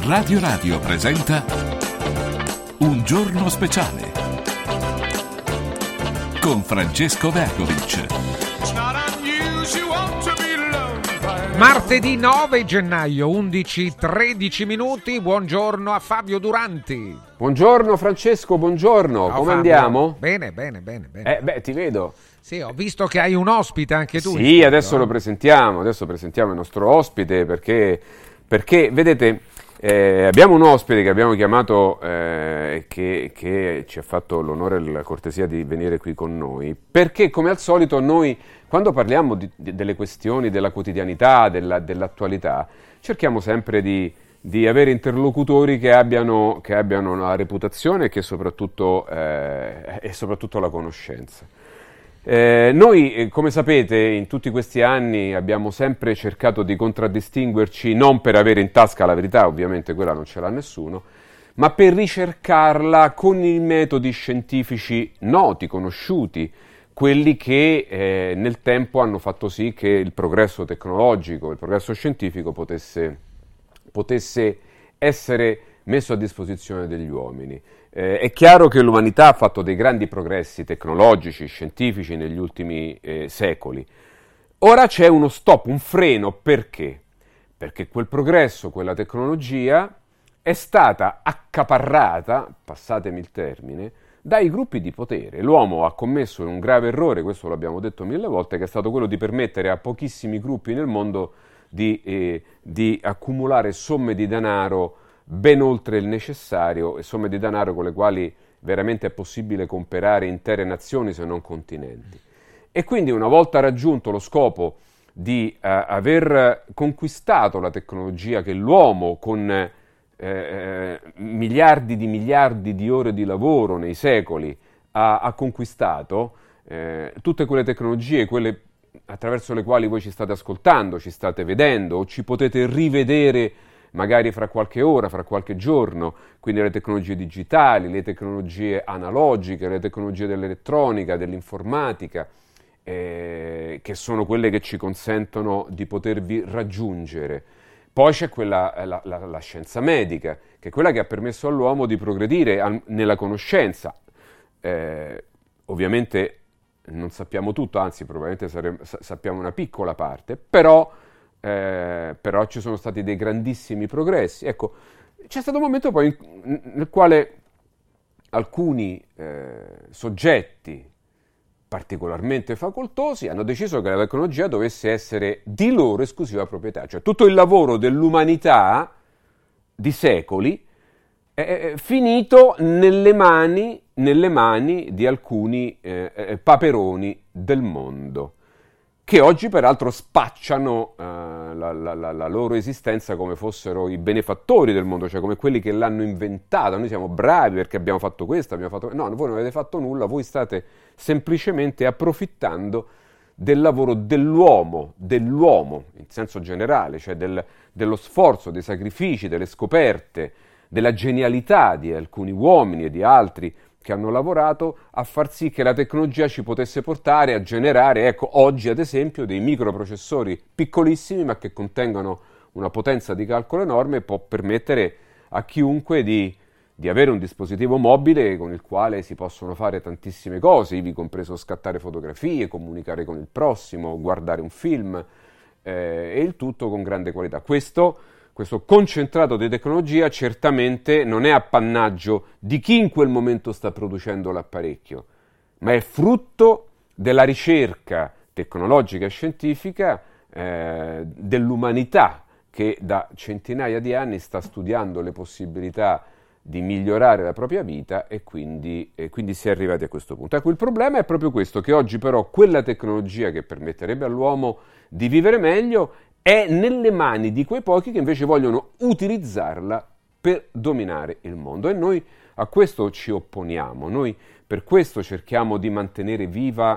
Radio presenta Un giorno speciale con Francesco Vergovic. Martedì 9 gennaio, 11:13 minuti. Buongiorno a Fabio Duranti. Buongiorno Francesco, buongiorno. Ciao, come Fabio. andiamo? Bene. Ti vedo. Sì, ho visto che hai un ospite anche tu. Sì, adesso lo presentiamo. Adesso presentiamo il nostro ospite perché vedete, abbiamo un ospite che abbiamo chiamato che ci ha fatto l'onore e la cortesia di venire qui con noi, perché come al solito noi, quando parliamo delle questioni della quotidianità, dell'attualità, cerchiamo sempre di avere interlocutori che abbiano la reputazione e soprattutto la conoscenza. Noi, come sapete, in tutti questi anni abbiamo sempre cercato di contraddistinguerci non per avere in tasca la verità, ovviamente quella non ce l'ha nessuno, ma per ricercarla con i metodi scientifici noti, conosciuti, quelli che nel tempo hanno fatto sì che il progresso tecnologico, il progresso scientifico potesse essere messo a disposizione degli uomini. È chiaro che l'umanità ha fatto dei grandi progressi tecnologici, scientifici negli ultimi secoli. Ora c'è uno stop, un freno, perché? Perché quel progresso, quella tecnologia è stata accaparrata, passatemi il termine, dai gruppi di potere. L'uomo ha commesso un grave errore, questo l'abbiamo detto 1000 volte, che è stato quello di permettere a pochissimi gruppi nel mondo di accumulare somme di denaro ben oltre il necessario, e somme di denaro con le quali veramente è possibile comprare intere nazioni se non continenti. E quindi, una volta raggiunto lo scopo di aver conquistato la tecnologia che l'uomo con miliardi di ore di lavoro nei secoli ha conquistato, tutte quelle tecnologie, quelle attraverso le quali voi ci state ascoltando, ci state vedendo o ci potete rivedere magari fra qualche ora, fra qualche giorno, quindi le tecnologie digitali, le tecnologie analogiche, le tecnologie dell'elettronica, dell'informatica, che sono quelle che ci consentono di potervi raggiungere. Poi c'è la scienza medica, che è quella che ha permesso all'uomo di progredire nella conoscenza. Ovviamente non sappiamo tutto, anzi probabilmente sappiamo una piccola parte, però ci sono stati dei grandissimi progressi. Ecco, c'è stato un momento poi nel quale alcuni soggetti particolarmente facoltosi hanno deciso che la tecnologia dovesse essere di loro esclusiva proprietà, cioè tutto il lavoro dell'umanità di secoli è finito nelle mani di alcuni paperoni del mondo, che oggi peraltro spacciano la loro esistenza come fossero i benefattori del mondo, cioè come quelli che l'hanno inventata. Noi siamo bravi perché abbiamo fatto questo, No, voi non avete fatto nulla, voi state semplicemente approfittando del lavoro dell'uomo, in senso generale, cioè dello sforzo, dei sacrifici, delle scoperte, della genialità di alcuni uomini e di altri che hanno lavorato a far sì che la tecnologia ci potesse portare a generare, ecco, oggi ad esempio, dei microprocessori piccolissimi ma che contengono una potenza di calcolo enorme e può permettere a chiunque di avere un dispositivo mobile con il quale si possono fare tantissime cose, ivi compreso scattare fotografie, comunicare con il prossimo, guardare un film, e il tutto con grande qualità. Questo concentrato di tecnologia certamente non è appannaggio di chi in quel momento sta producendo l'apparecchio, ma è frutto della ricerca tecnologica e scientifica dell'umanità, che da centinaia di anni sta studiando le possibilità di migliorare la propria vita e quindi si è arrivati a questo punto. Ecco, il problema è proprio questo, che oggi però quella tecnologia che permetterebbe all'uomo di vivere meglio è nelle mani di quei pochi che invece vogliono utilizzarla per dominare il mondo, e noi a questo ci opponiamo. Noi per questo cerchiamo di mantenere vivo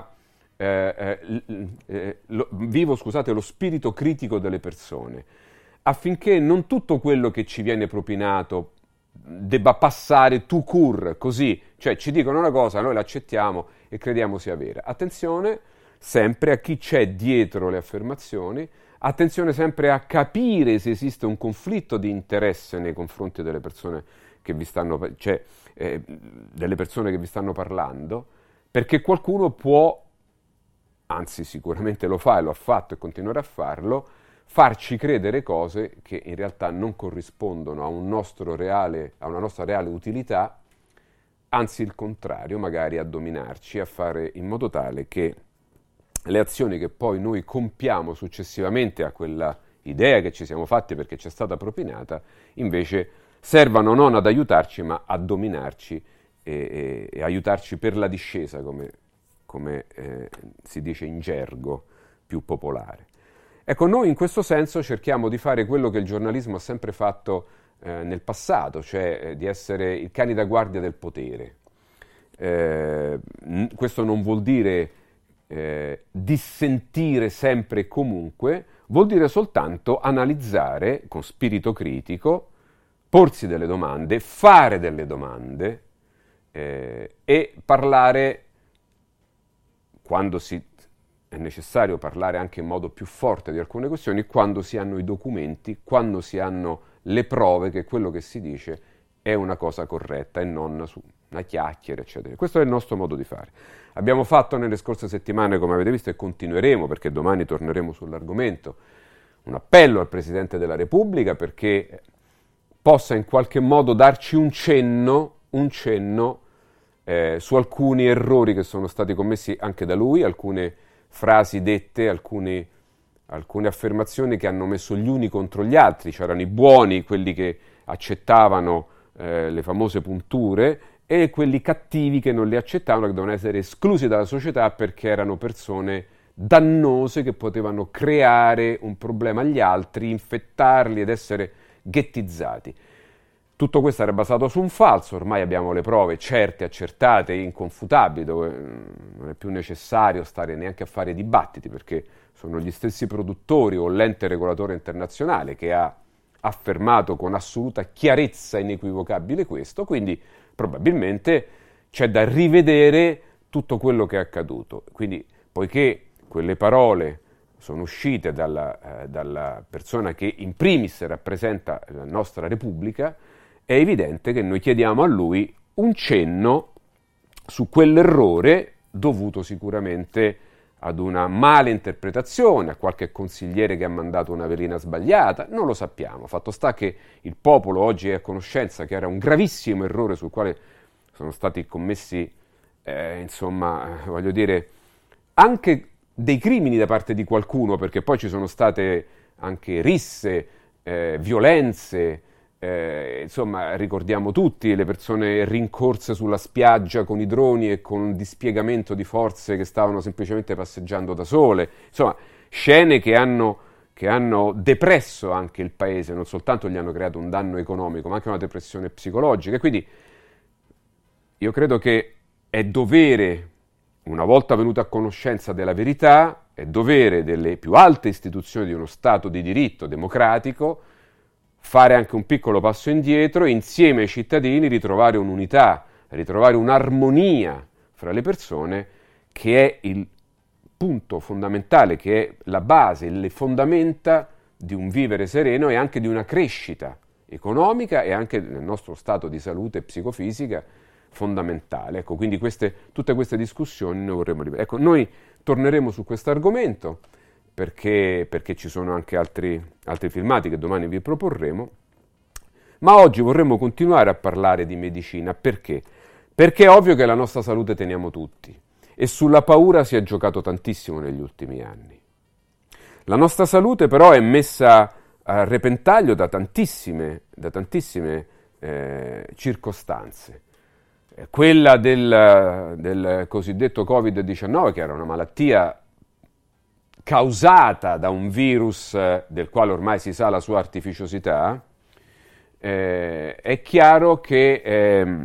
lo spirito critico delle persone, affinché non tutto quello che ci viene propinato debba passare tout court, così, cioè ci dicono una cosa, noi l'accettiamo e crediamo sia vera. Attenzione sempre a chi c'è dietro le affermazioni, attenzione sempre a capire se esiste un conflitto di interesse nei confronti delle persone che vi stanno, delle persone che vi stanno parlando, perché qualcuno può, anzi sicuramente lo fa e lo ha fatto e continuerà a farlo, farci credere cose che in realtà non corrispondono a una nostra reale utilità, anzi il contrario, magari a dominarci, a fare in modo tale che le azioni che poi noi compiamo successivamente a quella idea che ci siamo fatti perché ci è stata propinata, invece servano non ad aiutarci ma a dominarci e aiutarci per la discesa, come si dice in gergo più popolare. Ecco, noi in questo senso cerchiamo di fare quello che il giornalismo ha sempre fatto nel passato, cioè di essere il cani da guardia del potere. Questo non vuol dire dissentire sempre e comunque, vuol dire soltanto analizzare con spirito critico, porsi delle domande, fare delle domande e parlare quando è necessario parlare anche in modo più forte di alcune questioni, quando si hanno i documenti, quando si hanno le prove che quello che si dice è una cosa corretta e non una chiacchiera, eccetera. Questo è il nostro modo di fare. Abbiamo fatto nelle scorse settimane, come avete visto, e continueremo, perché domani torneremo sull'argomento, un appello al Presidente della Repubblica perché possa in qualche modo darci un cenno su alcuni errori che sono stati commessi anche da lui, alcune frasi dette, alcune affermazioni che hanno messo gli uni contro gli altri. C'erano i buoni, quelli che accettavano le famose punture, e quelli cattivi che non le accettavano, che dovevano essere esclusi dalla società perché erano persone dannose che potevano creare un problema agli altri, infettarli ed essere ghettizzati. Tutto questo era basato su un falso, ormai abbiamo le prove certe, accertate, inconfutabili, dove non è più necessario stare neanche a fare dibattiti, perché sono gli stessi produttori o l'ente regolatore internazionale che ha affermato con assoluta chiarezza inequivocabile questo, quindi probabilmente c'è da rivedere tutto quello che è accaduto. Quindi, poiché quelle parole sono uscite dalla persona che in primis rappresenta la nostra Repubblica, è evidente che noi chiediamo a lui un cenno su quell'errore dovuto sicuramente ad una mala interpretazione, a qualche consigliere che ha mandato una velina sbagliata, non lo sappiamo. Fatto sta che il popolo oggi è a conoscenza che era un gravissimo errore sul quale sono stati commessi, voglio dire, anche dei crimini da parte di qualcuno, perché poi ci sono state anche risse, violenze, ricordiamo tutti le persone rincorse sulla spiaggia con i droni e con un dispiegamento di forze che stavano semplicemente passeggiando da sole, insomma scene che hanno depresso anche il paese, non soltanto gli hanno creato un danno economico ma anche una depressione psicologica. E quindi io credo che è dovere, una volta venuta a conoscenza della verità, è dovere delle più alte istituzioni di uno Stato di diritto democratico fare anche un piccolo passo indietro e insieme ai cittadini ritrovare un'unità, ritrovare un'armonia fra le persone, che è il punto fondamentale, che è la base, le fondamenta di un vivere sereno e anche di una crescita economica e anche nel nostro stato di salute psicofisica fondamentale. Ecco, quindi tutte queste discussioni noi vorremmo ripetere. Ecco, noi torneremo su questo argomento, perché ci sono anche altri filmati che domani vi proporremo, ma oggi vorremmo continuare a parlare di medicina. Perché? Perché è ovvio che la nostra salute teniamo tutti e sulla paura si è giocato tantissimo negli ultimi anni. La nostra salute però è messa a repentaglio da tantissime circostanze. Quella del cosiddetto Covid-19, che era una malattia causata da un virus del quale ormai si sa la sua artificiosità, è chiaro che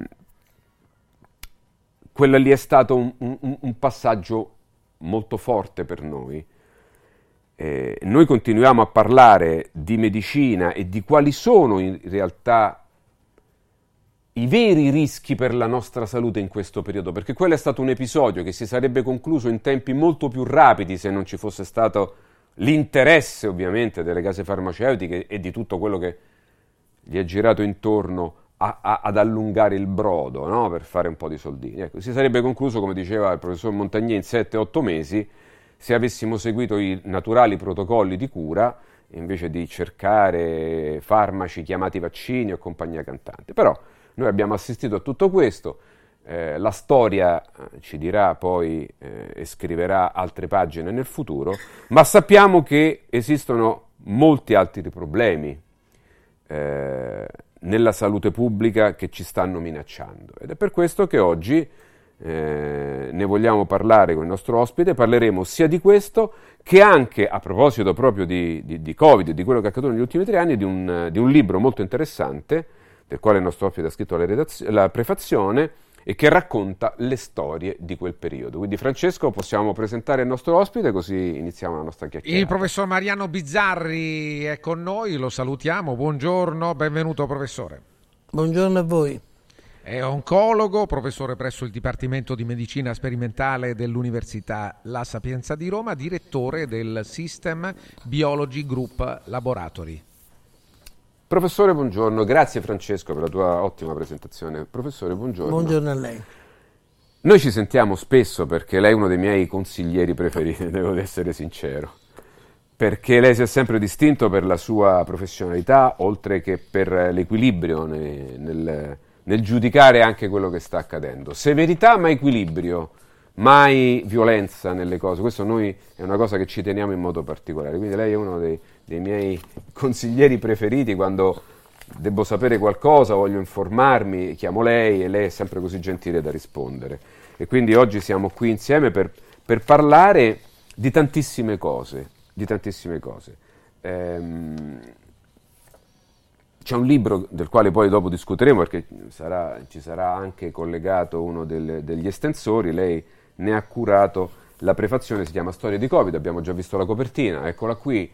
quello lì è stato un passaggio molto forte per noi. Noi continuiamo a parlare di medicina e di quali sono in realtà i veri rischi per la nostra salute in questo periodo, perché quello è stato un episodio che si sarebbe concluso in tempi molto più rapidi se non ci fosse stato l'interesse ovviamente delle case farmaceutiche e di tutto quello che gli è girato intorno ad allungare il brodo, no? Per fare un po' di soldini. Ecco, si sarebbe concluso, come diceva il professor Montagnier, in 7-8 mesi se avessimo seguito i naturali protocolli di cura invece di cercare farmaci chiamati vaccini o compagnia cantante. Però noi abbiamo assistito a tutto questo, la storia ci dirà poi e scriverà altre pagine nel futuro, ma sappiamo che esistono molti altri problemi nella salute pubblica che ci stanno minacciando, ed è per questo che oggi ne vogliamo parlare con il nostro ospite. Parleremo sia di questo che anche, a proposito proprio di Covid e di quello che è accaduto negli ultimi 3 anni, di un libro molto interessante del quale il nostro ospite ha scritto la prefazione e che racconta le storie di quel periodo. Quindi, Francesco, possiamo presentare il nostro ospite, così iniziamo la nostra chiacchierata. Il professor Mariano Bizzarri è con noi, lo salutiamo, buongiorno, benvenuto professore. Buongiorno a voi. È oncologo, professore presso il Dipartimento di Medicina Sperimentale dell'Università La Sapienza di Roma, direttore del System Biology Group Laboratory. Professore, buongiorno, grazie Francesco per la tua ottima presentazione. Professore, buongiorno. Buongiorno a lei. Noi ci sentiamo spesso perché lei è uno dei miei consiglieri preferiti, devo essere sincero, perché lei si è sempre distinto per la sua professionalità, oltre che per l'equilibrio nel giudicare anche quello che sta accadendo. Severità ma equilibrio, mai violenza nelle cose, questo noi è una cosa che ci teniamo in modo particolare, quindi lei è uno dei miei consiglieri preferiti. Quando devo sapere qualcosa, voglio informarmi, chiamo lei e lei è sempre così gentile da rispondere, e quindi oggi siamo qui insieme per parlare di tantissime cose, C'è un libro del quale poi dopo discuteremo, perché ci sarà anche collegato uno degli estensori, lei ne ha curato la prefazione, si chiama Storie di Covid, abbiamo già visto la copertina, eccola qui,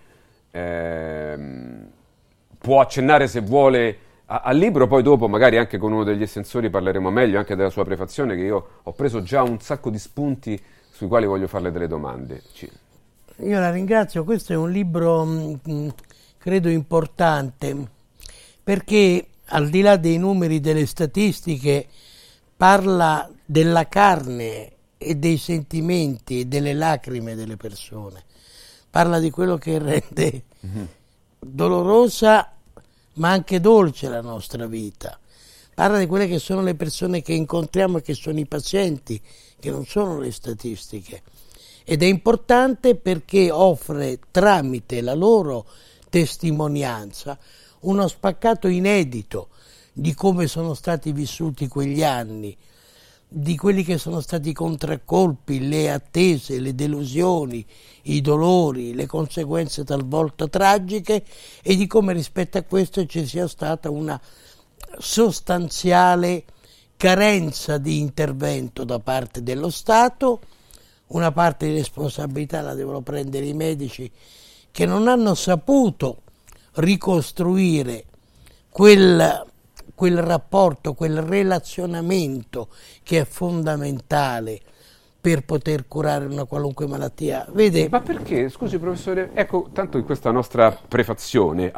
può accennare se vuole al libro, poi dopo magari anche con uno degli estensori parleremo meglio anche della sua prefazione, che io ho preso già un sacco di spunti sui quali voglio farle delle domande. Io la ringrazio, questo è un libro credo importante, perché al di là dei numeri, delle statistiche, parla della carne e dei sentimenti e delle lacrime delle persone, parla di quello che rende dolorosa ma anche dolce la nostra vita, parla di quelle che sono le persone che incontriamo e che sono i pazienti, che non sono le statistiche, ed è importante perché offre tramite la loro testimonianza uno spaccato inedito di come sono stati vissuti quegli anni, di quelli che sono stati i contraccolpi, le attese, le delusioni, i dolori, le conseguenze talvolta tragiche, e di come rispetto a questo ci sia stata una sostanziale carenza di intervento da parte dello Stato. Una parte di responsabilità la devono prendere i medici, che non hanno saputo ricostruire quel rapporto, quel relazionamento che è fondamentale per poter curare una qualunque malattia. Vede? Ma perché, scusi professore, ecco, tanto in questa nostra prefazione,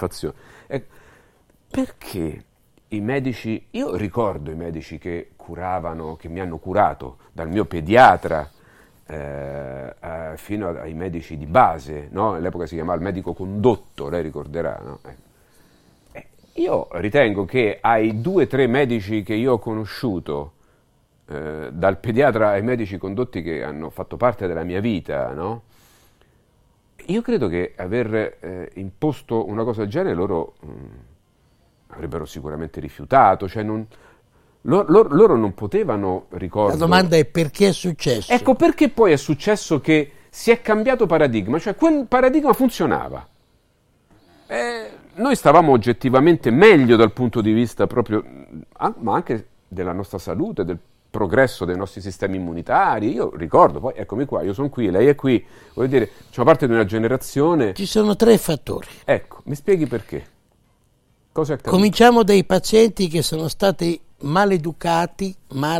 perché i medici, io ricordo i medici che curavano, che mi hanno curato, dal mio pediatra fino ai medici di base, no? All'epoca si chiamava il medico condotto, lei ricorderà, no? Io ritengo che ai 2-3 medici che io ho conosciuto, dal pediatra ai medici condotti che hanno fatto parte della mia vita, no? Io credo che aver imposto una cosa del genere loro avrebbero sicuramente rifiutato, cioè loro non potevano ricordare. La domanda è perché è successo? Ecco, perché poi è successo che si è cambiato paradigma, cioè quel paradigma funzionava. Noi stavamo oggettivamente meglio dal punto di vista proprio, ma anche della nostra salute, del progresso dei nostri sistemi immunitari. Io ricordo, poi eccomi qua, io sono qui, lei è qui, voglio dire, facciamo parte di una generazione. Ci sono 3 fattori. Ecco, mi spieghi perché? Cosa è accaduto? Cominciamo dai pazienti che sono stati maleducati,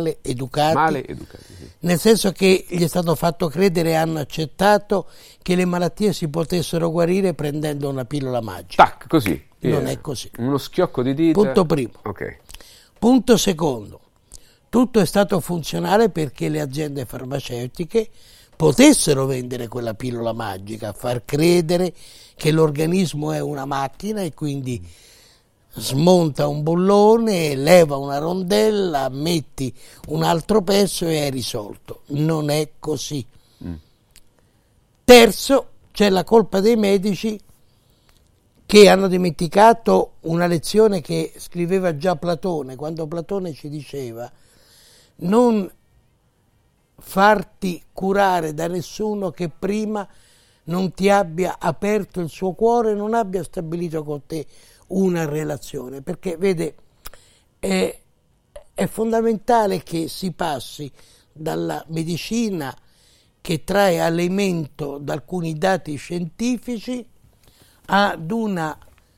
Sì. nel senso che gli è stato fatto credere e hanno accettato che le malattie si potessero guarire prendendo una pillola magica. Tac, così. Non è così. Uno schiocco di dita. Punto primo. Ok. Punto secondo. Tutto è stato funzionale perché le aziende farmaceutiche potessero vendere quella pillola magica, far credere che l'organismo è una macchina e quindi smonta un bollone, leva una rondella, metti un altro pezzo e è risolto. Non è così. Terzo, c'è la colpa dei medici che hanno dimenticato una lezione che scriveva già Platone, quando Platone ci diceva: non farti curare da nessuno che prima non ti abbia aperto il suo cuore e non abbia stabilito con te una relazione, perché vede, è fondamentale che si passi dalla medicina che trae alimento da alcuni dati scientifici ad una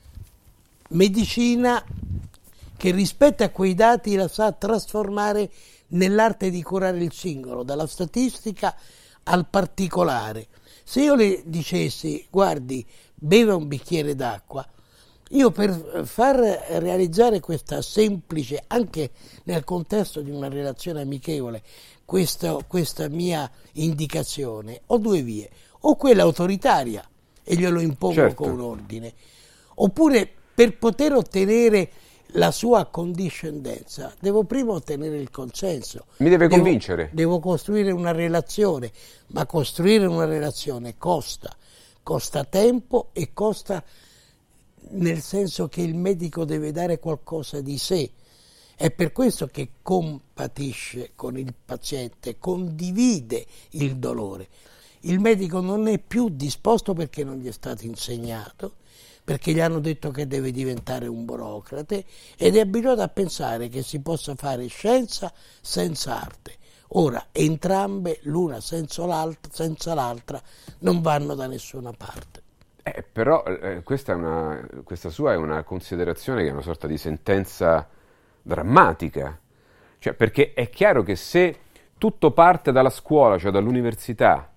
medicina che rispetto a quei dati la sa trasformare nell'arte di curare il singolo, dalla statistica al particolare. Se io le dicessi: guardi, beva un bicchiere d'acqua, io per far realizzare questa semplice, anche nel contesto di una relazione amichevole, questa mia indicazione, ho due vie: o quella autoritaria e glielo impongo certo, con un ordine, oppure per poter ottenere la sua accondiscendenza devo prima ottenere il consenso. Mi deve convincere. Devo costruire una relazione, ma costruire una relazione costa tempo e costa nel senso che il medico deve dare qualcosa di sé. È per questo che compatisce con il paziente, condivide il dolore. Il medico non è più disposto perché non gli è stato insegnato, perché gli hanno detto che deve diventare un burocrate, ed è abituato a pensare che si possa fare scienza senza arte. Ora, entrambe, l'una senza l'altra, non vanno da nessuna parte. Però questa sua è una considerazione che è una sorta di sentenza drammatica, cioè, perché è chiaro che se tutto parte dalla scuola, cioè dall'università,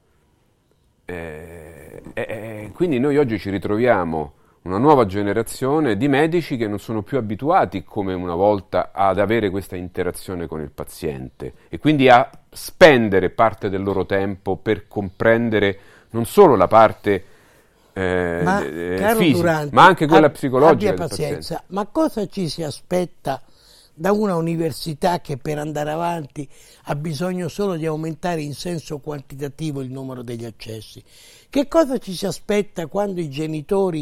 quindi noi oggi ci ritroviamo una nuova generazione di medici che non sono più abituati come una volta ad avere questa interazione con il paziente e quindi a spendere parte del loro tempo per comprendere non solo la parte fisica, Duranti, ma anche quella psicologica abbia del pazienza. paziente. Ma cosa ci si aspetta da una università che per andare avanti ha bisogno solo di aumentare in senso quantitativo il numero degli accessi? Che cosa ci si aspetta quando i genitori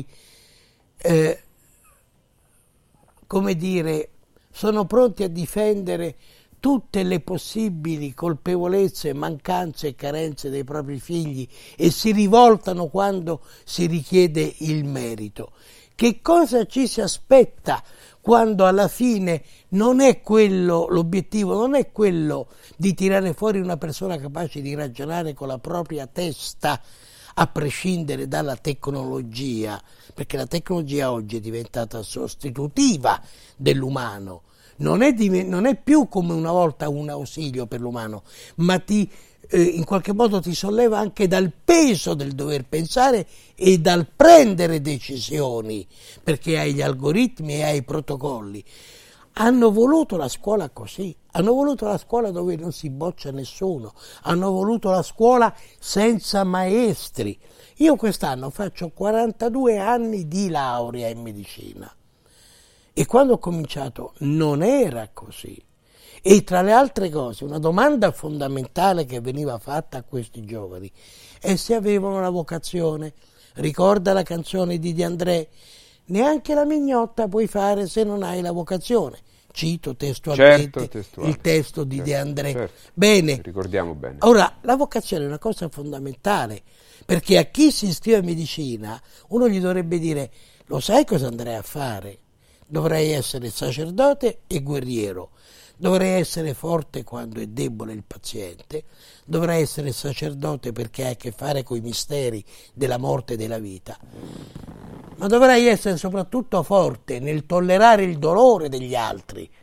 sono pronti a difendere tutte le possibili colpevolezze, mancanze e carenze dei propri figli e si rivoltano quando si richiede il merito? Che cosa ci si aspetta quando alla fine non è quello l'obiettivo, non è quello di tirare fuori una persona capace di ragionare con la propria testa, a prescindere dalla tecnologia, perché la tecnologia oggi è diventata sostitutiva dell'umano, non è più come una volta un ausilio per l'umano, ma in qualche modo ti solleva anche dal peso del dover pensare e dal prendere decisioni, perché hai gli algoritmi e hai i protocolli. Hanno voluto la scuola così, hanno voluto la scuola dove non si boccia nessuno, hanno voluto la scuola senza maestri. Io quest'anno faccio 42 anni di laurea in medicina e quando ho cominciato non era così. E tra le altre cose, una domanda fondamentale che veniva fatta a questi giovani è se avevano la vocazione. Ricorda la canzone di De André? Neanche la mignotta puoi fare se non hai la vocazione. Cito testualmente il testo di De André. Certo. Bene. Ricordiamo bene. Ora, la vocazione è una cosa fondamentale, perché a chi si iscrive a medicina uno gli dovrebbe dire: lo sai cosa andrai a fare? Dovrai essere sacerdote e guerriero. Dovrai essere forte quando è debole il paziente, dovrai essere sacerdote perché hai a che fare con i misteri della morte e della vita, ma dovrai essere soprattutto forte nel tollerare il dolore degli altri,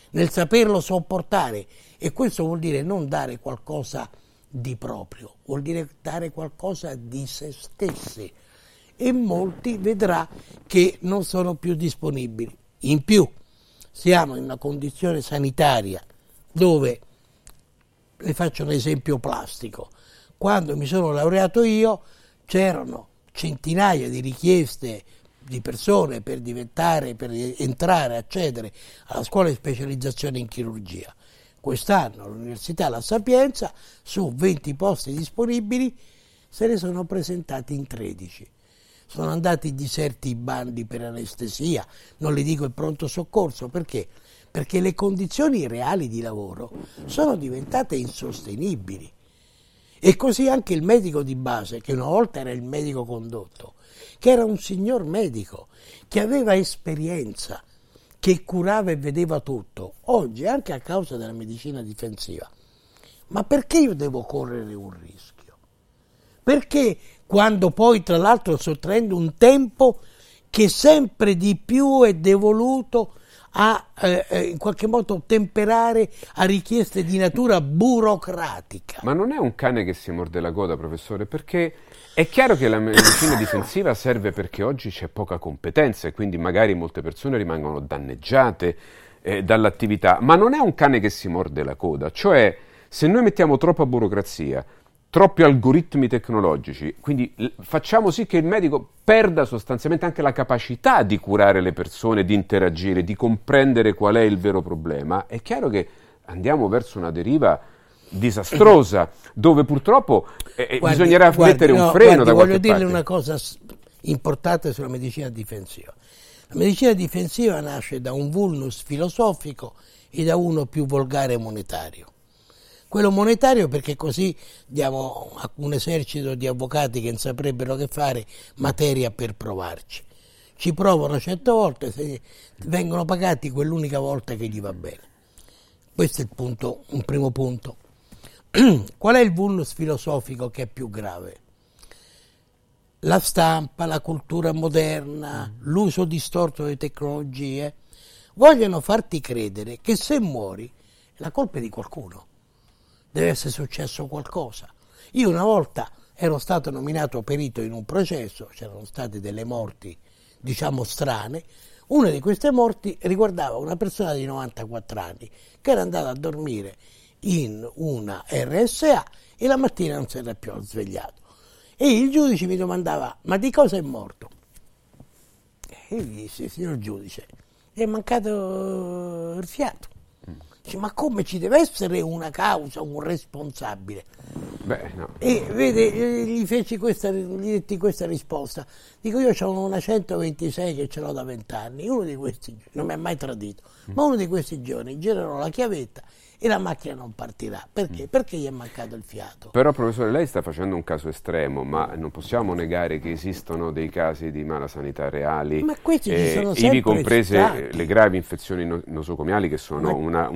nel saperlo sopportare, e questo vuol dire non dare qualcosa di proprio, vuol dire dare qualcosa di se stessi, e molti vedrà che non sono più disponibili. In più siamo in una condizione sanitaria dove, le faccio un esempio plastico, quando mi sono laureato io c'erano centinaia di richieste di persone per entrare, accedere alla scuola di specializzazione in chirurgia. Quest'anno all'Università La Sapienza, su 20 posti disponibili, se ne sono presentati in 13. Sono andati diserti i bandi per anestesia, non le dico il pronto soccorso, perché? Perché le condizioni reali di lavoro sono diventate insostenibili. E così anche il medico di base, che una volta era il medico condotto, che era un signor medico, che aveva esperienza, che curava e vedeva tutto, oggi anche a causa della medicina difensiva. Ma perché io devo correre un rischio? Perché quando poi, tra l'altro, sottraendo un tempo che sempre di più è devoluto a in qualche modo temperare a richieste di natura burocratica. Ma non è un cane che si morde la coda, professore, perché è chiaro che la medicina difensiva serve perché oggi c'è poca competenza e quindi magari molte persone rimangono danneggiate dall'attività, ma non è un cane che si morde la coda, cioè se noi mettiamo troppa burocrazia, troppi algoritmi tecnologici, quindi facciamo sì che il medico perda sostanzialmente anche la capacità di curare le persone, di interagire, di comprendere qual è il vero problema, è chiaro che andiamo verso una deriva disastrosa, dove purtroppo bisognerà mettere un freno da qualche voglio dirle parte. una cosa importante sulla medicina difensiva. La medicina difensiva nasce da un vulnus filosofico e da uno più volgare monetario. Quello monetario perché così diamo a un esercito di avvocati che non saprebbero che fare materia per provarci. Ci provano 100 volte, se vengono pagati quell'unica volta che gli va bene. Questo è il punto, un primo punto. Qual è il vulnus filosofico che è più grave? La stampa, la cultura moderna, l'uso distorto delle tecnologie vogliono farti credere che se muori la colpa è di qualcuno. Deve essere successo qualcosa. Io una volta ero stato nominato perito in un processo, c'erano state delle morti, diciamo, strane. Una di queste morti riguardava una persona di 94 anni che era andata a dormire in una RSA e la mattina non si era più svegliato. E il giudice mi domandava: ma di cosa è morto? E io gli dissi: signor giudice, gli è mancato il fiato. Ma come, ci deve essere una causa, un responsabile? Beh, no. E vede, gli detti questa risposta. Dico: io ho una 126 che ce l'ho da 20 anni, uno di questi non mi ha mai tradito, ma uno di questi giorni girerò la chiavetta e la macchina non partirà. Perché? Perché gli è mancato il fiato. Però, professore, lei sta facendo un caso estremo, ma non possiamo negare che esistono dei casi di malasanità reali, ma questi ci sono sempre ivi comprese stati. le gravi infezioni nosocomiali, che sono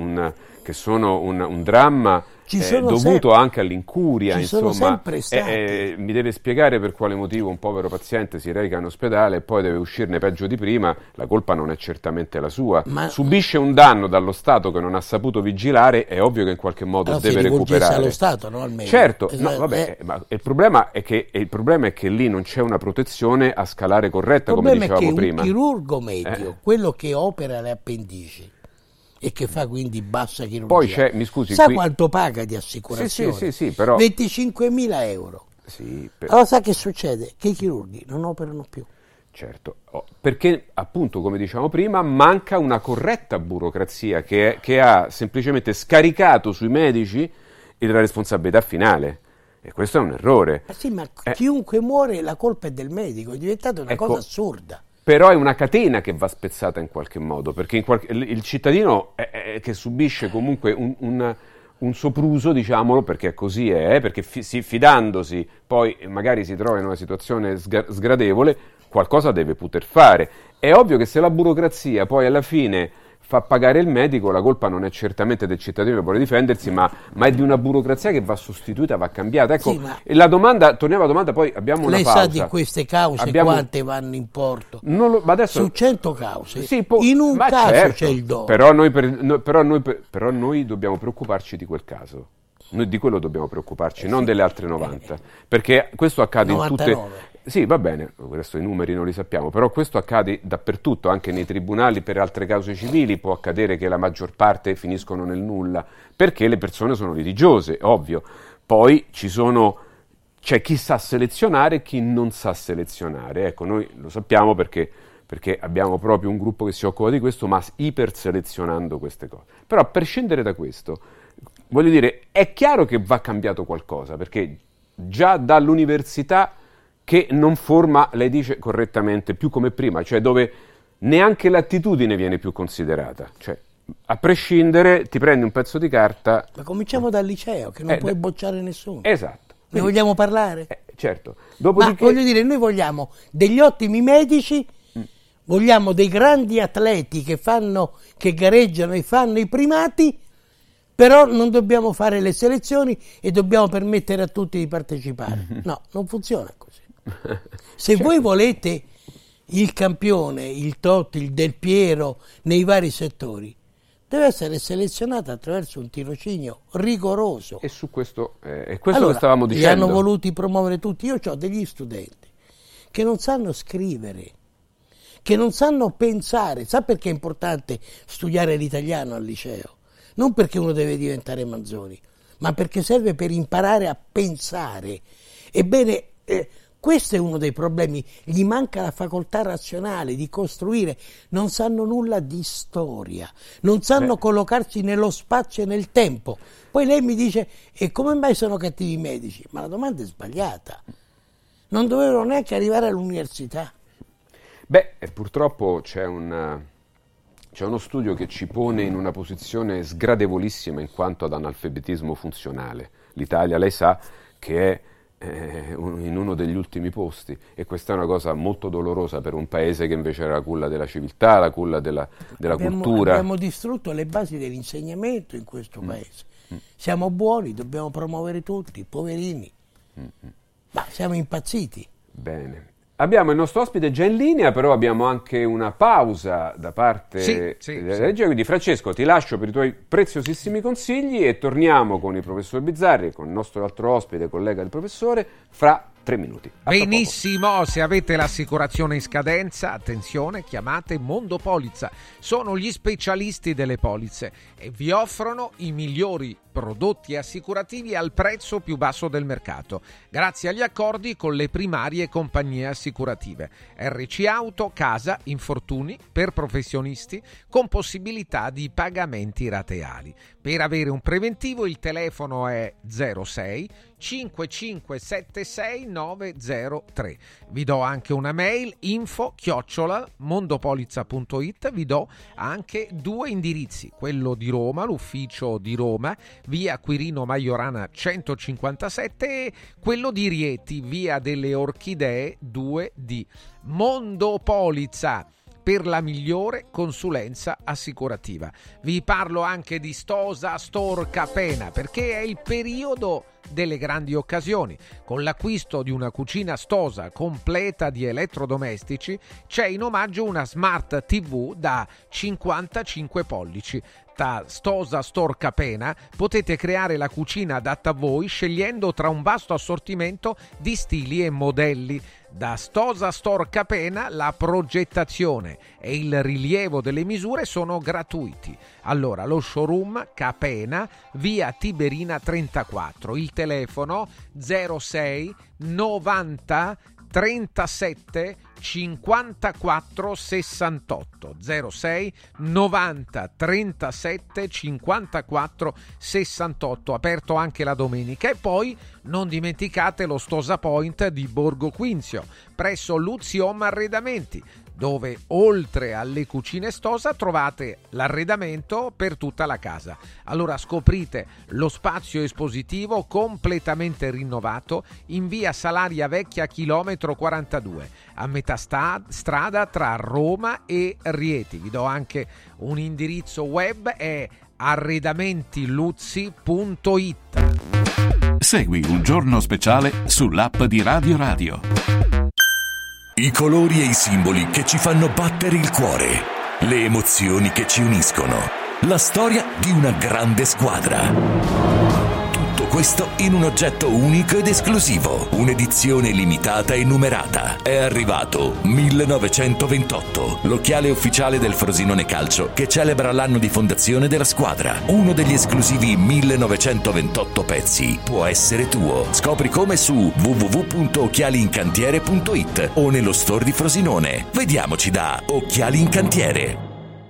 un dramma dovuto anche all'incuria. Ci sono insomma, sempre stati. Mi deve spiegare per quale motivo un povero paziente si reca in ospedale e poi deve uscirne peggio di prima. La colpa non è certamente la sua, subisce un danno dallo Stato che non ha saputo vigilare, è ovvio che in qualche modo deve recuperare. Allo Stato, no? Al medico. Certo, no, vabbè, ma il problema è che lì non c'è una protezione a scalare corretta, come dicevamo prima. Un chirurgo medio, quello che opera le appendici e che fa quindi bassa chirurgia, poi c'è, mi scusi, sa quanto paga di assicurazione? Sì, però 25.000 euro. Sì, Allora sa che succede? Che i chirurghi non operano più. Certo, perché appunto, come dicevamo prima, manca una corretta burocrazia che ha semplicemente scaricato sui medici la responsabilità finale. E questo è un errore. Sì, ma chiunque muore la colpa è del medico, è diventata una cosa assurda. Però è una catena che va spezzata in qualche modo, perché il cittadino che subisce comunque un sopruso, diciamolo, perché così è, perché fidandosi poi magari si trova in una situazione sgradevole, qualcosa deve poter fare. È ovvio che se la burocrazia poi alla fine fa pagare il medico, la colpa non è certamente del cittadino che vuole difendersi, ma è di una burocrazia che va sostituita, va cambiata. Ecco, Sì, e la domanda, torniamo alla domanda, poi abbiamo una pausa. Lei sa di queste cause quante vanno in porto? Ma adesso, su 100 cause, sì, in un caso certo, c'è il dono. Però noi dobbiamo preoccuparci di quel caso. Noi di quello dobbiamo preoccuparci, non delle altre 90, perché questo accade 99. in tutte... Sì, va bene, adesso i numeri non li sappiamo, però questo accade dappertutto, anche nei tribunali per altre cause civili può accadere che la maggior parte finiscono nel nulla, perché le persone sono litigiose, ovvio. Poi c'è chi sa selezionare e chi non sa selezionare. Ecco, noi lo sappiamo perché abbiamo proprio un gruppo che si occupa di questo, ma iperselezionando queste cose. Però a prescindere da questo, voglio dire, è chiaro che va cambiato qualcosa, perché già dall'università che non forma, lei dice correttamente, più come prima, cioè dove neanche l'attitudine viene più considerata. Cioè, a prescindere, ti prendi un pezzo di carta... Ma cominciamo dal liceo, che non puoi bocciare nessuno. Esatto. Ne vogliamo parlare? Certo. Dopodiché... Ma voglio dire, noi vogliamo degli ottimi medici, vogliamo dei grandi atleti che gareggiano e fanno i primati, però non dobbiamo fare le selezioni e dobbiamo permettere a tutti di partecipare. No, non funziona così. Se voi volete il campione, il Totti, il Del Piero nei vari settori, deve essere selezionato attraverso un tirocinio rigoroso. E su questo è questo che stavamo dicendo. Li hanno voluti promuovere tutti. Io ho degli studenti che non sanno scrivere, che non sanno pensare. Sa perché è importante studiare l'italiano al liceo? Non perché uno deve diventare Manzoni, ma perché serve per imparare a pensare. Ebbene, questo è uno dei problemi. Gli manca la facoltà razionale di costruire. Non sanno nulla di storia, non sanno collocarsi nello spazio e nel tempo. Poi lei mi dice, e come mai sono cattivi i medici? Ma la domanda è sbagliata. Non dovevano neanche arrivare all'università. Purtroppo c'è uno studio che ci pone in una posizione sgradevolissima in quanto ad analfabetismo funzionale. L'Italia, lei sa, che è in uno degli ultimi posti, e questa è una cosa molto dolorosa per un paese che invece era la culla della civiltà, la culla della cultura. Abbiamo distrutto le basi dell'insegnamento in questo paese. Siamo buoni, dobbiamo promuovere tutti, poverini. Ma siamo impazziti. Bene. Abbiamo il nostro ospite già in linea, però abbiamo anche una pausa da parte della regia, quindi Francesco ti lascio per i tuoi preziosissimi consigli e torniamo con il professor Bizzarri, con il nostro altro ospite, collega del professore, fra 3 minuti. Benissimo, se avete l'assicurazione in scadenza, attenzione, chiamate Mondo Polizza. Sono gli specialisti delle polizze e vi offrono i migliori prodotti assicurativi al prezzo più basso del mercato, grazie agli accordi con le primarie compagnie assicurative. RC Auto, casa, infortuni per professionisti con possibilità di pagamenti rateali. Per avere un preventivo il telefono è 06 5576 903. Vi do anche una mail info@mondopolizza.it. Vi do anche 2 indirizzi, quello di Roma, l'ufficio di Roma, via Quirino Maiorana 157, e quello di Rieti, via delle Orchidee 2D. Mondo Polizza, per la migliore consulenza assicurativa. Vi parlo anche di Stosa Store Capena, perché è il periodo delle grandi occasioni. Con l'acquisto di una cucina Stosa completa di elettrodomestici c'è in omaggio una Smart TV da 55 pollici. Da Stosa Store Capena potete creare la cucina adatta a voi scegliendo tra un vasto assortimento di stili e modelli. Da Stosa Store Capena la progettazione e il rilievo delle misure sono gratuiti. Allora, lo showroom Capena, via Tiberina 34, il telefono 06 90 37 54 68, 06 90 37 54 68, aperto anche la domenica. E poi non dimenticate lo Stosa Point di Borgo Quinzio, presso Luzi Home Arredamenti, dove oltre alle cucine Stosa trovate l'arredamento per tutta la casa. Allora scoprite lo spazio espositivo completamente rinnovato in via Salaria Vecchia chilometro 42, a metà strada tra Roma e Rieti. Vi do anche un indirizzo web, è arredamentiluzzi.it. Segui Un Giorno Speciale sull'app di Radio Radio. I colori e i simboli che ci fanno battere il cuore, le emozioni che ci uniscono, la storia di una grande squadra. Tutto questo in un oggetto unico ed esclusivo, un'edizione limitata e numerata. È arrivato 1928, l'occhiale ufficiale del Frosinone Calcio che celebra l'anno di fondazione della squadra. Uno degli esclusivi 1928 pezzi può essere tuo. Scopri come su www.occhialiincantiere.it o nello store di Frosinone. Vediamoci da Occhiali in Cantiere.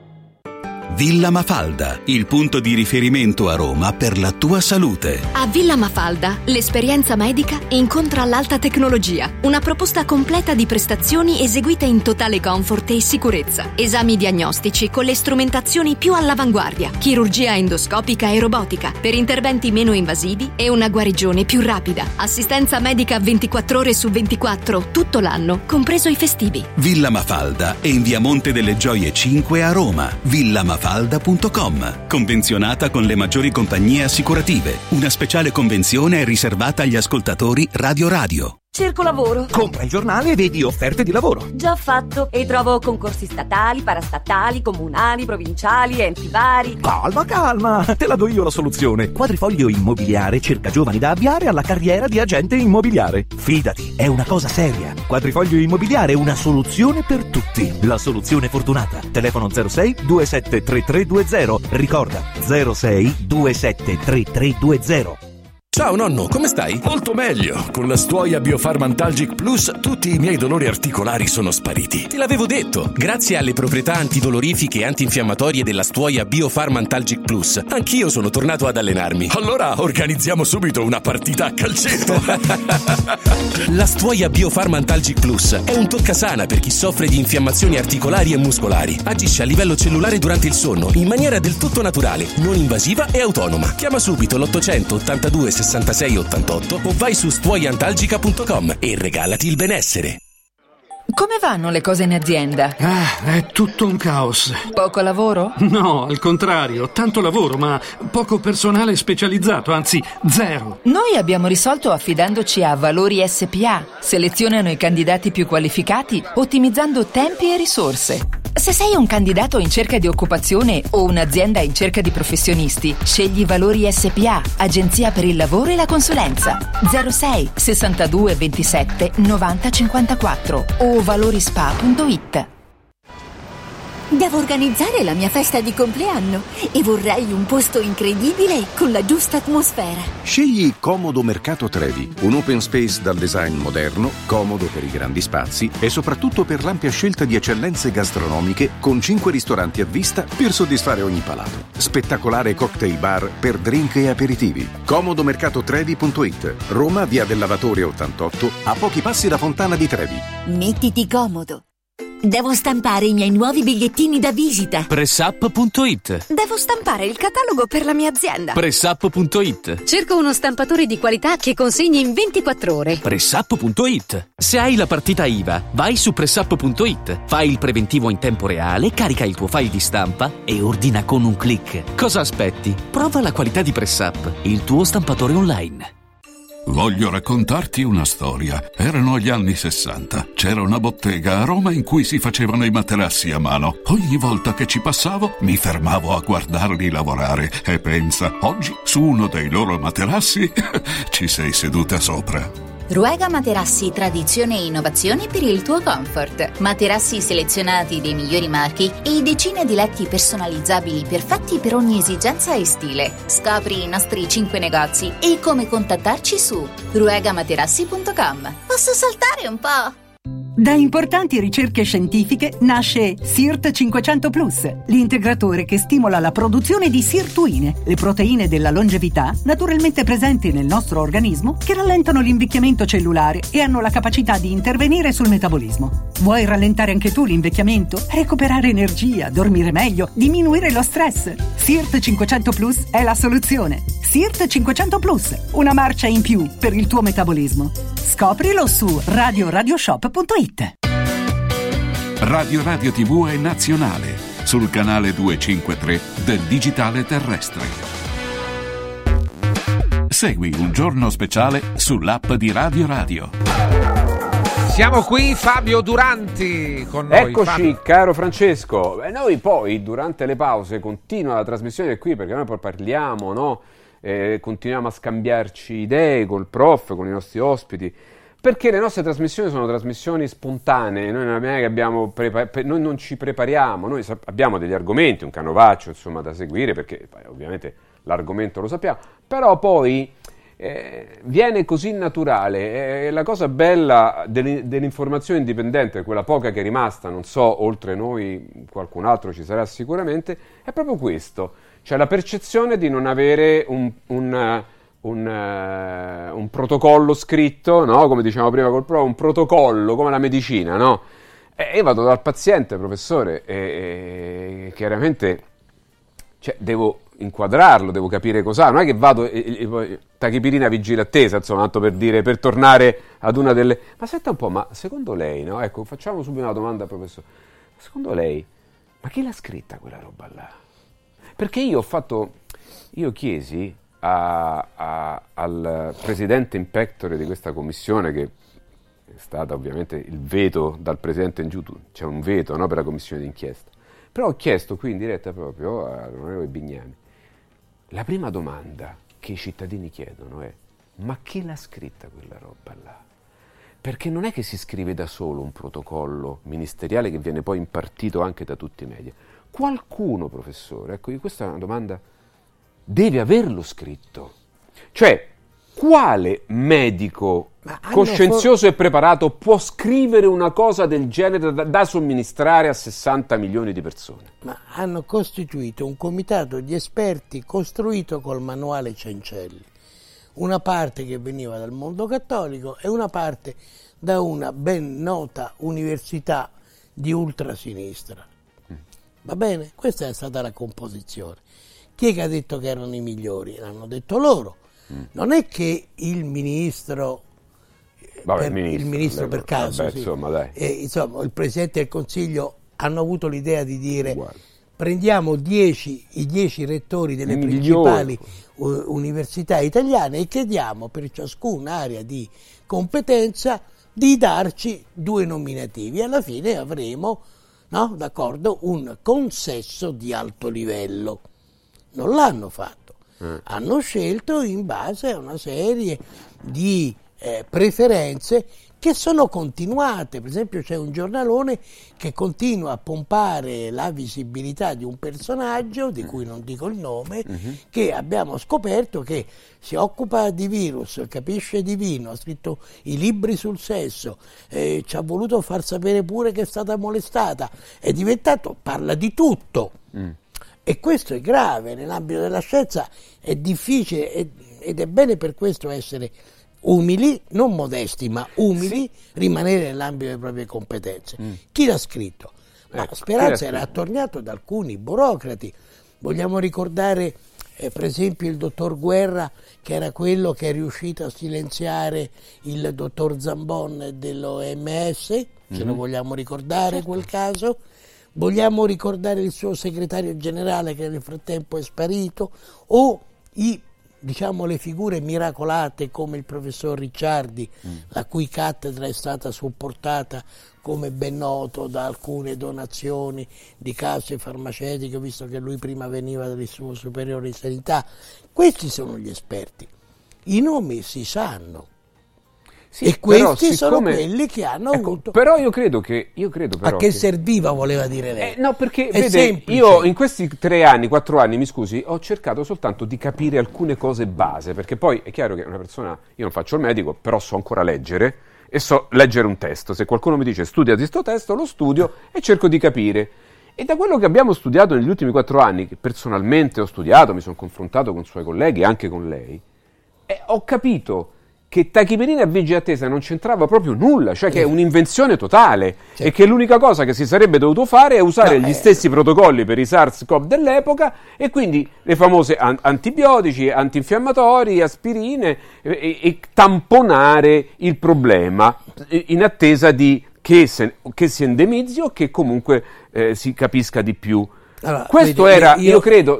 Villa Mafalda, il punto di riferimento a Roma per la tua salute. A Villa Mafalda, l'esperienza medica incontra l'alta tecnologia. Una proposta completa di prestazioni eseguite in totale comfort e sicurezza. Esami diagnostici con le strumentazioni più all'avanguardia. Chirurgia endoscopica e robotica per interventi meno invasivi e una guarigione più rapida. Assistenza medica 24 ore su 24, tutto l'anno, compreso i festivi. Villa Mafalda è in via Monte delle Gioie 5 a Roma. villamafalda.com. Convenzionata con le maggiori compagnie assicurative. Una speciale convenzione è riservata agli ascoltatori Radio Radio. Cerco lavoro. Compra il giornale e vedi offerte di lavoro. Già fatto. E trovo concorsi statali, parastatali, comunali, provinciali, enti vari. Calma, te la do io la soluzione. Quadrifoglio Immobiliare cerca giovani da avviare alla carriera di agente immobiliare. Fidati, è una cosa seria. Quadrifoglio Immobiliare è una soluzione per tutti. La soluzione fortunata. Telefono 06 27 3320. Ricorda 06 27 3320. Ciao nonno, come stai? Molto meglio. Con la Stuoia Biofarm Plus tutti i miei dolori articolari sono spariti. Te l'avevo detto. Grazie alle proprietà antidolorifiche e antinfiammatorie della Stuoia Biofarm Plus, anch'io sono tornato ad allenarmi. Allora organizziamo subito una partita a calcetto. La Stuoia Biofarm Plus è un toccasana per chi soffre di infiammazioni articolari e muscolari. Agisce a livello cellulare durante il sonno in maniera del tutto naturale, non invasiva e autonoma. Chiama subito l'882 66 88 o vai su stuoiantalgica.com e regalati il benessere. Come vanno le cose in azienda? È tutto un caos. Poco lavoro? No, al contrario, tanto lavoro, ma poco personale specializzato, anzi zero. Noi abbiamo risolto affidandoci a Valori SPA. Selezionano i candidati più qualificati, ottimizzando tempi e risorse. Se sei un candidato in cerca di occupazione o un'azienda in cerca di professionisti, scegli Valori SPA, agenzia per il lavoro e la consulenza. 06 62 27 90 54 o valorispa.it. Devo organizzare la mia festa di compleanno e vorrei un posto incredibile con la giusta atmosfera. Scegli Comodo Mercato Trevi, un open space dal design moderno, comodo per i grandi spazi e soprattutto per l'ampia scelta di eccellenze gastronomiche con 5 ristoranti a vista per soddisfare ogni palato. Spettacolare cocktail bar per drink e aperitivi. Comodomercatotrevi.it, Roma, via del Lavatore 88, a pochi passi da Fontana di Trevi. Mettiti comodo. Devo stampare i miei nuovi bigliettini da visita. Pressup.it. Devo stampare il catalogo per la mia azienda. Pressup.it. Cerco uno stampatore di qualità che consegni in 24 ore. Pressup.it. Se hai la partita IVA, vai su Pressup.it. Fai il preventivo in tempo reale, carica il tuo file di stampa e ordina con un click. Cosa aspetti? Prova la qualità di Pressup, il tuo stampatore online. Voglio raccontarti una storia. Erano gli anni 60. C'era una bottega a Roma in cui si facevano i materassi a mano. Ogni volta che ci passavo mi fermavo a guardarli lavorare e pensa, oggi su uno dei loro materassi ci sei seduta sopra. Ruega Materassi, tradizione e innovazione per il tuo comfort. Materassi selezionati dei migliori marchi e decine di letti personalizzabili perfetti per ogni esigenza e stile. Scopri i nostri 5 negozi e come contattarci su ruegamaterassi.com. Posso saltare un po'? Da importanti ricerche scientifiche nasce SIRT 500 Plus, l'integratore che stimola la produzione di sirtuine, le proteine della longevità naturalmente presenti nel nostro organismo che rallentano l'invecchiamento cellulare e hanno la capacità di intervenire sul metabolismo. Vuoi rallentare anche tu l'invecchiamento? Recuperare energia, dormire meglio, diminuire lo stress? SIRT 500 Plus è la soluzione. SIRT 500 Plus, una marcia in più per il tuo metabolismo. Scoprilo su radioshop.it. Radio TV è nazionale, sul canale 253 del digitale terrestre. Segui Un Giorno Speciale sull'app di Radio. Siamo qui, Fabio Duranti con noi. Eccoci, Fabio. Caro Francesco. Noi poi durante le pause continua la trasmissione qui, perché noi poi parliamo, no? Continuiamo a scambiarci idee col prof, con i nostri ospiti, perché le nostre trasmissioni sono trasmissioni spontanee. Noi non è che noi non ci prepariamo, noi abbiamo degli argomenti, un canovaccio insomma da seguire, perché ovviamente l'argomento lo sappiamo, però poi viene così naturale. La cosa bella dell'informazione indipendente, quella poca che è rimasta, non so, oltre noi qualcun altro ci sarà sicuramente, è proprio questo, cioè la percezione di non avere un protocollo scritto, no? Come dicevamo prima col prof, un protocollo come la medicina, no? Io vado dal paziente, professore, e chiaramente devo inquadrarlo, devo capire cos'ha, non è che vado tachipirina vigile attesa, insomma, tanto per dire, per tornare ad una delle... Ma senta un po', ma secondo lei, no? Ecco, facciamo subito una domanda, professore. Secondo lei, ma chi l'ha scritta quella roba là? Perché io chiesi al presidente in pectore di questa commissione, che è stata ovviamente il veto dal presidente in giù, c'è un veto, no, per la commissione d'inchiesta, però ho chiesto qui in diretta proprio all'onorevole Bignami, la prima domanda che i cittadini chiedono è: ma chi l'ha scritta quella roba là? Perché non è che si scrive da solo un protocollo ministeriale che viene poi impartito anche da tutti i media. Qualcuno, professore, ecco, questa è una domanda, deve averlo scritto. Cioè, quale medico coscienzioso e preparato può scrivere una cosa del genere da somministrare a 60 milioni di persone? Ma hanno costituito un comitato di esperti costruito col manuale Cencelli. Una parte che veniva dal mondo cattolico e una parte da una ben nota università di ultrasinistra. Va bene? Questa è stata la composizione. Chi è che ha detto che erano i migliori? L'hanno detto loro. Non è che il ministro, il ministro per caso, sì, insomma, il Presidente del Consiglio hanno avuto l'idea di dire: prendiamo i 10 rettori delle principali università italiane e chiediamo per ciascuna area di competenza di darci 2 nominativi. Alla fine avremo, no, d'accordo, un consesso di alto livello. Non l'hanno fatto. Hanno scelto in base a una serie di preferenze che sono continuate. Per esempio c'è un giornalone che continua a pompare la visibilità di un personaggio, di cui non dico il nome, che abbiamo scoperto che si occupa di virus, capisce di vino, ha scritto i libri sul sesso, ci ha voluto far sapere pure che è stata molestata, è diventato, parla di tutto. E questo è grave, nell'ambito della scienza è difficile ed è bene per questo essere umili, non modesti ma umili, rimanere nell'ambito delle proprie competenze. Chi l'ha scritto? Ma Speranza era attorniato da alcuni burocrati. Vogliamo ricordare per esempio il dottor Guerra, che era quello che è riuscito a silenziare il dottor Zambon dell'OMS, se lo vogliamo ricordare, certo, quel caso. Vogliamo ricordare il suo segretario generale che nel frattempo è sparito, o le figure miracolate come il professor Ricciardi, la cui cattedra è stata supportata, come ben noto, da alcune donazioni di case farmaceutiche, visto che lui prima veniva dall'Istituto Superiore di Sanità. Questi sono gli esperti. I nomi si sanno. Sì, e questi sono quelli che hanno avuto. Però io credo però a che serviva, voleva dire lei. No, perché vede, io in questi 4 anni, mi scusi, ho cercato soltanto di capire alcune cose base, perché poi è chiaro che una persona, io non faccio il medico, però so ancora leggere e so leggere un testo. Se qualcuno mi dice studiati questo testo, lo studio e cerco di capire. E da quello che abbiamo studiato negli ultimi 4 anni, che personalmente ho studiato, mi sono confrontato con suoi colleghi, anche con lei, ho capito che tachipirina e vigia attesa non c'entrava proprio nulla, cioè che è un'invenzione totale e che l'unica cosa che si sarebbe dovuto fare è usare gli stessi protocolli per i SARS-CoV dell'epoca e quindi le famose antibiotici, antinfiammatori, aspirine e tamponare il problema in attesa di che si endemizzi o che comunque si capisca di più. Allora, questo era, io credo,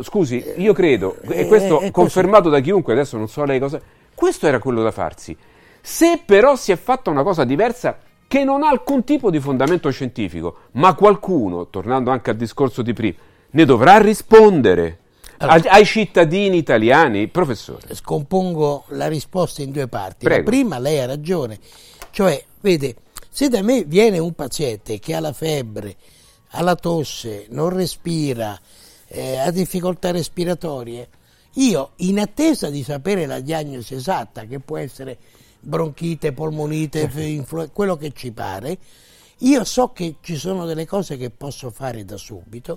e questo confermato da chiunque, adesso non so lei cosa, questo era quello da farsi. Se però si è fatta una cosa diversa che non ha alcun tipo di fondamento scientifico, ma qualcuno, tornando anche al discorso di prima, ne dovrà rispondere ai cittadini italiani. Professore. Scompongo la risposta in 2 parti. Prego. La prima, lei ha ragione, cioè, vede, se da me viene un paziente che ha la febbre, ha la tosse, non respira, ha difficoltà respiratorie, io, in attesa di sapere la diagnosi esatta, che può essere bronchite, polmonite, quello che ci pare, io so che ci sono delle cose che posso fare da subito.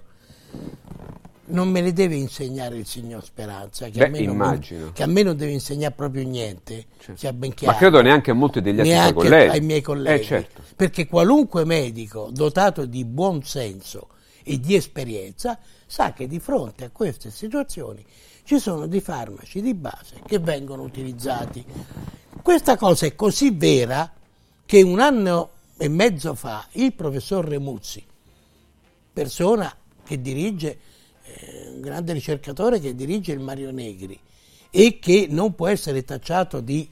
Non me le deve insegnare il signor Speranza, che, che a me non deve insegnare proprio niente, sia ben chiaro. Ma credo neanche a molti degli altri colleghi. Ai miei colleghi, certo. Perché qualunque medico dotato di buon senso e di esperienza sa che di fronte a queste situazioni ci sono dei farmaci di base che vengono utilizzati. Questa cosa è così vera che 1 anno e mezzo fa il professor Remuzzi, persona che dirige, un grande ricercatore che dirige il Mario Negri e che non può essere tacciato di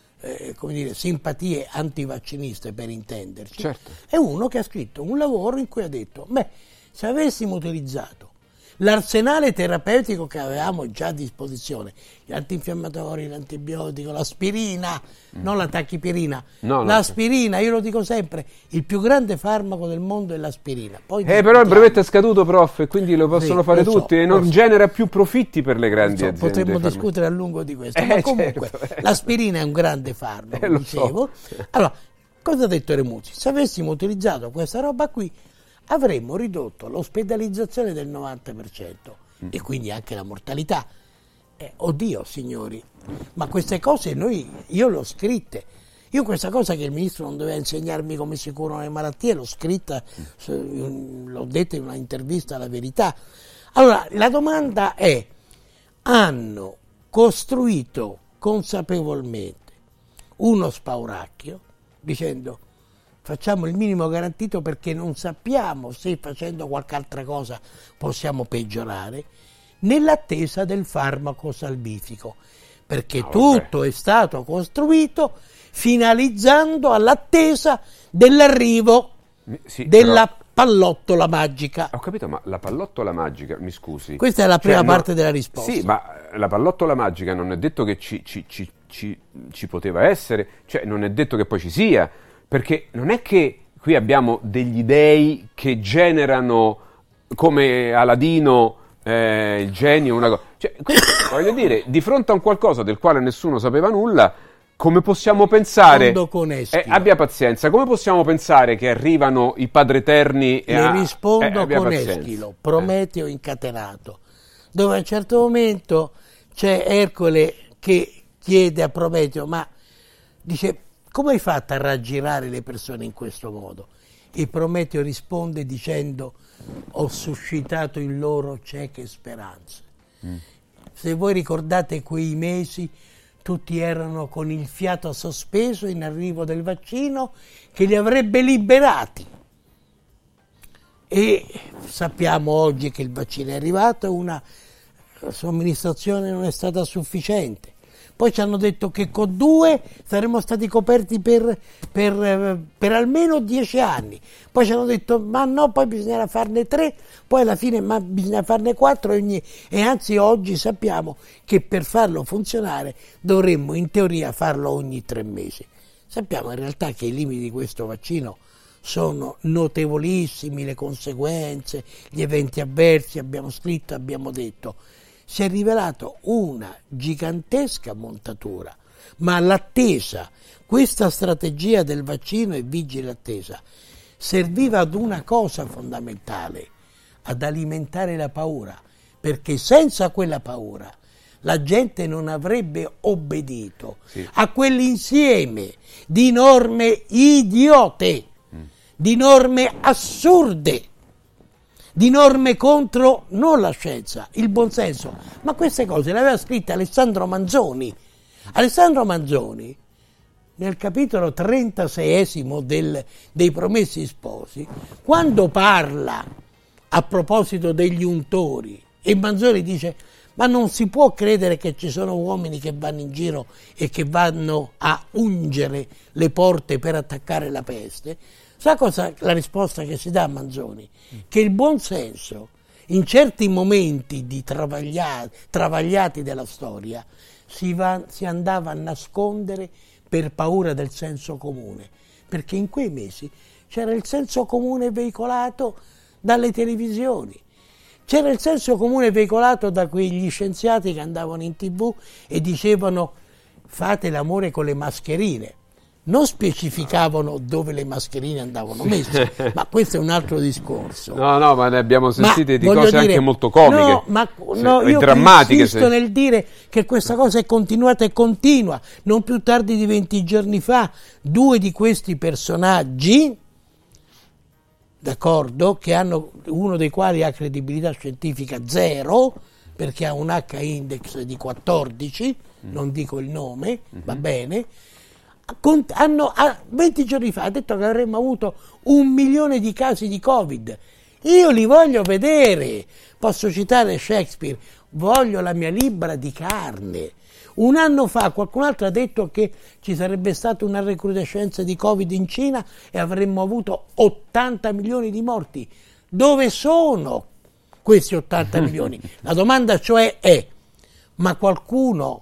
simpatie antivacciniste, per intenderci, certo. È uno che ha scritto un lavoro in cui ha detto: se avessimo utilizzato l'arsenale terapeutico che avevamo già a disposizione, gli antinfiammatori, l'antibiotico, l'aspirina, non la tachipirina, l'aspirina, io lo dico sempre, il più grande farmaco del mondo è l'aspirina. Poi però il brevetto è scaduto, prof, e quindi lo possono fare tutti e non genera più profitti per le grandi aziende. Potremmo discutere a lungo di questo, ma comunque l'aspirina è un grande farmaco, dicevo. Allora, cosa ha detto Remuzzi? Se avessimo utilizzato questa roba qui, avremmo ridotto l'ospedalizzazione del 90% e quindi anche la mortalità. Oddio, signori, ma queste cose io le ho scritte. Io questa cosa che il ministro non doveva insegnarmi come si curano le malattie l'ho scritta, l'ho detta in una intervista alla Verità. Allora, la domanda è: hanno costruito consapevolmente uno spauracchio dicendo facciamo il minimo garantito perché non sappiamo se facendo qualche altra cosa possiamo peggiorare, nell'attesa del farmaco salvifico, perché tutto è stato costruito finalizzando all'attesa dell'arrivo della pallottola magica. Ho capito, ma la pallottola magica, mi scusi. Questa è la prima parte della risposta. Sì, ma la pallottola magica non è detto che ci poteva essere, cioè non è detto che poi ci sia. Perché non è che qui abbiamo degli dei che generano come Aladino il genio, una cosa. Cioè, voglio dire, di fronte a un qualcosa del quale nessuno sapeva nulla, come possiamo pensare? Abbia pazienza, come possiamo pensare che arrivano i padreterni e le rispondo con Eschilo, Prometeo incatenato, dove a un certo momento c'è Ercole che chiede a Prometeo, ma dice: come hai fatto a raggirare le persone in questo modo? E Prometeo risponde dicendo: ho suscitato in loro cieche speranze. Se voi ricordate quei mesi, tutti erano con il fiato sospeso in arrivo del vaccino che li avrebbe liberati. E sappiamo oggi che il vaccino è arrivato, una somministrazione non è stata sufficiente. Poi ci hanno detto che con 2 saremmo stati coperti per almeno 10 anni. Poi ci hanno detto ma no, poi bisognerà farne 3, poi alla fine ma bisogna farne 4 e anzi oggi sappiamo che per farlo funzionare dovremmo in teoria farlo ogni 3 mesi. Sappiamo in realtà che i limiti di questo vaccino sono notevolissimi, le conseguenze, gli eventi avversi, abbiamo scritto, abbiamo detto. Si è rivelato una gigantesca montatura, ma l'attesa, questa strategia del vaccino e vigile attesa, serviva ad una cosa fondamentale, ad alimentare la paura, perché senza quella paura la gente non avrebbe obbedito a quell'insieme di norme idiote, di norme assurde, di norme contro non la scienza, il buonsenso. Ma queste cose le aveva scritte Alessandro Manzoni. Alessandro Manzoni, nel capitolo 36esimo dei Promessi Sposi, quando parla a proposito degli untori, e Manzoni dice: ma non si può credere che ci sono uomini che vanno in giro e che vanno a ungere le porte per attaccare la peste. Sa cosa la risposta che si dà a Manzoni? Che il buon senso, in certi momenti di travagliati della storia, si andava a nascondere per paura del senso comune, perché in quei mesi c'era il senso comune veicolato dalle televisioni. C'era il senso comune veicolato da quegli scienziati che andavano in TV e dicevano: fate l'amore con le mascherine. Non specificavano dove le mascherine andavano messe, ma questo è un altro discorso. No, ma ne abbiamo sentite di cose anche molto comiche, io drammatiche. Insisto nel dire che questa cosa è continuata e continua. Non più tardi di 20 giorni fa, 2 di questi personaggi, d'accordo, che hanno, uno dei quali ha credibilità scientifica 0, perché ha un H-index di 14, non dico il nome, va bene, 20 giorni fa ha detto che avremmo avuto 1 milione di casi di Covid. Io li voglio vedere, posso citare Shakespeare, voglio la mia libbra di carne. Un anno fa qualcun altro ha detto che ci sarebbe stata una recrudescenza di Covid in Cina e avremmo avuto 80 milioni di morti. Dove sono questi 80 milioni? La domanda cioè è: ma qualcuno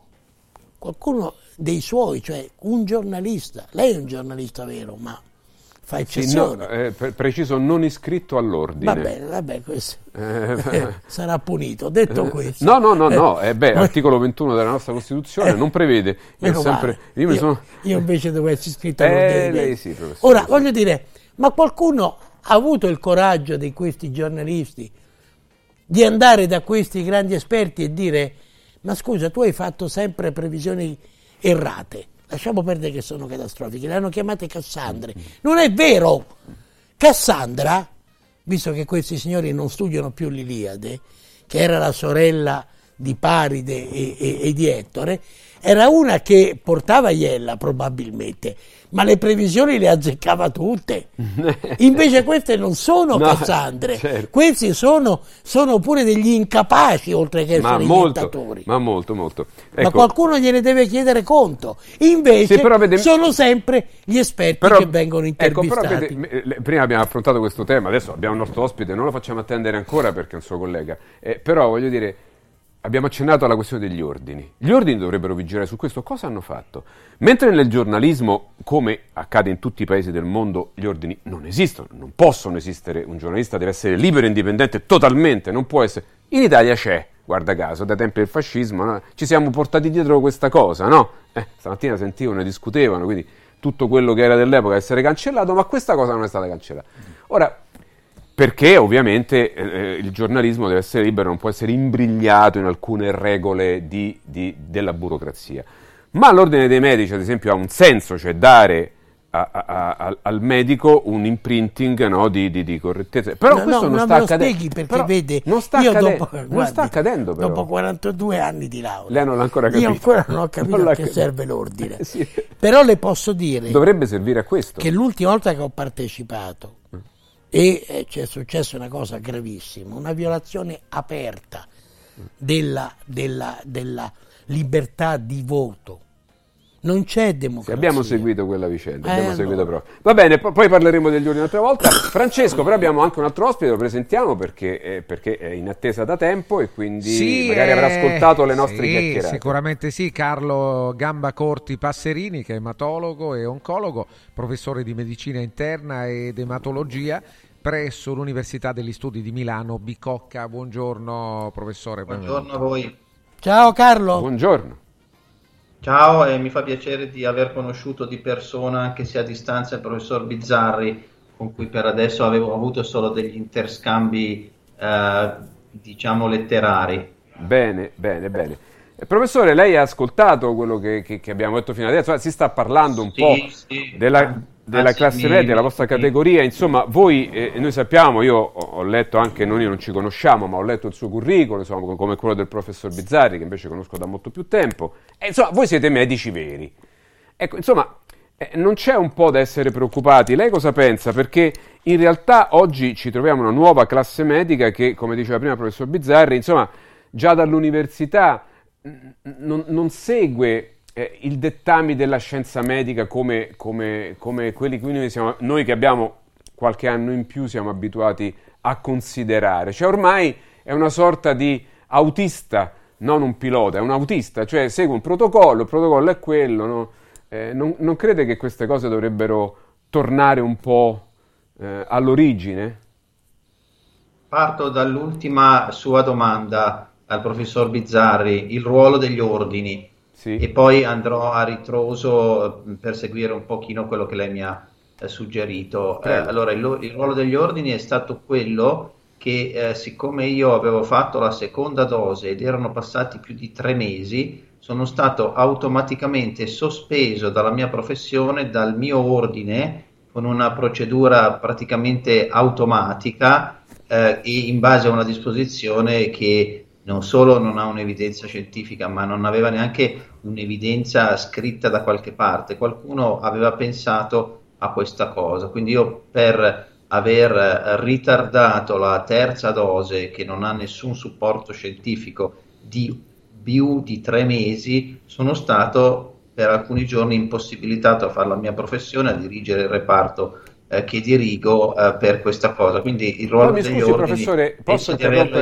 dei suoi, cioè un giornalista, lei è un giornalista vero, ma fa eccezione. Preciso, non iscritto all'ordine. Vabbè, questo sarà punito. Detto questo, no. Articolo 21 della nostra Costituzione non prevede. Io invece devo essere iscritto all'ordine. Lei sì, professore. Ora voglio dire, ma qualcuno ha avuto il coraggio di questi giornalisti di andare da questi grandi esperti e dire: ma scusa, tu hai fatto sempre previsioni errate, lasciamo perdere che sono catastrofiche, le hanno chiamate Cassandre. Non è vero. Cassandra, visto che questi signori non studiano più l'Iliade, che era la sorella di Paride e di Ettore, era una che portava Iella probabilmente, ma le previsioni le azzeccava tutte. Invece queste non sono Cassandre, certo. Questi sono pure degli incapaci, oltre che essere dittatori. Ma molto. Ecco. Ma qualcuno gliene deve chiedere conto. Invece sono sempre gli esperti che vengono intervistati. Prima abbiamo affrontato questo tema, adesso abbiamo il nostro ospite, non lo facciamo attendere ancora perché è un suo collega. Però voglio dire, abbiamo accennato alla questione degli ordini. Gli ordini dovrebbero vigilare su questo. Cosa hanno fatto? Mentre nel giornalismo, come accade in tutti i paesi del mondo, gli ordini non esistono, non possono esistere. Un giornalista deve essere libero e indipendente totalmente, non può essere. In Italia c'è, guarda caso, dai tempi del fascismo, no? Ci siamo portati dietro questa cosa, no? Stamattina sentivano e discutevano, quindi tutto quello che era dell'epoca deve essere cancellato, ma questa cosa non è stata cancellata. Ora, perché ovviamente il giornalismo deve essere libero, non può essere imbrigliato in alcune regole della burocrazia. Ma l'ordine dei medici, ad esempio, ha un senso, cioè dare al medico un imprinting, no, di correttezza. Però questo non sta accadendo. Spieghi perché vede, non sta accadendo. Però. Dopo 42 anni di laurea, lei non l'ha ancora capito. Io ancora non ho capito a che serve l'ordine. Sì. Però le posso dire, dovrebbe servire a questo, che l'ultima volta che ho partecipato e c'è successa una cosa gravissima, una violazione aperta della libertà di voto. Non c'è democrazia. Abbiamo seguito quella vicenda, proprio. Va bene, poi parleremo degli ordini un'altra volta. Francesco, però abbiamo anche un altro ospite, lo presentiamo perché è in attesa da tempo e quindi magari avrà ascoltato le nostre chiacchierate. Sicuramente sì, Carlo Gambacorti Passerini, che è ematologo e oncologo, professore di medicina interna ed ematologia presso l'Università degli Studi di Milano Bicocca. Buongiorno professore. Buongiorno a voi. Ciao Carlo. Buongiorno. Ciao, e mi fa piacere di aver conosciuto di persona, anche se a distanza, il professor Bizzarri, con cui per adesso avevo avuto solo degli interscambi, diciamo, letterari. Bene. Professore, lei ha ascoltato quello che abbiamo detto fino adesso? Si sta parlando un po' della classe media, della vostra categoria. Insomma, voi, noi sappiamo, io ho letto anche, noi non ci conosciamo, ma ho letto il suo curriculum, insomma, come quello del professor Bizzarri, che invece conosco da molto più tempo. E, insomma, voi siete medici veri. Ecco, insomma, non c'è un po' da essere preoccupati. Lei cosa pensa? Perché in realtà oggi ci troviamo una nuova classe medica che, come diceva prima il professor Bizzarri, insomma, già dall'università non segue il dettami della scienza medica come quelli che noi che abbiamo qualche anno in più siamo abituati a considerare. Cioè ormai è una sorta di autista, non un pilota, è un autista, cioè segue un protocollo, il protocollo è quello, no? Non crede che queste cose dovrebbero tornare un po' all'origine? Parto dall'ultima sua domanda al professor Bizzarri, il ruolo degli ordini, e poi andrò a ritroso per seguire un pochino quello che lei mi ha suggerito. Allora, il ruolo degli ordini è stato quello che, siccome io avevo fatto la seconda dose ed erano passati più di 3 mesi, sono stato automaticamente sospeso dalla mia professione, dal mio ordine, con una procedura praticamente automatica e in base a una disposizione che non solo non ha un'evidenza scientifica, ma non aveva neanche un'evidenza scritta da qualche parte. Qualcuno aveva pensato a questa cosa, quindi io, per aver ritardato la terza dose, che non ha nessun supporto scientifico, di più di 3 mesi, sono stato per alcuni giorni impossibilitato a fare la mia professione, a dirigere il reparto che dirigo per questa cosa. Quindi il ruolo degli ordini, professore, posso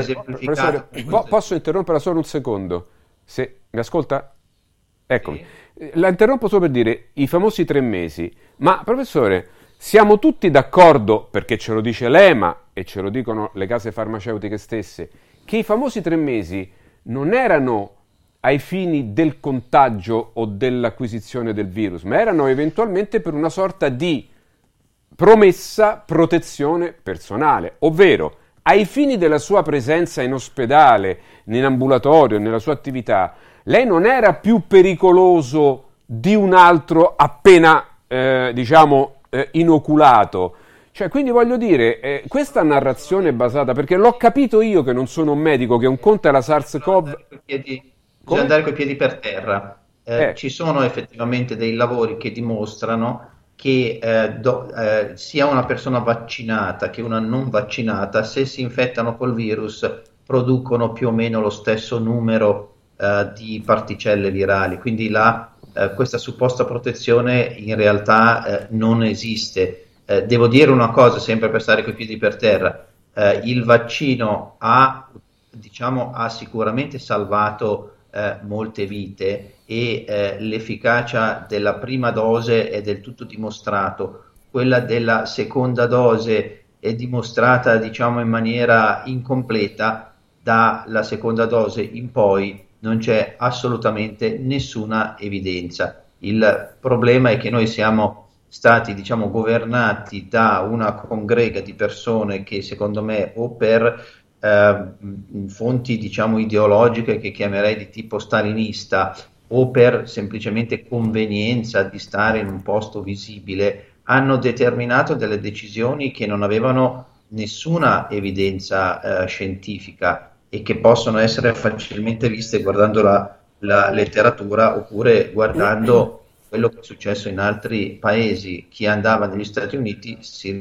interromperla solo un secondo? Se mi ascolta? Eccomi. La interrompo solo per dire i famosi 3 mesi. Ma professore, siamo tutti d'accordo, perché ce lo dice l'EMA e ce lo dicono le case farmaceutiche stesse, che i famosi 3 mesi non erano ai fini del contagio o dell'acquisizione del virus, ma erano eventualmente per una sorta di promessa protezione personale, ovvero ai fini della sua presenza in ospedale, in ambulatorio, nella sua attività, lei non era più pericoloso di un altro appena, inoculato. Cioè, quindi voglio dire, questa narrazione è basata, perché l'ho capito io che non sono un medico, che un conto è la SARS-CoV... Bisogna andare coi piedi per terra. Ci sono effettivamente dei lavori che dimostrano che sia una persona vaccinata che una non vaccinata, se si infettano col virus, producono più o meno lo stesso numero di particelle virali, quindi questa supposta protezione in realtà non esiste. Devo dire una cosa, sempre per stare coi piedi per terra, il vaccino ha sicuramente salvato molte vite e l'efficacia della prima dose è del tutto dimostrato. Quella della seconda dose è dimostrata, in maniera incompleta. Dalla seconda dose in poi non c'è assolutamente nessuna evidenza. Il problema è che noi siamo stati, governati da una congrega di persone che, secondo me, o per fonti ideologiche che chiamerei di tipo stalinista, o per semplicemente convenienza di stare in un posto visibile, hanno determinato delle decisioni che non avevano nessuna evidenza scientifica e che possono essere facilmente viste guardando la letteratura oppure guardando quello che è successo in altri paesi. Chi andava negli Stati Uniti si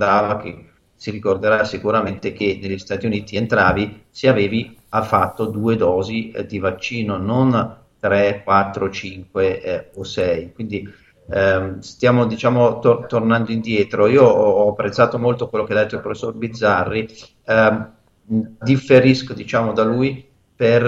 ricorderà sicuramente che negli Stati Uniti entravi se avevi fatto 2 dosi di vaccino, non 3, 4, 5 o 6. Quindi stiamo tornando indietro. Io ho apprezzato molto quello che ha detto il professor Bizzarri, differisco da lui per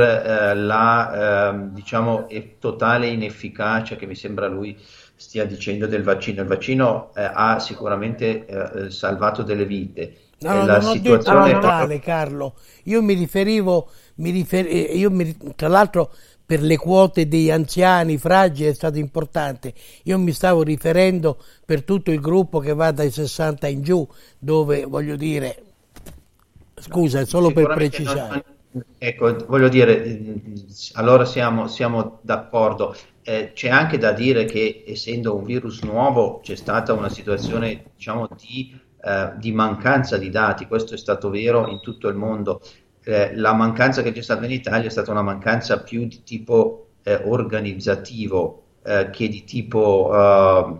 la totale inefficacia che mi sembra lui stia dicendo del vaccino. Il vaccino ha sicuramente salvato delle vite. No, non ho detto totale, Carlo. Io mi riferivo, tra l'altro per le quote degli anziani fragili è stato importante. Io mi stavo riferendo per tutto il gruppo che va dai 60 in giù, dove voglio dire, scusa, è solo per precisare. Ecco, voglio dire, allora siamo d'accordo. C'è anche da dire che, essendo un virus nuovo, c'è stata una situazione, diciamo, di mancanza di dati. Questo è stato vero in tutto il mondo. La mancanza che c'è stata in Italia è stata una mancanza più di tipo organizzativo che di tipo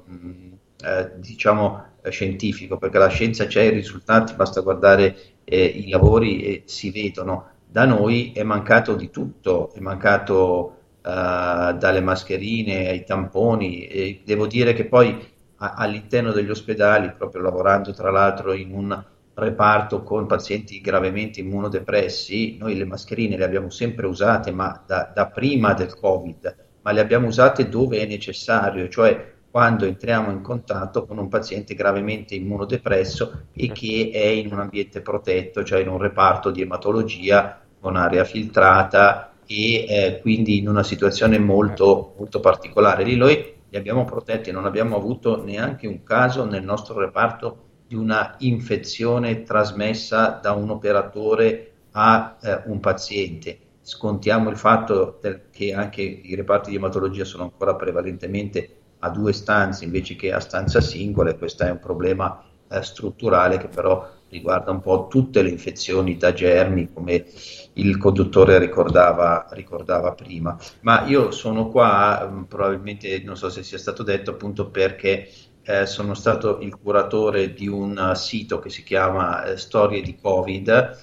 diciamo scientifico, perché la scienza c'è, i risultati, basta guardare i lavori e si vedono. Da noi è mancato di tutto, è mancato dalle mascherine ai tamponi, e devo dire che poi all'interno degli ospedali, proprio lavorando tra l'altro in un reparto con pazienti gravemente immunodepressi, noi le mascherine le abbiamo sempre usate, ma da prima del Covid, ma le abbiamo usate dove è necessario, cioè quando entriamo in contatto con un paziente gravemente immunodepresso e che è in un ambiente protetto, cioè in un reparto di ematologia con aria filtrata e quindi in una situazione molto, molto particolare. Lì noi li abbiamo protetti, non abbiamo avuto neanche un caso nel nostro reparto di una infezione trasmessa da un operatore a un paziente. Scontiamo il fatto che anche i reparti di ematologia sono ancora prevalentemente a 2 stanze invece che a stanza singola, e questo è un problema strutturale che però riguarda un po' tutte le infezioni da germi, come il conduttore ricordava prima. Ma io sono qua, probabilmente non so se sia stato detto, appunto perché sono stato il curatore di un sito che si chiama Storie di Covid,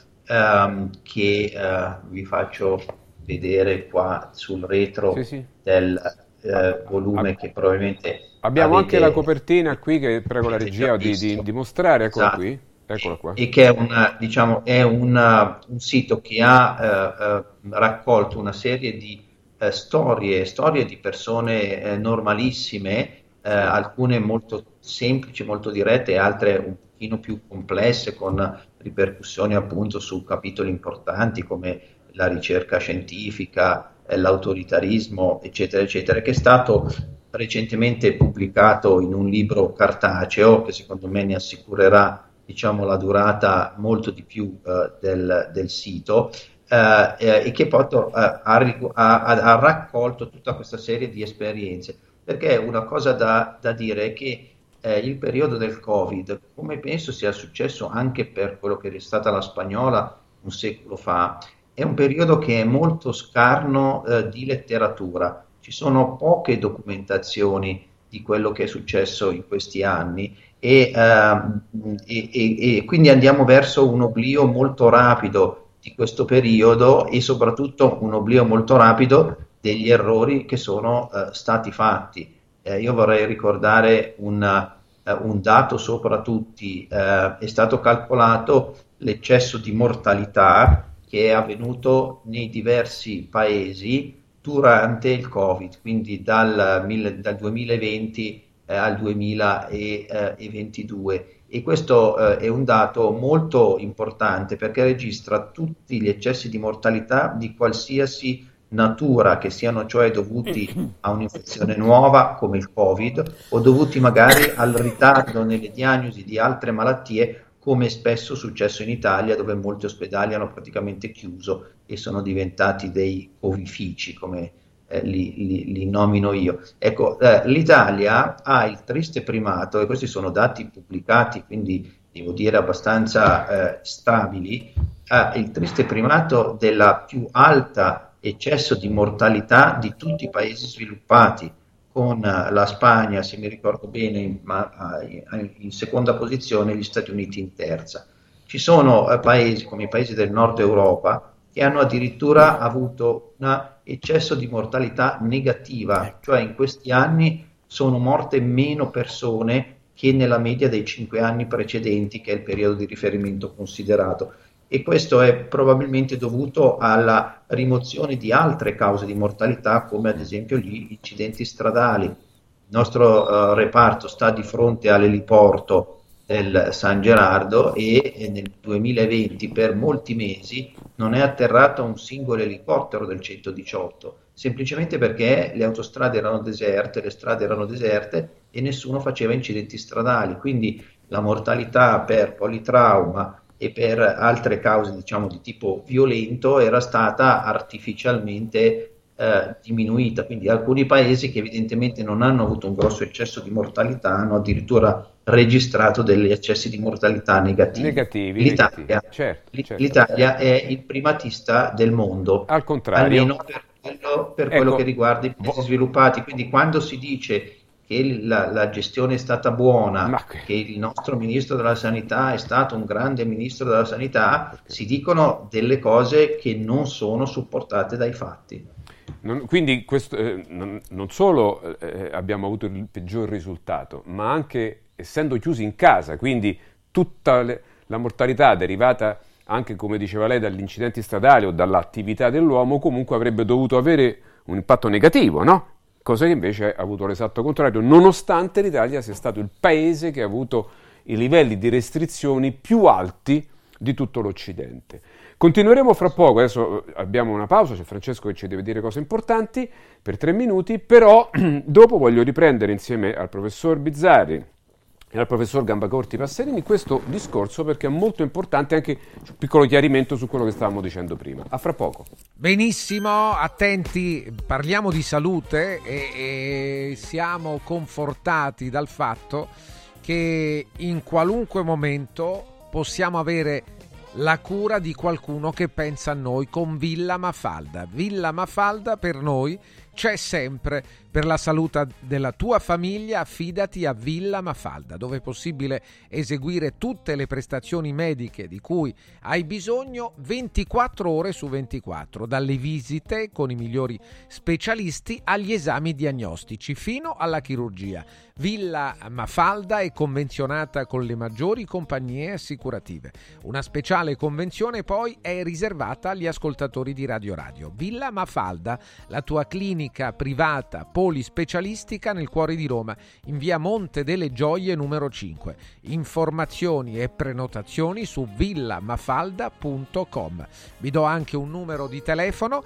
che vi faccio vedere qua sul retro del volume che probattamente abbiamo anche la copertina qui, che prego la regia di mostrare, eccola qui, eccola qua. E che è un sito che ha raccolto una serie di storie di persone normalissime, alcune molto semplici, molto dirette, altre un pochino più complesse, con ripercussioni appunto su capitoli importanti come la ricerca scientifica, l'autoritarismo, eccetera, eccetera, che è stato recentemente pubblicato in un libro cartaceo che secondo me ne assicurerà, diciamo, la durata molto di più del sito, e che poi ha raccolto tutta questa serie di esperienze. Perché una cosa da dire è che il periodo del Covid, come penso sia successo anche per quello che è stata la spagnola un secolo fa, è un periodo che è molto scarno di letteratura. Ci sono poche documentazioni di quello che è successo in questi anni e quindi andiamo verso un oblio molto rapido di questo periodo, e soprattutto un oblio molto rapido degli errori che sono stati fatti. Io vorrei ricordare un dato sopra tutti: è stato calcolato l'eccesso di mortalità che è avvenuto nei diversi paesi durante il Covid, quindi dal 2020 al 2022. E questo è un dato molto importante perché registra tutti gli eccessi di mortalità di qualsiasi natura, che siano cioè dovuti a un'infezione nuova come il Covid, o dovuti magari al ritardo nelle diagnosi di altre malattie, come spesso è successo in Italia, dove molti ospedali hanno praticamente chiuso e sono diventati dei covifici, come li nomino io. Ecco, l'Italia ha il triste primato, e questi sono dati pubblicati, quindi devo dire abbastanza stabili, ha il triste primato della più alta eccesso di mortalità di tutti i paesi sviluppati, con la Spagna, se mi ricordo bene, in seconda posizione, gli Stati Uniti in terza. Ci sono paesi come i paesi del nord Europa che hanno addirittura avuto un eccesso di mortalità negativa, cioè in questi anni sono morte meno persone che nella media dei 5 anni precedenti, che è il periodo di riferimento considerato. E questo è probabilmente dovuto alla rimozione di altre cause di mortalità, come ad esempio gli incidenti stradali. Il nostro reparto sta di fronte all'eliporto del San Gerardo e nel 2020 per molti mesi non è atterrato un singolo elicottero del 118, semplicemente perché le autostrade erano deserte, le strade erano deserte e nessuno faceva incidenti stradali, quindi la mortalità per politrauma e per altre cause, diciamo, di tipo violento era stata artificialmente diminuita. Quindi alcuni paesi che evidentemente non hanno avuto un grosso eccesso di mortalità hanno addirittura registrato degli eccessi di mortalità negativi. L'Italia è il primatista del mondo, al contrario, almeno per quello che riguarda i paesi sviluppati. Quindi quando si dice che la gestione è stata buona, che il nostro ministro della sanità è stato un grande ministro della sanità, si dicono delle cose che non sono supportate dai fatti. Quindi questo, non solo abbiamo avuto il peggior risultato, ma anche essendo chiusi in casa, quindi tutta la mortalità derivata anche, come diceva lei, dagli incidenti stradali o dall'attività dell'uomo comunque avrebbe dovuto avere un impatto negativo, no? Cosa che invece ha avuto l'esatto contrario, nonostante l'Italia sia stato il paese che ha avuto i livelli di restrizioni più alti di tutto l'Occidente. Continueremo fra poco, adesso abbiamo una pausa, c'è Francesco che ci deve dire cose importanti per 3 minuti, però dopo voglio riprendere insieme al professor Bizzarri e al professor Gambacorti Passerini questo discorso, perché è molto importante, anche un piccolo chiarimento su quello che stavamo dicendo prima. A fra poco. Benissimo, attenti, parliamo di salute e siamo confortati dal fatto che in qualunque momento possiamo avere la cura di qualcuno che pensa a noi con Villa Mafalda. Villa Mafalda per noi c'è sempre. Per la salute della tua famiglia affidati a Villa Mafalda, dove è possibile eseguire tutte le prestazioni mediche di cui hai bisogno 24 ore su 24, dalle visite con i migliori specialisti agli esami diagnostici fino alla chirurgia. Villa Mafalda è convenzionata con le maggiori compagnie assicurative. Una speciale convenzione poi è riservata agli ascoltatori di Radio Radio. Villa Mafalda, la tua clinica privata polispecialistica nel cuore di Roma, in via Monte delle Gioie numero 5. Informazioni e prenotazioni su villamafalda.com. Vi do anche un numero di telefono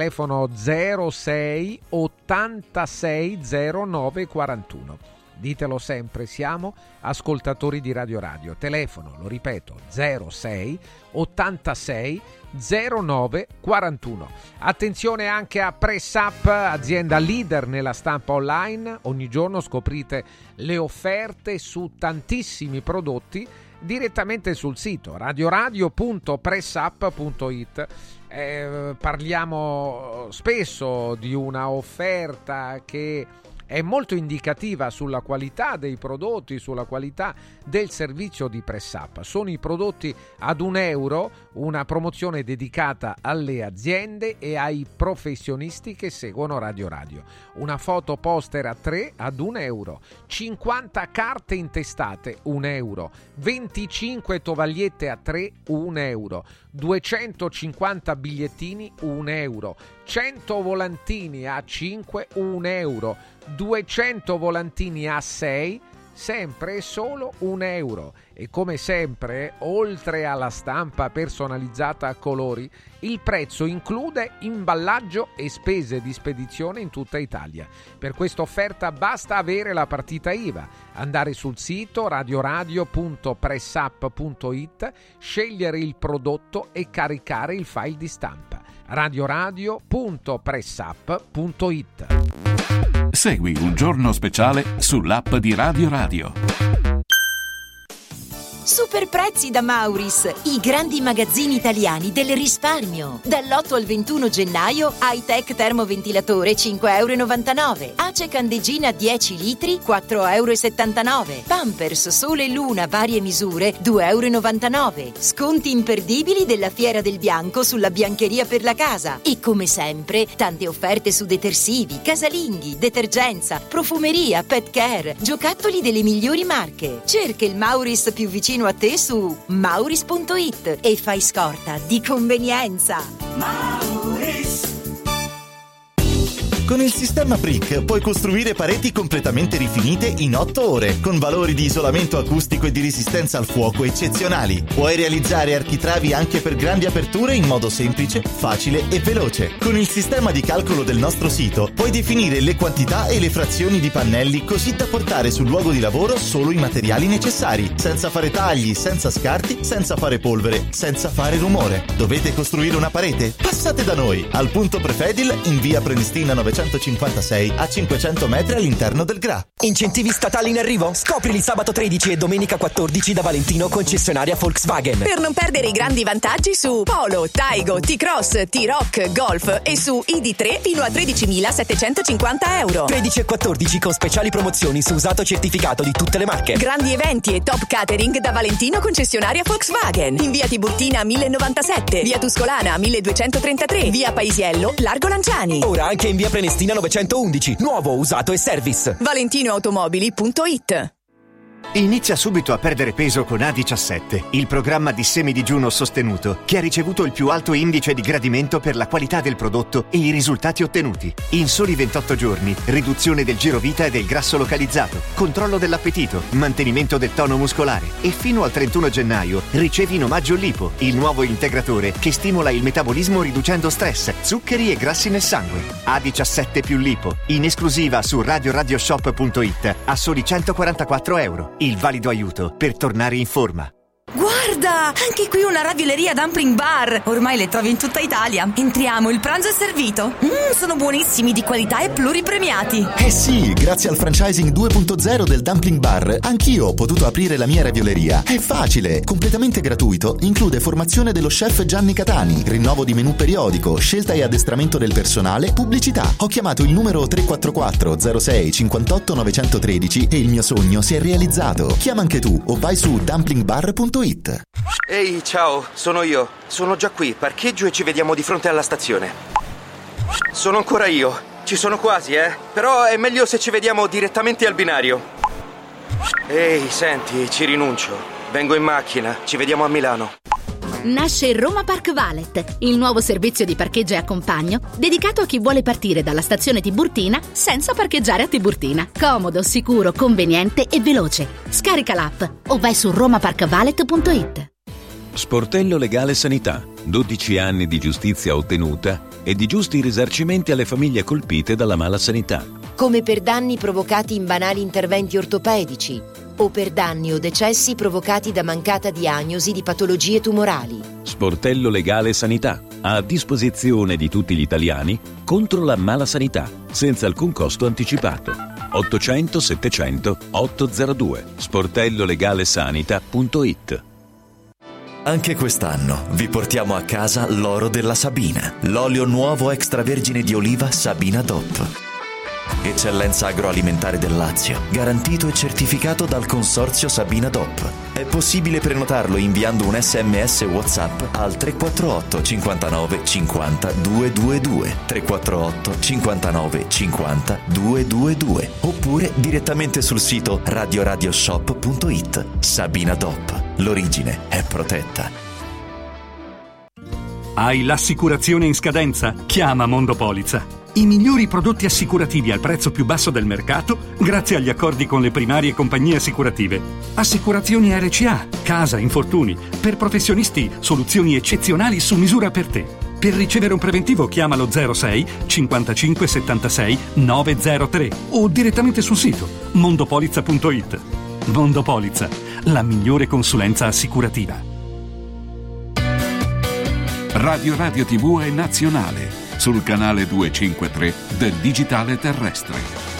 06 86 09 41. Ditelo sempre, siamo ascoltatori di Radio Radio. Telefono, lo ripeto, 06 86 09 41. Attenzione anche a Press Up, azienda leader nella stampa online. Ogni giorno scoprite le offerte su tantissimi prodotti direttamente sul sito radioradio.pressup.it. Parliamo spesso di una offerta che è molto indicativa sulla qualità dei prodotti, sulla qualità del servizio di Press Up. Sono i prodotti ad €1, una promozione dedicata alle aziende e ai professionisti che seguono Radio Radio. Una foto poster a 3 ad €1, 50 carte intestate €1, 25 tovagliette a 3 €1, 250 bigliettini €1, 100 volantini a 5 €, 200 volantini a 6, sempre e solo €1. E come sempre, oltre alla stampa personalizzata a colori, il prezzo include imballaggio e spese di spedizione in tutta Italia. Per questa offerta basta avere la partita IVA, andare sul sito radioradio.pressup.it, scegliere il prodotto e caricare il file di stampa. radioradio.pressup.it. Segui Un Giorno Speciale sull'app di Radio Radio. Super prezzi da Mauris, i grandi magazzini italiani del risparmio. Dall'8 al 21 gennaio, High-Tech termoventilatore €5,99. Ace Candeggina 10 litri €4,79. Pampers Sole e Luna varie misure €2,99. Sconti imperdibili della Fiera del Bianco sulla biancheria per la casa. E come sempre, tante offerte su detersivi, casalinghi, detergenza, profumeria, pet care, giocattoli delle migliori marche. Cerca il Mauris più vicino a te su mauris.it e fai scorta di convenienza. Mauris. Con il sistema Brick puoi costruire pareti completamente rifinite in 8 ore, con valori di isolamento acustico e di resistenza al fuoco eccezionali. Puoi realizzare architravi anche per grandi aperture in modo semplice, facile e veloce. Con il sistema di calcolo del nostro sito puoi definire le quantità e le frazioni di pannelli così da portare sul luogo di lavoro solo i materiali necessari, senza fare tagli, senza scarti, senza fare polvere, senza fare rumore. Dovete costruire una parete? Passate da noi, al punto Prefedil in via Prenestina 956 a 500 metri all'interno del GRA. Incentivi statali in arrivo? Scoprili sabato 13 e domenica 14 da Valentino, concessionaria Volkswagen. Per non perdere i grandi vantaggi su Polo, Taigo, T-Cross, T-Rock, Golf e su ID3 fino a 13.750 euro. 13 e 14 con speciali promozioni su usato certificato di tutte le marche. Grandi eventi e top catering da Valentino, concessionaria Volkswagen. In via Tiburtina 1097, via Tuscolana 1233, via Paisiello, Largo Lanciani. Ora anche in via Prenestina 911, nuovo, usato e service. ValentinoAutomobili.it. Inizia subito a perdere peso con A17, il programma di semidigiuno sostenuto che ha ricevuto il più alto indice di gradimento per la qualità del prodotto e i risultati ottenuti. In soli 28 giorni, riduzione del girovita e del grasso localizzato, controllo dell'appetito, mantenimento del tono muscolare e fino al 31 gennaio ricevi in omaggio Lipo, il nuovo integratore che stimola il metabolismo riducendo stress, zuccheri e grassi nel sangue. A17 più Lipo, in esclusiva su radioshop.it a soli 144 euro. Il valido aiuto per tornare in forma. Guarda, anche qui una ravioleria Dumpling Bar. Ormai le trovi in tutta Italia. Entriamo, il pranzo è servito. Sono buonissimi, di qualità e pluripremiati. Eh sì, grazie al franchising 2.0 del Dumpling Bar, anch'io ho potuto aprire la mia ravioleria. È facile, completamente gratuito, include formazione dello chef Gianni Catani, rinnovo di menù periodico, scelta e addestramento del personale, pubblicità. Ho chiamato il numero 344 06 58 913 e il mio sogno si è realizzato. Chiama anche tu o vai su dumplingbar.it. Ehi, ciao, sono io. Sono già qui, parcheggio e ci vediamo di fronte alla stazione. Sono ancora io. Ci sono quasi, Però è meglio se ci vediamo direttamente al binario. Ehi, senti, ci rinuncio. Vengo in macchina, ci vediamo a Milano. Nasce Roma Park Valet, il nuovo servizio di parcheggio e accompagno dedicato a chi vuole partire dalla stazione Tiburtina senza parcheggiare a Tiburtina. Comodo, sicuro, conveniente e veloce. Scarica l'app o vai su romaparkvalet.it. Sportello Legale Sanità. 12 anni di giustizia ottenuta e di giusti risarcimenti alle famiglie colpite dalla mala sanità. Come per danni provocati in banali interventi ortopedici o per danni o decessi provocati da mancata diagnosi di patologie tumorali. Sportello Legale Sanità, a disposizione di tutti gli italiani contro la mala sanità, senza alcun costo anticipato. 800 700 802 sportellolegalesanita.it. Anche quest'anno vi portiamo a casa l'oro della Sabina, l'olio nuovo extravergine di oliva Sabina DOP. Eccellenza agroalimentare del Lazio, garantito e certificato dal consorzio Sabina DOP. È possibile prenotarlo inviando un SMS WhatsApp al 348 59 50 222 348 59 50 222 oppure direttamente sul sito radioradioshop.it. Sabina DOP, l'origine è protetta. Hai l'assicurazione in scadenza? Chiama Mondopolizza. I migliori prodotti assicurativi al prezzo più basso del mercato grazie agli accordi con le primarie compagnie assicurative. Assicurazioni RCA, casa, infortuni. Per professionisti, soluzioni eccezionali su misura per te. Per ricevere un preventivo chiamalo 06 55 76 903 o direttamente sul sito mondopolizza.it. Mondopolizza, la migliore consulenza assicurativa. Radio TV è nazionale sul canale 253 del digitale terrestre.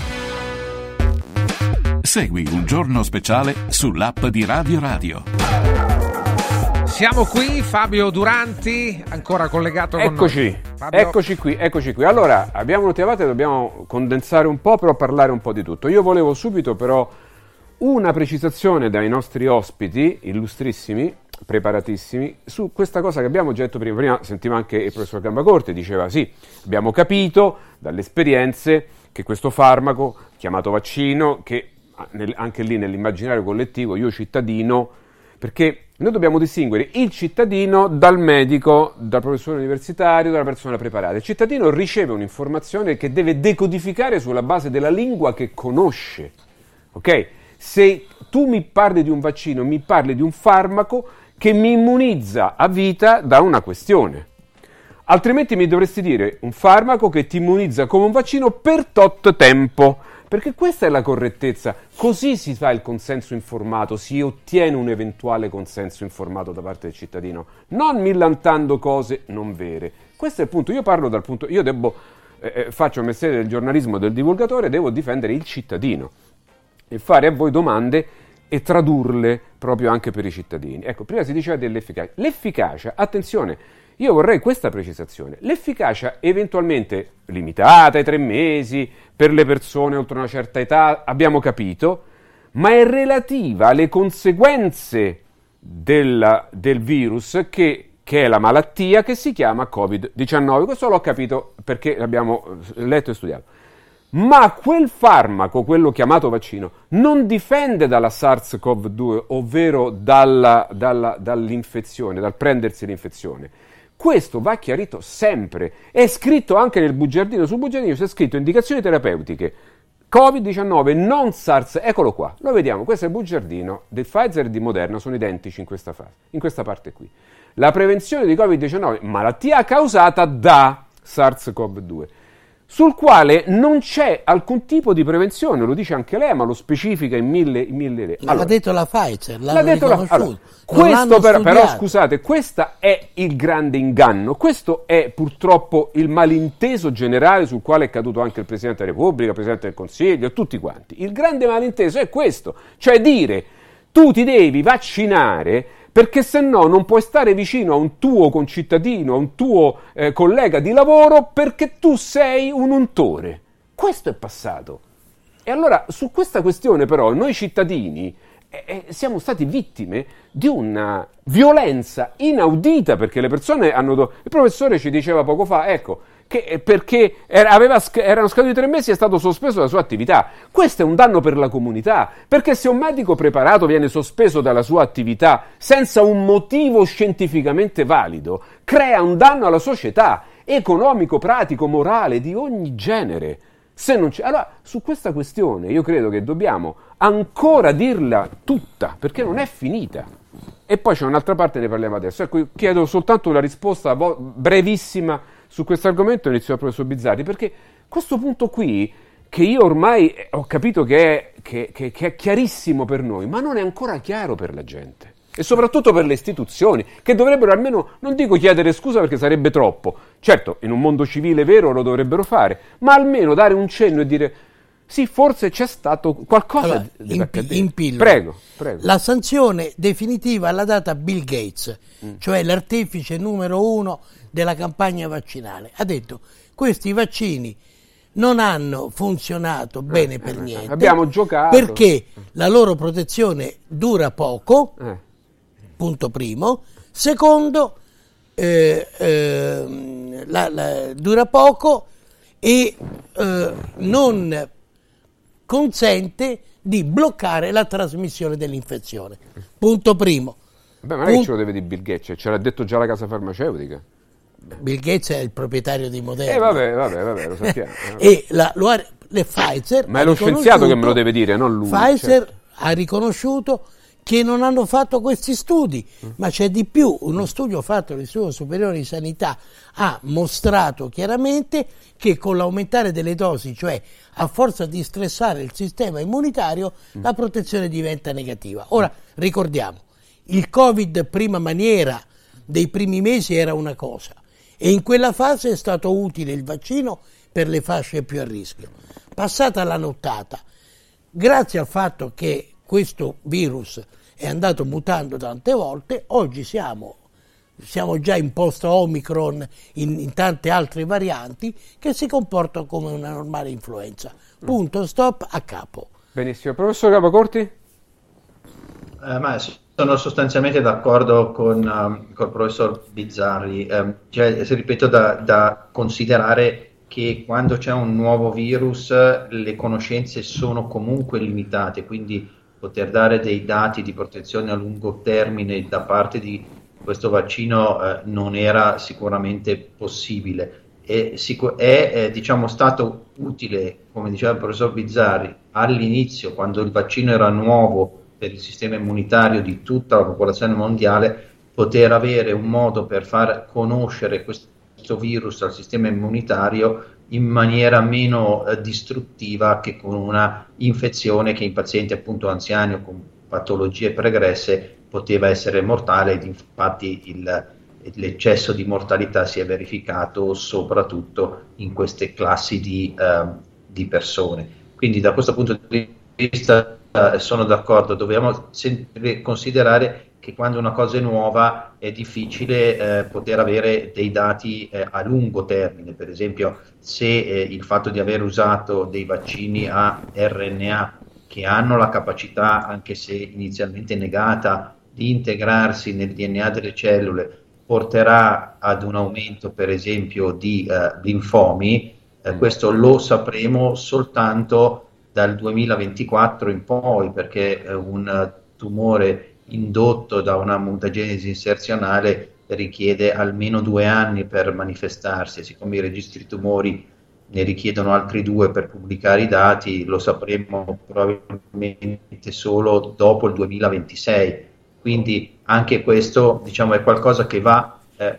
Segui Un Giorno Speciale sull'app di Radio Radio. Siamo qui, Fabio Duranti, ancora collegato con noi. Eccoci qui. Allora, abbiamo motivate, dobbiamo condensare un po', però parlare un po' di tutto. Io volevo subito però una precisazione dai nostri ospiti, illustrissimi, preparatissimi, su questa cosa che abbiamo già detto prima. Prima sentiva anche il professor Gambacorte, diceva sì, abbiamo capito dalle esperienze che questo farmaco chiamato vaccino, che anche lì nell'immaginario collettivo, io cittadino, perché Noi dobbiamo distinguere il cittadino dal medico, dal professore universitario, dalla persona preparata. Il cittadino riceve un'informazione che deve decodificare sulla base della lingua che conosce. Ok? Se tu mi parli di un vaccino, mi parli di un farmaco che mi immunizza a vita da una questione. Altrimenti mi dovresti dire un farmaco che ti immunizza come un vaccino per tot tempo. Perché questa è la correttezza, così si fa il consenso informato, si ottiene un eventuale consenso informato da parte del cittadino, non millantando cose non vere. Questo è il punto, io parlo dal punto, io faccio il mestiere del giornalismo e del divulgatore, devo difendere il cittadino e fare a voi domande e tradurle proprio anche per i cittadini. Ecco, prima si diceva dell'efficacia. L'efficacia, attenzione, io vorrei questa precisazione, l'efficacia eventualmente limitata ai 3 mesi, per le persone oltre una certa età, abbiamo capito, ma è relativa alle conseguenze del virus che è la malattia che si chiama Covid-19. Questo l'ho capito perché l'abbiamo letto e studiato. Ma quel farmaco, quello chiamato vaccino, non difende dalla SARS-CoV-2, ovvero dall'infezione, dal prendersi l'infezione. Questo va chiarito sempre, è scritto anche nel bugiardino, sul bugiardino c'è scritto indicazioni terapeutiche, Covid-19, non SARS, eccolo qua, lo vediamo, questo è il bugiardino di Pfizer e di Moderna, sono identici in questa fase, in questa parte qui. La prevenzione di Covid-19, malattia causata da SARS-CoV-2, sul quale non c'è alcun tipo di prevenzione, lo dice anche lei, ma lo specifica in mille allora, l'ha detto la Pfizer, l'hanno riconosciuto. Allora, questo però scusate, questo è il grande inganno, questo è purtroppo il malinteso generale sul quale è caduto anche il Presidente della Repubblica, il Presidente del Consiglio e tutti quanti. Il grande malinteso è questo, cioè dire tu ti devi vaccinare perché se no non puoi stare vicino a un tuo concittadino, a un tuo collega di lavoro perché tu sei un untore. Questo è passato. E allora su questa questione però noi cittadini siamo stati vittime di una violenza inaudita perché le persone il professore ci diceva poco fa, ecco, che perché erano scaduti 3 mesi è stato sospeso dalla sua attività. Questo è un danno per la comunità, perché se un medico preparato viene sospeso dalla sua attività senza un motivo scientificamente valido, crea un danno alla società, economico, pratico, morale, di ogni genere. Se non c'è, allora, su questa questione io credo che dobbiamo ancora dirla tutta, perché non è finita. E poi c'è un'altra parte, ne parliamo adesso. Ecco, chiedo soltanto una risposta brevissima su questo argomento, inizio dal professor Bizzarri, perché questo punto qui, che io ormai ho capito che è chiarissimo per noi, ma non è ancora chiaro per la gente. E soprattutto per le istituzioni, che dovrebbero almeno, non dico chiedere scusa perché sarebbe troppo, certo, in un mondo civile vero lo dovrebbero fare, ma almeno dare un cenno e dire sì, forse c'è stato qualcosa in pillola. Prego. La sanzione definitiva l'ha data Bill Gates, cioè l'artefice numero 1 della campagna vaccinale. Ha detto, questi vaccini non hanno funzionato bene per niente. Abbiamo giocato. Perché la loro protezione dura poco, punto primo. Secondo, dura poco e non consente di bloccare la trasmissione dell'infezione. Punto primo. Beh, ma non è che ce lo deve dire Bill Gates, ce l'ha detto già la casa farmaceutica. Bill Gates è il proprietario di Moderna. Vabbè, lo sappiamo. E le Pfizer. Ma è lo scienziato che me lo deve dire, non lui. Pfizer ha riconosciuto che non hanno fatto questi studi, ma c'è di più. Uno studio fatto all'Istituto Superiore di Sanità ha mostrato chiaramente che con l'aumentare delle dosi, cioè a forza di stressare il sistema immunitario, la protezione diventa negativa. Ora, ricordiamo, il Covid prima maniera dei primi mesi era una cosa e in quella fase è stato utile il vaccino per le fasce più a rischio. Passata la nottata, grazie al fatto che questo virus è andato mutando tante volte, oggi siamo già in post-Omicron, in tante altre varianti che si comportano come una normale influenza. Punto, stop, a capo. Benissimo. Professor Capacorti? Ma sono sostanzialmente d'accordo con il professor Bizzarri. Ripeto, da considerare che quando c'è un nuovo virus le conoscenze sono comunque limitate, quindi poter dare dei dati di protezione a lungo termine da parte di questo vaccino non era sicuramente possibile. È diciamo, stato utile, come diceva il professor Bizzarri, all'inizio, quando il vaccino era nuovo per il sistema immunitario di tutta la popolazione mondiale, poter avere un modo per far conoscere questo virus al sistema immunitario in maniera meno distruttiva che con una infezione che in pazienti appunto anziani o con patologie pregresse poteva essere mortale, ed infatti l'eccesso di mortalità si è verificato soprattutto in queste classi di persone. Quindi da questo punto di vista sono d'accordo, dobbiamo sempre considerare che quando una cosa è nuova è difficile poter avere dei dati a lungo termine. Per esempio, se il fatto di aver usato dei vaccini a RNA che hanno la capacità, anche se inizialmente negata, di integrarsi nel DNA delle cellule, porterà ad un aumento per esempio di linfomi, questo lo sapremo soltanto dal 2024 in poi, perché un tumore indotto da una mutagenesi inserzionale richiede almeno 2 anni per manifestarsi. Siccome i registri tumori ne richiedono altri 2 per pubblicare i dati, lo sapremo probabilmente solo dopo il 2026. Quindi anche questo, diciamo, è qualcosa che va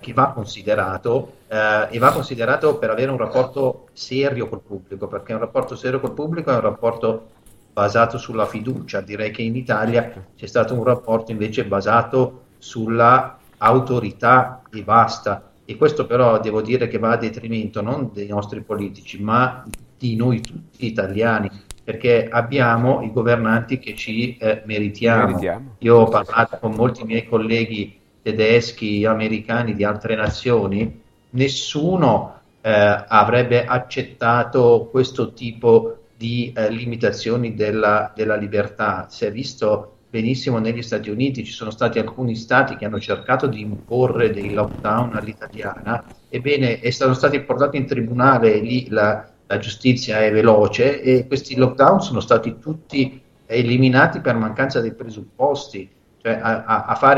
considerato, e va considerato per avere un rapporto serio col pubblico, perché un rapporto serio col pubblico è un rapporto basato sulla fiducia. Direi che in Italia c'è stato un rapporto invece basato sulla autorità e basta, e questo però devo dire che va a detrimento non dei nostri politici ma di noi tutti italiani, perché abbiamo i governanti che ci meritiamo. Io ho parlato con molti miei colleghi tedeschi, americani, di altre nazioni, nessuno avrebbe accettato questo tipo di limitazioni della libertà. Si è visto benissimo negli Stati Uniti, ci sono stati alcuni stati che hanno cercato di imporre dei lockdown all'italiana, ebbene sono stati portati in tribunale, lì la giustizia è veloce e questi lockdown sono stati tutti eliminati per mancanza dei presupposti. Cioè a fare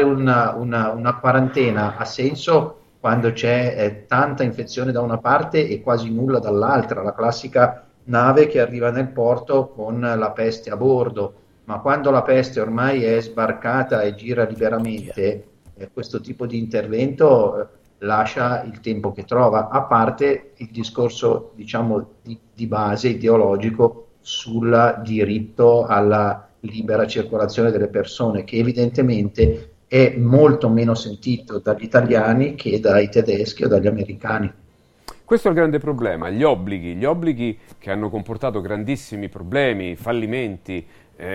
una quarantena ha senso quando c'è tanta infezione da una parte e quasi nulla dall'altra, la classica nave che arriva nel porto con la peste a bordo, ma quando la peste ormai è sbarcata e gira liberamente, questo tipo di intervento lascia il tempo che trova, a parte il discorso, diciamo, di base ideologico sul diritto alla libera circolazione delle persone, che evidentemente è molto meno sentito dagli italiani che dai tedeschi o dagli americani. Questo è il grande problema, gli obblighi che hanno comportato grandissimi problemi, fallimenti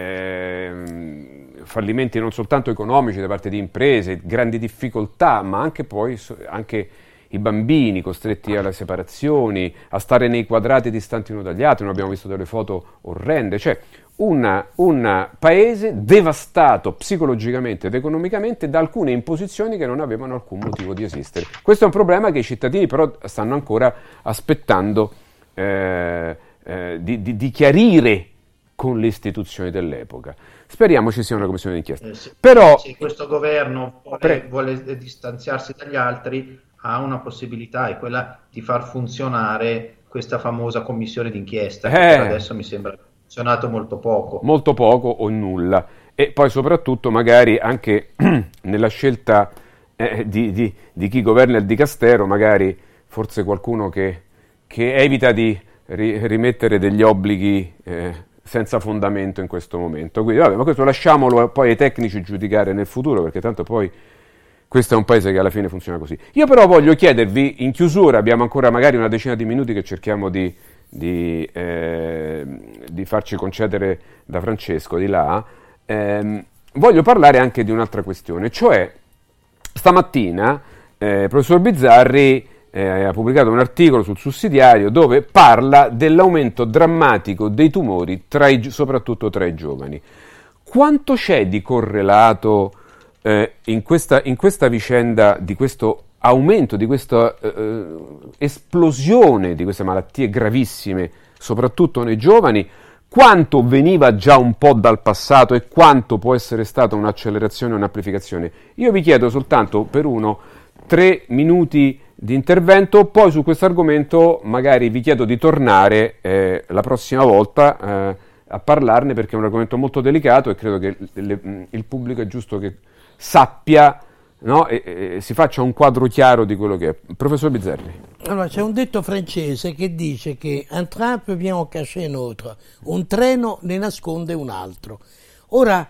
non soltanto economici da parte di imprese, grandi difficoltà, ma anche poi i bambini costretti alle separazioni, a stare nei quadrati distanti uno dagli altri. Noi abbiamo visto delle foto orrende, cioè un paese devastato psicologicamente ed economicamente da alcune imposizioni che non avevano alcun motivo di esistere. Questo è un problema che i cittadini però stanno ancora aspettando di chiarire con le istituzioni dell'epoca. Speriamo ci sia una commissione d'inchiesta. Però se questo governo vuole distanziarsi dagli altri, ha una possibilità, è quella di far funzionare questa famosa commissione d'inchiesta, che per adesso mi sembra funzionato molto poco o nulla, e poi soprattutto magari anche nella scelta di chi governa il dicastero, magari forse qualcuno che evita di rimettere degli obblighi senza fondamento in questo momento. Quindi vabbè, ma questo lasciamolo poi ai tecnici giudicare nel futuro, perché tanto poi questo è un paese che alla fine funziona così. Io però voglio chiedervi, in chiusura, abbiamo ancora magari una decina di minuti che cerchiamo di farci concedere da Francesco di là, voglio parlare anche di un'altra questione, cioè stamattina il professor Bizzarri ha pubblicato un articolo sul Sussidiario dove parla dell'aumento drammatico dei tumori soprattutto tra i giovani. Quanto c'è di correlato in questa vicenda, di questo aumento, di questa esplosione di queste malattie gravissime, soprattutto nei giovani, quanto veniva già un po' dal passato e quanto può essere stata un'accelerazione o un'amplificazione. Io vi chiedo soltanto per 3 minuti di intervento, poi su questo argomento magari vi chiedo di tornare la prossima volta a parlarne, perché è un argomento molto delicato e credo che il pubblico è giusto che sappia, no? e si faccia un quadro chiaro di quello che è. Professor Bizzarri. Allora, c'è un detto francese che dice che un train peut bien en cacher un autre, un treno ne nasconde un altro. Ora,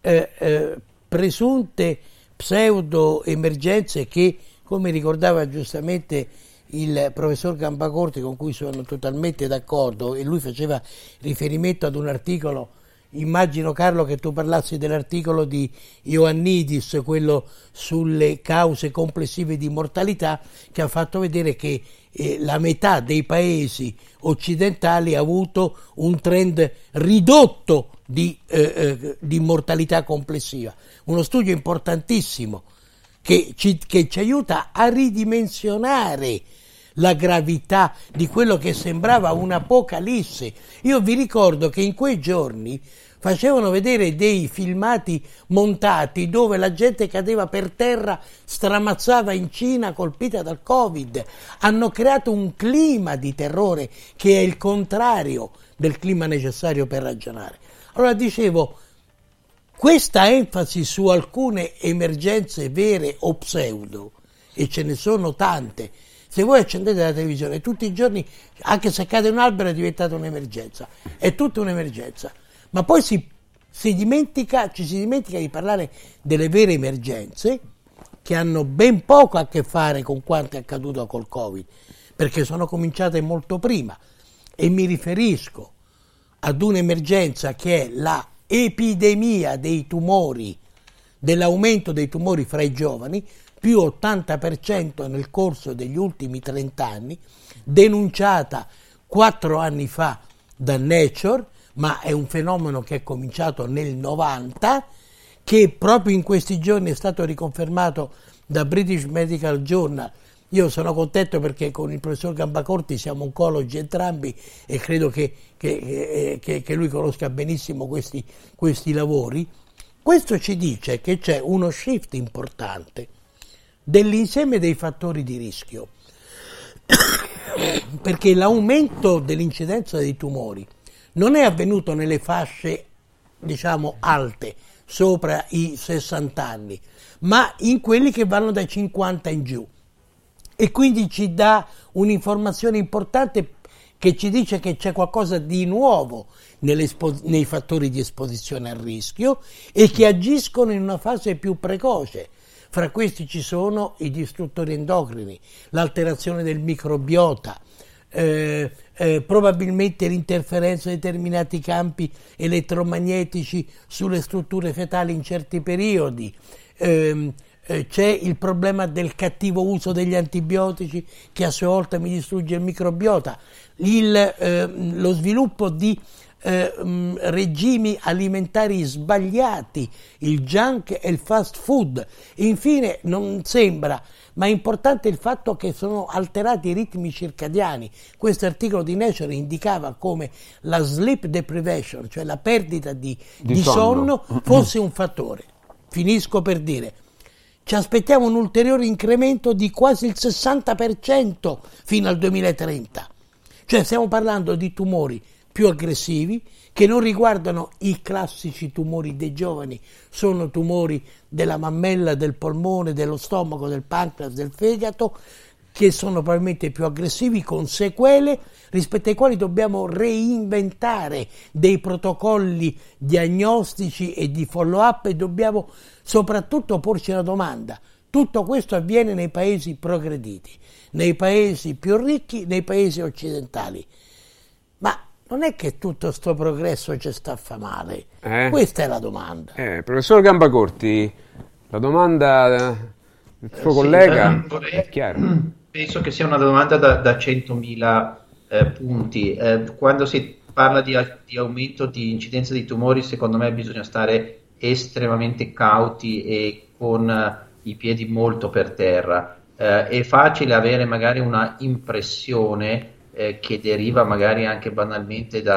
presunte pseudo emergenze che, come ricordava giustamente il professor Gambacorti, con cui sono totalmente d'accordo, e lui faceva riferimento ad un articolo, immagino Carlo che tu parlassi dell'articolo di Ioannidis, quello sulle cause complessive di mortalità, che ha fatto vedere che la metà dei paesi occidentali ha avuto un trend ridotto di mortalità complessiva. Uno studio importantissimo che ci aiuta a ridimensionare la gravità di quello che sembrava un'apocalisse. Io vi ricordo che in quei giorni facevano vedere dei filmati montati dove la gente cadeva per terra, stramazzava in Cina colpita dal Covid. Hanno creato un clima di terrore che è il contrario del clima necessario per ragionare. Allora dicevo, questa enfasi su alcune emergenze vere o pseudo, e ce ne sono tante. Se voi accendete la televisione tutti i giorni, anche se cade un albero è diventata un'emergenza, è tutta un'emergenza, ma poi ci si dimentica di parlare delle vere emergenze che hanno ben poco a che fare con quanto è accaduto col Covid, perché sono cominciate molto prima, e mi riferisco ad un'emergenza che è la epidemia dei tumori, dell'aumento dei tumori fra i giovani, più 80% nel corso degli ultimi 30 anni, denunciata 4 anni fa da Nature, ma è un fenomeno che è cominciato nel 90, che proprio in questi giorni è stato riconfermato da British Medical Journal. Io sono contento perché con il professor Gambacorti siamo oncologi entrambi e credo che lui conosca benissimo questi lavori. Questo ci dice che c'è uno shift importante dell'insieme dei fattori di rischio, perché l'aumento dell'incidenza dei tumori non è avvenuto nelle fasce, diciamo, alte, sopra i 60 anni, ma in quelli che vanno dai 50 in giù. E quindi ci dà un'informazione importante che ci dice che c'è qualcosa di nuovo nei fattori di esposizione al rischio e che agiscono in una fase più precoce. Fra questi ci sono i distruttori endocrini, l'alterazione del microbiota, probabilmente l'interferenza di determinati campi elettromagnetici sulle strutture fetali in certi periodi, c'è il problema del cattivo uso degli antibiotici che a sua volta mi distrugge il microbiota, lo sviluppo di regimi alimentari sbagliati, il junk e il fast food. Infine, non sembra, ma è importante il fatto che sono alterati i ritmi circadiani. Questo articolo di Nature indicava come la sleep deprivation, cioè la perdita di sonno, fosse un fattore. Finisco per dire, ci aspettiamo un ulteriore incremento di quasi il 60% fino al 2030. Cioè stiamo parlando di tumori più aggressivi che non riguardano i classici tumori dei giovani, sono tumori della mammella, del polmone, dello stomaco, del pancreas, del fegato, che sono probabilmente più aggressivi, con sequele rispetto ai quali dobbiamo reinventare dei protocolli diagnostici e di follow-up, e dobbiamo soprattutto porci una domanda. Tutto questo avviene nei paesi progrediti, nei paesi più ricchi, nei paesi occidentali. Ma non è che tutto sto progresso ci sta a fa male? Questa è la domanda. Professor Gambacorti, la domanda del suo collega è chiara. Penso che sia una domanda da 100.000 punti. Quando si parla di aumento di incidenza di tumori, secondo me bisogna stare estremamente cauti e con i piedi molto per terra. È facile avere magari una impressione che deriva magari anche banalmente da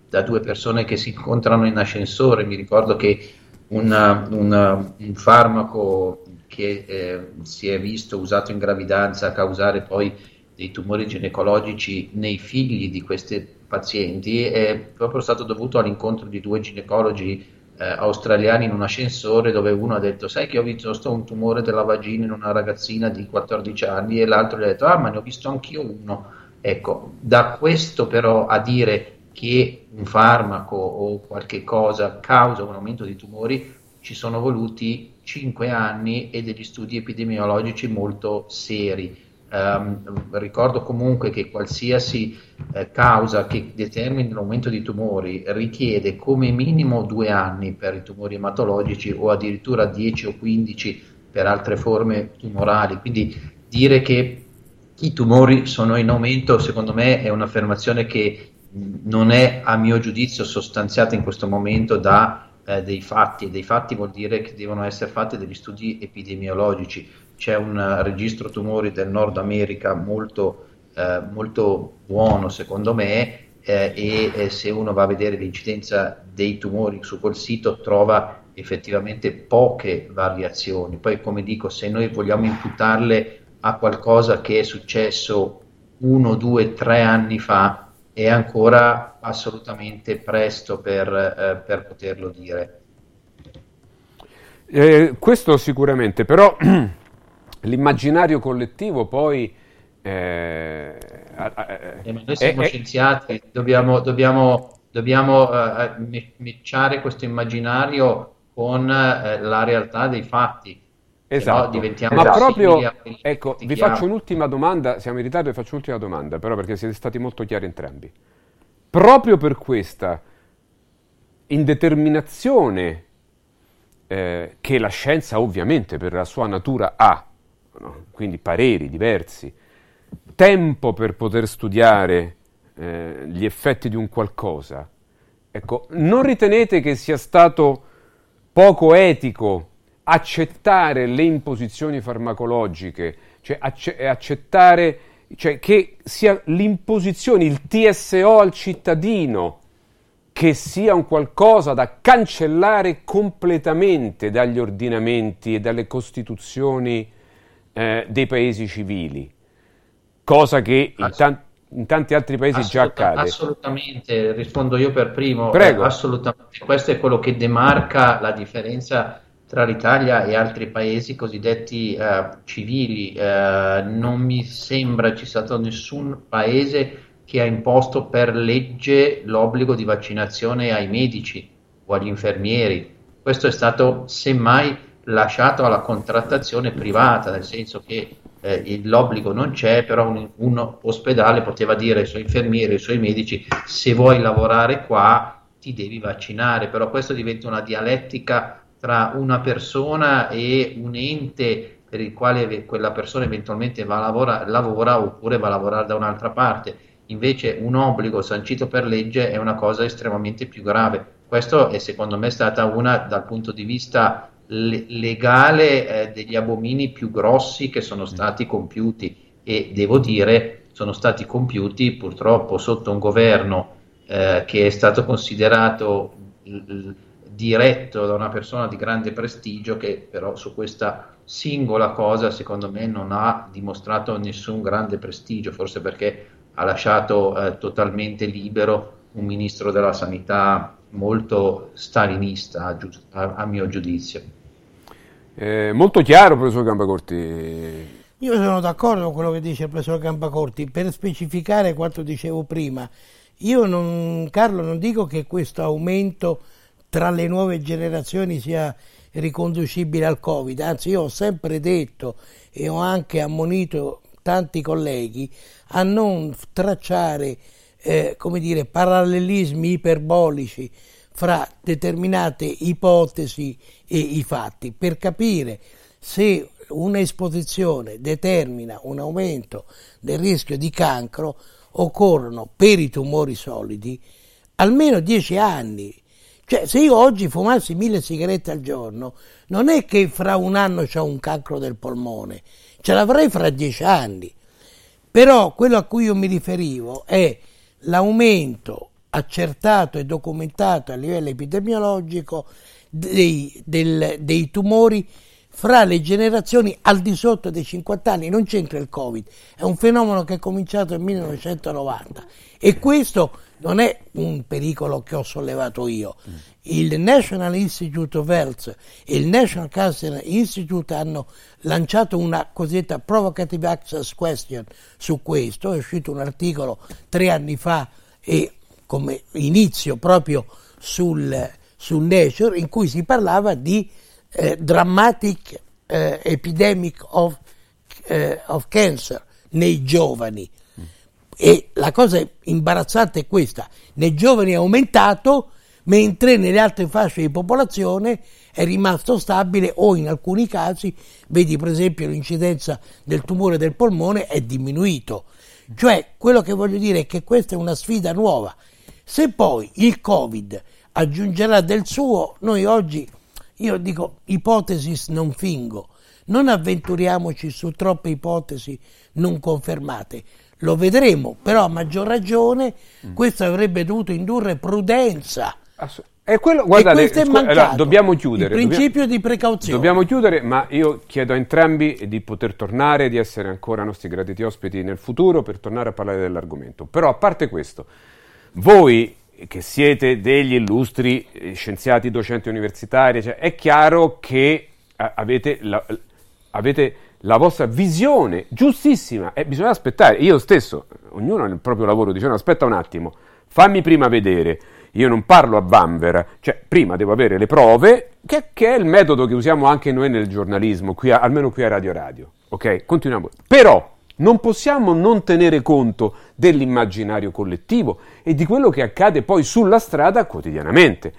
da due persone che si incontrano in ascensore. Mi ricordo che un farmaco che si è visto usato in gravidanza a causare poi dei tumori ginecologici nei figli di questi pazienti è proprio stato dovuto all'incontro di due ginecologi australiani in un ascensore, dove uno ha detto: sai che ho visto un tumore della vagina in una ragazzina di 14 anni, e l'altro gli ha detto: ah, ma ne ho visto anch'io uno. Ecco, da questo però a dire che un farmaco o qualche cosa causa un aumento di tumori ci sono voluti 5 anni e degli studi epidemiologici molto seri. Ricordo comunque che qualsiasi causa che determini l'aumento di tumori richiede come minimo 2 anni per i tumori ematologici, o addirittura 10 o 15 per altre forme tumorali. Quindi dire che i tumori sono in aumento, secondo me, è un'affermazione che non è, a mio giudizio, sostanziata in questo momento da dei fatti, e dei fatti vuol dire che devono essere fatti degli studi epidemiologici. C'è un registro tumori del Nord America molto buono, secondo me, e se uno va a vedere l'incidenza dei tumori su quel sito trova effettivamente poche variazioni. Poi, come dico, se noi vogliamo imputarle a qualcosa che è successo 1, 2, 3 anni fa, è ancora assolutamente presto per poterlo dire. Questo sicuramente, però l'immaginario collettivo poi ma noi siamo scienziati, dobbiamo matchare questo immaginario con la realtà dei fatti. Esatto, ma proprio, ecco, vi faccio un'ultima domanda, siamo in ritardo e faccio un'ultima domanda, però, perché siete stati molto chiari entrambi. Proprio per questa indeterminazione che la scienza ovviamente per la sua natura ha, no? Quindi pareri diversi, tempo per poter studiare gli effetti di un qualcosa, ecco, non ritenete che sia stato poco etico accettare le imposizioni farmacologiche, cioè accettare, cioè che sia l'imposizione, il TSO al cittadino, che sia un qualcosa da cancellare completamente dagli ordinamenti e dalle costituzioni dei paesi civili, cosa che in tanti altri paesi già accade? Assolutamente, rispondo io per primo. Prego. Assolutamente, questo è quello che demarca la differenza tra l'Italia e altri paesi cosiddetti civili. Non mi sembra ci sia stato nessun paese che ha imposto per legge l'obbligo di vaccinazione ai medici o agli infermieri. Questo è stato semmai lasciato alla contrattazione privata, nel senso che l'obbligo non c'è, però un ospedale poteva dire ai suoi infermieri, ai suoi medici: se vuoi lavorare qua ti devi vaccinare. Però questo diventa una dialettica tra una persona e un ente per il quale quella persona eventualmente lavora oppure va a lavorare da un'altra parte. Invece un obbligo sancito per legge è una cosa estremamente più grave. Questo è, secondo me, stata una, dal punto di vista legale, degli abomini più grossi che sono stati compiuti, e devo dire sono stati compiuti purtroppo sotto un governo che è stato considerato diretto da una persona di grande prestigio, che però su questa singola cosa secondo me non ha dimostrato nessun grande prestigio, forse perché ha lasciato totalmente libero un ministro della sanità molto stalinista, a mio giudizio. Molto chiaro, professor Gambacorti. Io sono d'accordo con quello che dice il professor Gambacorti. Per specificare quanto dicevo prima, Carlo, non dico che questo aumento tra le nuove generazioni sia riconducibile al Covid, anzi io ho sempre detto e ho anche ammonito tanti colleghi a non tracciare parallelismi iperbolici fra determinate ipotesi e i fatti. Per capire se un'esposizione determina un aumento del rischio di cancro occorrono, per i tumori solidi, almeno 10 anni. Cioè, se io oggi fumassi 1000 sigarette al giorno, non è che fra un anno c'ho un cancro del polmone, ce l'avrei fra 10 anni. Però quello a cui io mi riferivo è l'aumento accertato e documentato a livello epidemiologico dei tumori fra le generazioni al di sotto dei 50 anni. Non c'entra il Covid, è un fenomeno che è cominciato nel 1990 e questo non è un pericolo che ho sollevato io. Il National Institute of Health e il National Cancer Institute hanno lanciato una cosiddetta Provocative Access Question su questo, è uscito un articolo 3 anni fa e come inizio proprio sul Nature, in cui si parlava di dramatic epidemic of cancer nei giovani. E la cosa imbarazzante è questa: nei giovani è aumentato, mentre nelle altre fasce di popolazione è rimasto stabile o in alcuni casi, vedi per esempio l'incidenza del tumore del polmone, è diminuito. Cioè, quello che voglio dire è che questa è una sfida nuova. Se poi il Covid aggiungerà del suo, noi oggi, io dico ipotesis non fingo, non avventuriamoci su troppe ipotesi non confermate. Lo vedremo, però a maggior ragione questo avrebbe dovuto indurre prudenza. E quello, guardate, e questo è mancato. Allora, dobbiamo chiudere. Il principio di precauzione. Dobbiamo chiudere, ma io chiedo a entrambi di poter tornare, di essere ancora nostri graditi ospiti nel futuro per tornare a parlare dell'argomento. Però, a parte questo, voi che siete degli illustri scienziati, docenti universitari, cioè, è chiaro che avete la vostra visione giustissima e bisogna aspettare. Io stesso, ognuno nel proprio lavoro, diceva aspetta un attimo, fammi prima vedere, io non parlo a vanvera, cioè prima devo avere le prove, che è il metodo che usiamo anche noi nel giornalismo, almeno qui a Radio, ok? Continuiamo. Però non possiamo non tenere conto dell'immaginario collettivo e di quello che accade poi sulla strada quotidianamente.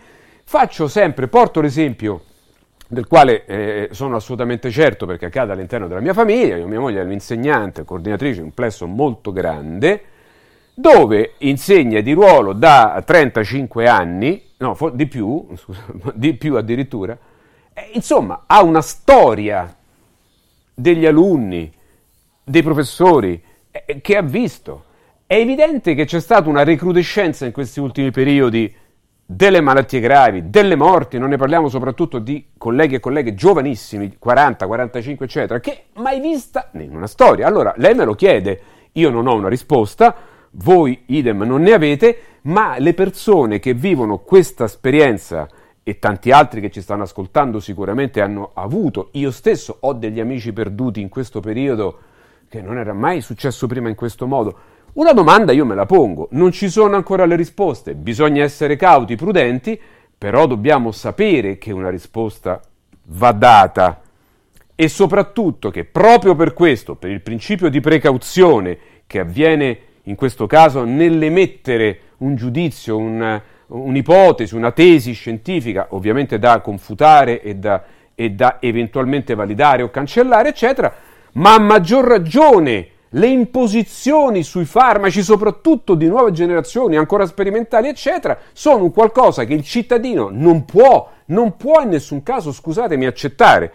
Porto l'esempio del quale sono assolutamente certo perché accade all'interno della mia famiglia. Mia moglie è un'insegnante, coordinatrice di un plesso molto grande, dove insegna di ruolo da 35 anni, no, di più addirittura, insomma ha una storia degli alunni, dei professori, che ha visto. È evidente che c'è stata una recrudescenza in questi ultimi periodi delle malattie gravi, delle morti, non ne parliamo soprattutto di colleghi e colleghe giovanissimi, 40, 45 eccetera, che mai vista in una storia. Allora, lei me lo chiede, io non ho una risposta, voi idem non ne avete, ma le persone che vivono questa esperienza e tanti altri che ci stanno ascoltando sicuramente hanno avuto, io stesso ho degli amici perduti in questo periodo che non era mai successo prima in questo modo. Una domanda io me la pongo, non ci sono ancora le risposte, bisogna essere cauti, prudenti, però dobbiamo sapere che una risposta va data e soprattutto che proprio per questo, per il principio di precauzione che avviene in questo caso nell'emettere un giudizio, un'ipotesi, una tesi scientifica, ovviamente da confutare e da eventualmente validare o cancellare, eccetera, ma a maggior ragione le imposizioni sui farmaci, soprattutto di nuove generazioni, ancora sperimentali, eccetera, sono un qualcosa che il cittadino non può in nessun caso, scusatemi, accettare.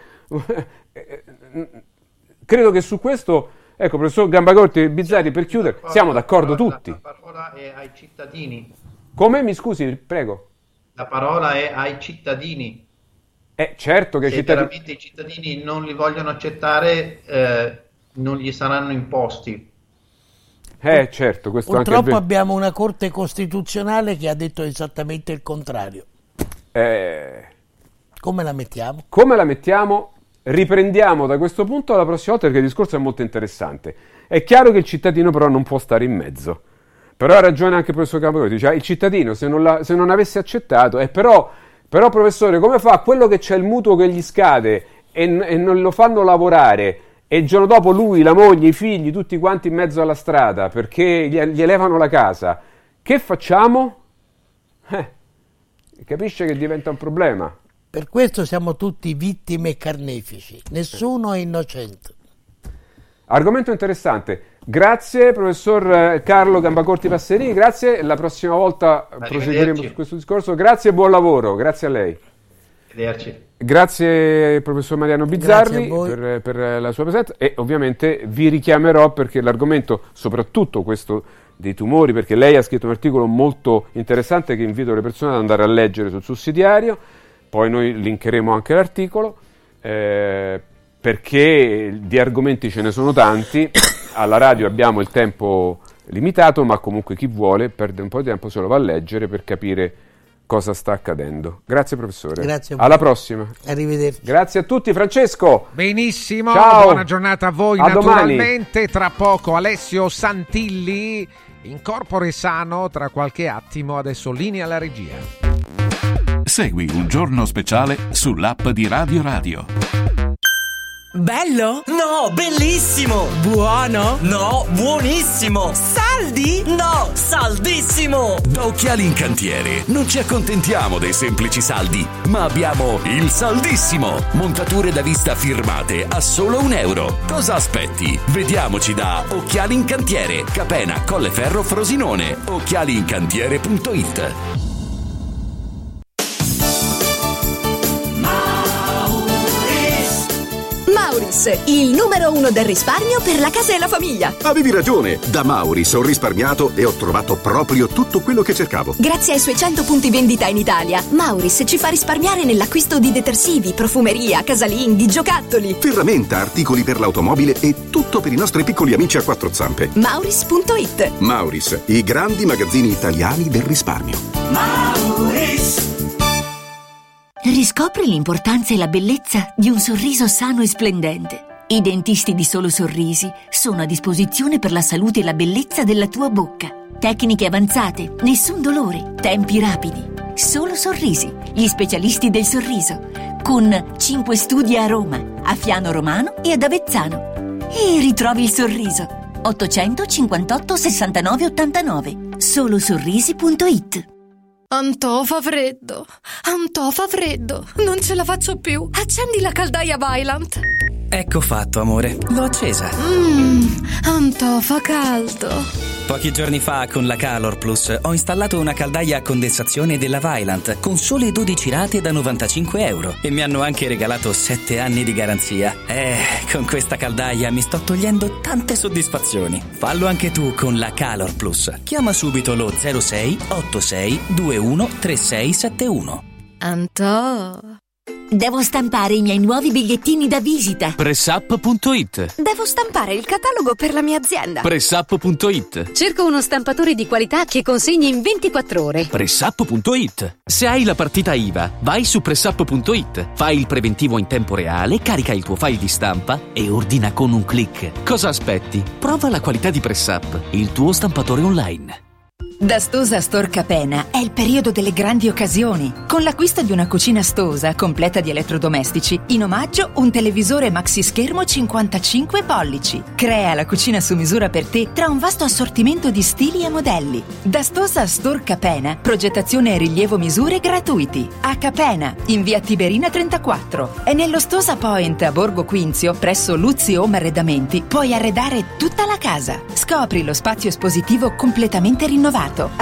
Credo che su questo, ecco, professor Gambacorti e Bizzarri, per chiudere, siamo d'accordo tutti. La parola è ai cittadini. Come? Mi scusi, prego. La parola è ai cittadini. Certo che se veramente i cittadini non li vogliono accettare, non gli saranno imposti. Certo, questo purtroppo anche abbiamo una Corte Costituzionale che ha detto esattamente il contrario. Come la mettiamo? Come la mettiamo? Riprendiamo da questo punto la prossima volta perché il discorso è molto interessante. È chiaro che il cittadino però non può stare in mezzo. Però ha ragione anche il professor Gambacorti, cioè il cittadino se non avesse accettato, però professore, come fa quello che c'è il mutuo che gli scade e non lo fanno lavorare e il giorno dopo lui, la moglie, i figli, tutti quanti in mezzo alla strada perché gli elevano la casa, che facciamo? Capisce che diventa un problema. Per questo siamo tutti vittime e carnefici, nessuno è innocente. Argomento interessante. Grazie professor Carlo Gambacorti Passerini, grazie, la prossima volta proseguiremo su questo discorso. Grazie e buon lavoro, grazie a lei. Arrivederci. Grazie professor Mariano Bizzarri per la sua presenza, e ovviamente vi richiamerò perché l'argomento, soprattutto questo dei tumori, perché lei ha scritto un articolo molto interessante che invito le persone ad andare a leggere sul sussidiario, poi noi linkeremo anche l'articolo, perché di argomenti ce ne sono tanti, alla radio abbiamo il tempo limitato, ma comunque chi vuole perde un po' di tempo, se lo va a leggere per capire cosa sta accadendo. Grazie professore. Grazie a voi. Alla prossima. Arrivederci. Grazie a tutti. Francesco. Benissimo. Ciao. Buona giornata a voi. A naturalmente. Domani. Tra poco Alessio Santilli in corpore sano. Tra qualche attimo. Adesso linea alla regia. Segui Un Giorno Speciale sull'app di Radio Radio. Bello? No, bellissimo! Buono? No, buonissimo! Saldi? No, saldissimo! Da Occhiali in Cantiere non ci accontentiamo dei semplici saldi, ma abbiamo il saldissimo! Montature da vista firmate a solo €1. Cosa aspetti? Vediamoci da Occhiali in Cantiere, Capena, Colleferro, Frosinone. Occhialiincantiere.it. Mauris, il numero 1 del risparmio per la casa e la famiglia. Avevi ragione, da Mauris ho risparmiato e ho trovato proprio tutto quello che cercavo. Grazie ai suoi 100 punti vendita in Italia, Mauris ci fa risparmiare nell'acquisto di detersivi, profumeria, casalinghi, giocattoli, ferramenta, articoli per l'automobile e tutto per i nostri piccoli amici a quattro zampe. Mauris.it. Mauris, i grandi magazzini italiani del risparmio. Mauris. Riscopri l'importanza e la bellezza di un sorriso sano e splendente. I dentisti di Solo Sorrisi sono a disposizione per la salute e la bellezza della tua bocca. Tecniche avanzate, nessun dolore, tempi rapidi. Solo Sorrisi, gli specialisti del sorriso, con 5 studi a Roma, a Fiano Romano e ad Avezzano. E ritrovi il sorriso. 858 69 89. Solosorrisi.it. Antò fa freddo, non ce la faccio più. Accendi la caldaia Vaillant. Ecco fatto, amore, l'ho accesa. Antò fa caldo. Pochi giorni fa con la Calor Plus ho installato una caldaia a condensazione della Vaillant con sole 12 rate da €95 e mi hanno anche regalato 7 anni di garanzia. Con questa caldaia mi sto togliendo tante soddisfazioni. Fallo anche tu con la Calor Plus. Chiama subito lo 06 86 21 3671. Antò. Devo stampare i miei nuovi bigliettini da visita. Pressup.it. Devo stampare il catalogo per la mia azienda. Pressup.it. Cerco uno stampatore di qualità che consegni in 24 ore. Pressup.it. Se hai la partita IVA, vai su Pressup.it, fai il preventivo in tempo reale, carica il tuo file di stampa e ordina con un click. Cosa aspetti? Prova la qualità di Pressup, il tuo stampatore online. Da Stosa Store Capena è il periodo delle grandi occasioni. Con l'acquisto di una cucina Stosa completa di elettrodomestici, in omaggio un televisore maxi schermo 55 pollici. Crea la cucina su misura per te tra un vasto assortimento di stili e modelli. Da Stosa Store Capena, progettazione e rilievo misure gratuiti. A Capena, in via Tiberina 34. E nello Stosa Point a Borgo Quinzio, presso Luzzi Home Arredamenti, puoi arredare tutta la casa. Scopri lo spazio espositivo completamente rinnovato.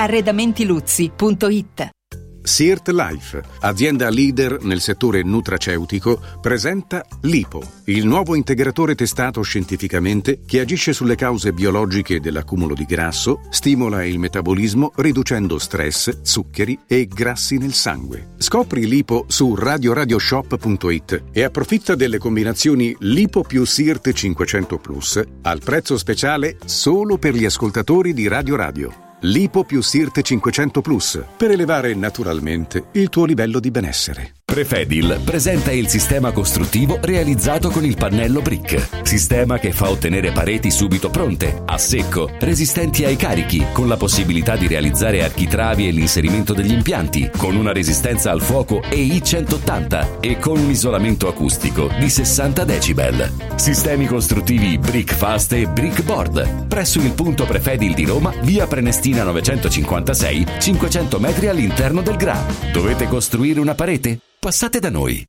Arredamentiluzzi.it. Sirt Life, azienda leader nel settore nutraceutico, presenta Lipo, il nuovo integratore testato scientificamente che agisce sulle cause biologiche dell'accumulo di grasso, stimola il metabolismo riducendo stress, zuccheri e grassi nel sangue. Scopri Lipo su radioradioshop.it e approfitta delle combinazioni Lipo più Sirt 500 Plus al prezzo speciale solo per gli ascoltatori di Radio Radio. Lipo più Sirt 500 Plus per elevare naturalmente il tuo livello di benessere. Prefedil presenta il sistema costruttivo realizzato con il pannello brick. Sistema che fa ottenere pareti subito pronte, a secco, resistenti ai carichi, con la possibilità di realizzare architravi e l'inserimento degli impianti, con una resistenza al fuoco EI 180 e con un isolamento acustico di 60 decibel. Sistemi costruttivi Brick Fast e Brick Board. Presso il punto Prefedil di Roma, via Prenestina 956, 500 metri all'interno del GRA. Dovete costruire una parete? Passate da noi.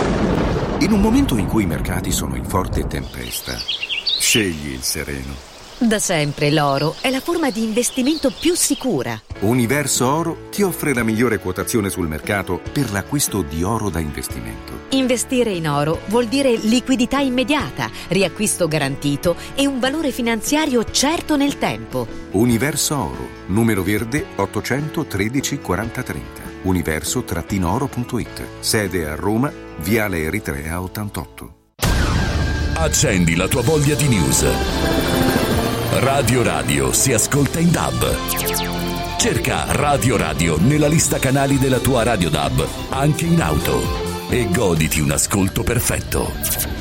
In un momento in cui i mercati sono in forte tempesta, scegli il sereno. Da sempre l'oro è la forma di investimento più sicura. Universo Oro ti offre la migliore quotazione sul mercato per l'acquisto di oro da investimento. Investire in oro vuol dire liquidità immediata, riacquisto garantito e un valore finanziario certo nel tempo. Universo Oro, numero verde 813 4030. Universo-oro.it. Sede a Roma, Viale Eritrea 88. Accendi la tua voglia di news. Radio Radio si ascolta in DAB. Cerca Radio Radio nella lista canali della tua Radio DAB, anche in auto, e goditi un ascolto perfetto.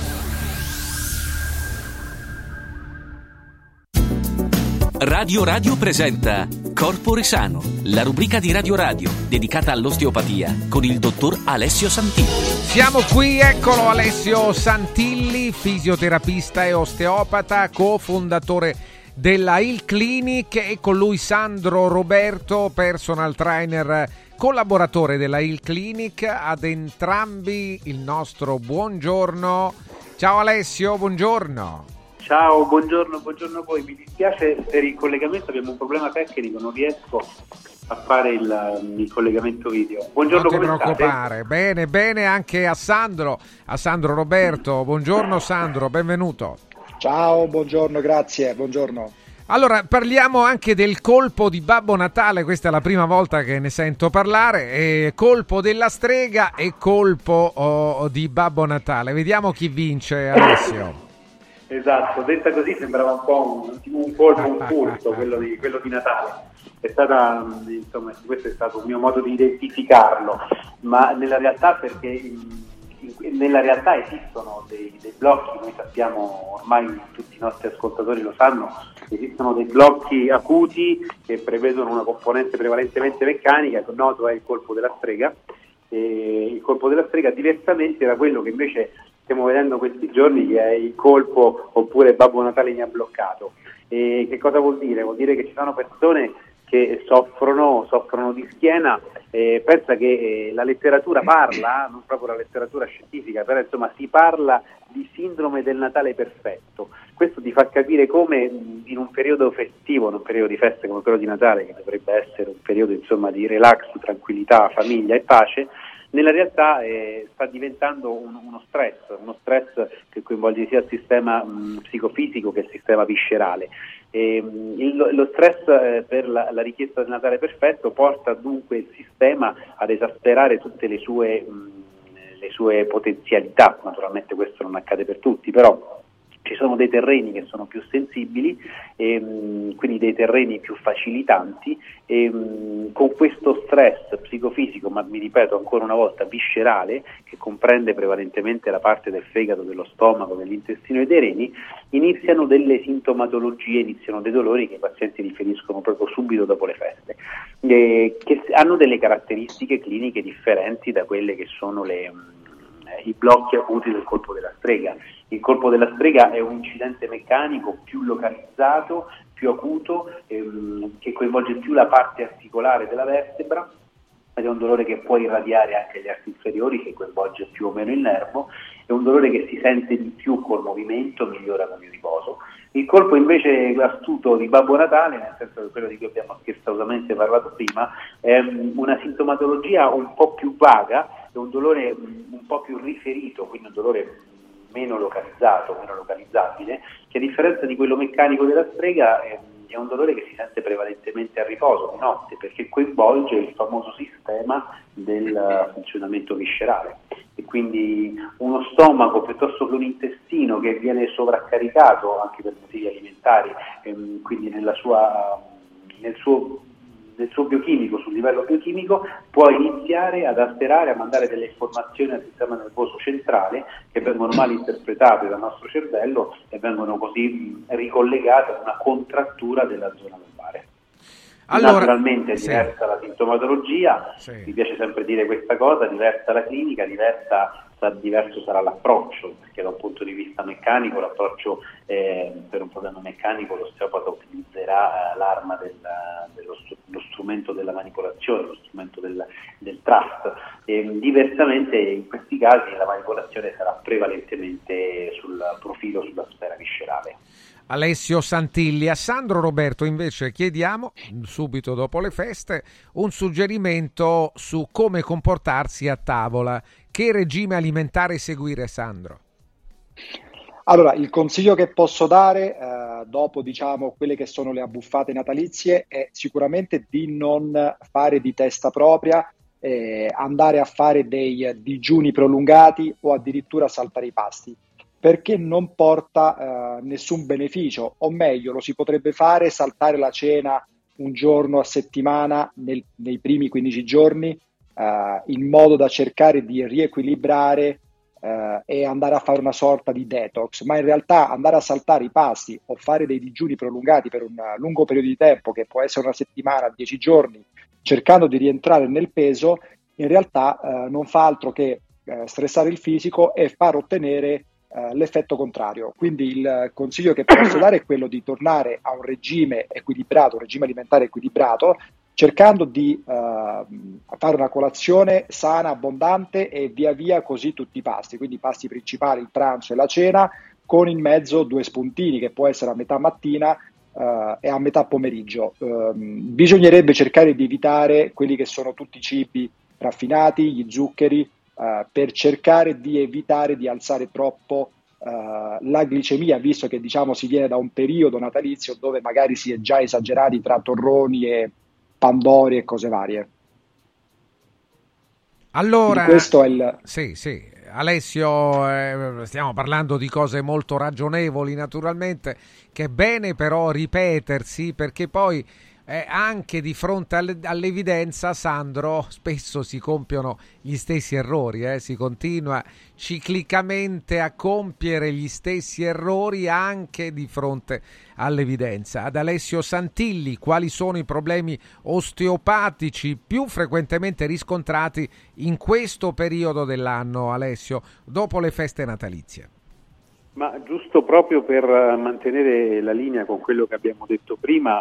Radio Radio presenta Corpore Sano, la rubrica di Radio Radio dedicata all'osteopatia con il dottor Alessio Santilli. Siamo qui, eccolo Alessio Santilli, fisioterapista e osteopata, cofondatore della Heal Clinic, e con lui Sandro Roberto, personal trainer, collaboratore della Heal Clinic. Ad entrambi il nostro buongiorno. Ciao Alessio, buongiorno. Ciao, buongiorno a voi. Mi dispiace per il collegamento, abbiamo un problema tecnico, non riesco a fare il collegamento video. Buongiorno, non ti come preoccupare. state? Bene anche a Sandro Roberto. Buongiorno Sandro, benvenuto. Ciao, buongiorno, grazie, buongiorno. Allora, parliamo anche del colpo di Babbo Natale, questa è la prima volta che ne sento parlare, colpo della strega e colpo di Babbo Natale. Vediamo chi vince, Alessio. Esatto, detta così sembrava un po' un colpo, un furto, quello di Natale. È stata, insomma, questo è stato un mio modo di identificarlo, ma nella realtà esistono dei blocchi, noi sappiamo, ormai tutti i nostri ascoltatori lo sanno, esistono dei blocchi acuti che prevedono una componente prevalentemente meccanica, che noto è il colpo della strega, e il colpo della strega diversamente da quello che invece stiamo vedendo questi giorni, che è il colpo oppure Babbo Natale mi ha bloccato. E che cosa vuol dire? Vuol dire che ci sono persone che soffrono di schiena. Pensa che la letteratura parla, non proprio la letteratura scientifica, però insomma si parla di sindrome del Natale perfetto. Questo ti fa capire come in un periodo festivo, in un periodo di feste come quello di Natale, che dovrebbe essere un periodo insomma di relax, tranquillità, famiglia e pace, nella realtà sta diventando uno stress che coinvolge sia il sistema psicofisico che il sistema viscerale. Lo stress per la richiesta del Natale perfetto porta dunque il sistema ad esasperare tutte le sue potenzialità. Naturalmente questo non accade per tutti, però ci sono dei terreni che sono più sensibili, quindi dei terreni più facilitanti, con questo stress psicofisico, ma mi ripeto ancora una volta viscerale, che comprende prevalentemente la parte del fegato, dello stomaco, dell'intestino e dei reni, iniziano delle sintomatologie, iniziano dei dolori che i pazienti riferiscono proprio subito dopo le feste, che hanno delle caratteristiche cliniche differenti da quelle che sono i blocchi acuti del colpo della strega. Il colpo della strega è un incidente meccanico più localizzato, più acuto, che coinvolge più la parte articolare della vertebra, ed è un dolore che può irradiare anche gli arti inferiori, che coinvolge più o meno il nervo. È un dolore che si sente di più col movimento, migliora con il riposo. Il colpo invece astuto di Babbo Natale, nel senso che quello di cui abbiamo scherzosamente parlato prima, è una sintomatologia un po' più vaga, è un dolore un po' più riferito, quindi un dolore meno localizzato, meno localizzabile, che a differenza di quello meccanico della strega è un dolore che si sente prevalentemente a riposo, di notte, perché coinvolge il famoso sistema del funzionamento viscerale. E quindi uno stomaco piuttosto che un intestino che viene sovraccaricato anche per motivi alimentari, quindi nel suo biochimico, sul livello biochimico, può iniziare ad alterare, a mandare delle informazioni al sistema nervoso centrale che vengono mal interpretate dal nostro cervello e vengono così ricollegate a una contrattura della zona lombare. Allora, naturalmente è diversa la sintomatologia, mi piace sempre dire questa cosa, diversa la clinica, diverso sarà l'approccio, perché da un punto di vista meccanico l'approccio per un problema meccanico l'osteopata utilizzerà l'arma dello strumento della manipolazione, lo strumento del trust. Diversamente in questi casi la manipolazione sarà prevalentemente sul profilo, sulla sfera viscerale. Alessio Santilli. A Sandro Roberto invece chiediamo, subito dopo le feste, un suggerimento su come comportarsi a tavola. Che regime alimentare seguire, Sandro? Allora, il consiglio che posso dare, dopo quelle che sono le abbuffate natalizie, è sicuramente di non fare di testa propria, andare a fare dei digiuni prolungati o addirittura saltare i pasti, perché non porta nessun beneficio, o meglio, lo si potrebbe fare saltare la cena un giorno a settimana nei primi 15 giorni, in modo da cercare di riequilibrare e andare a fare una sorta di detox, ma in realtà andare a saltare i pasti o fare dei digiuni prolungati per un lungo periodo di tempo, che può essere una settimana, 10 giorni, cercando di rientrare nel peso, in realtà non fa altro che stressare il fisico e far ottenere l'effetto contrario. Quindi il consiglio che posso dare è quello di tornare a un regime equilibrato, un regime alimentare equilibrato, cercando di fare una colazione sana, abbondante, e via via così tutti i pasti, quindi i pasti principali, il pranzo e la cena, con in mezzo 2 spuntini, che può essere a metà mattina e a metà pomeriggio. Bisognerebbe cercare di evitare quelli che sono tutti i cibi raffinati, gli zuccheri, per cercare di evitare di alzare troppo la glicemia, visto che si viene da un periodo natalizio dove magari si è già esagerati tra torroni e pandori e cose varie. Allora, questo è sì, Alessio, stiamo parlando di cose molto ragionevoli, naturalmente, che è bene però ripetersi, perché poi anche di fronte all'evidenza, Sandro, spesso si compiono gli stessi errori, si continua ciclicamente a compiere gli stessi errori anche di fronte all'evidenza. Ad Alessio Santilli, quali sono i problemi osteopatici più frequentemente riscontrati in questo periodo dell'anno, Alessio, dopo le feste natalizie? Ma giusto proprio per mantenere la linea con quello che abbiamo detto prima,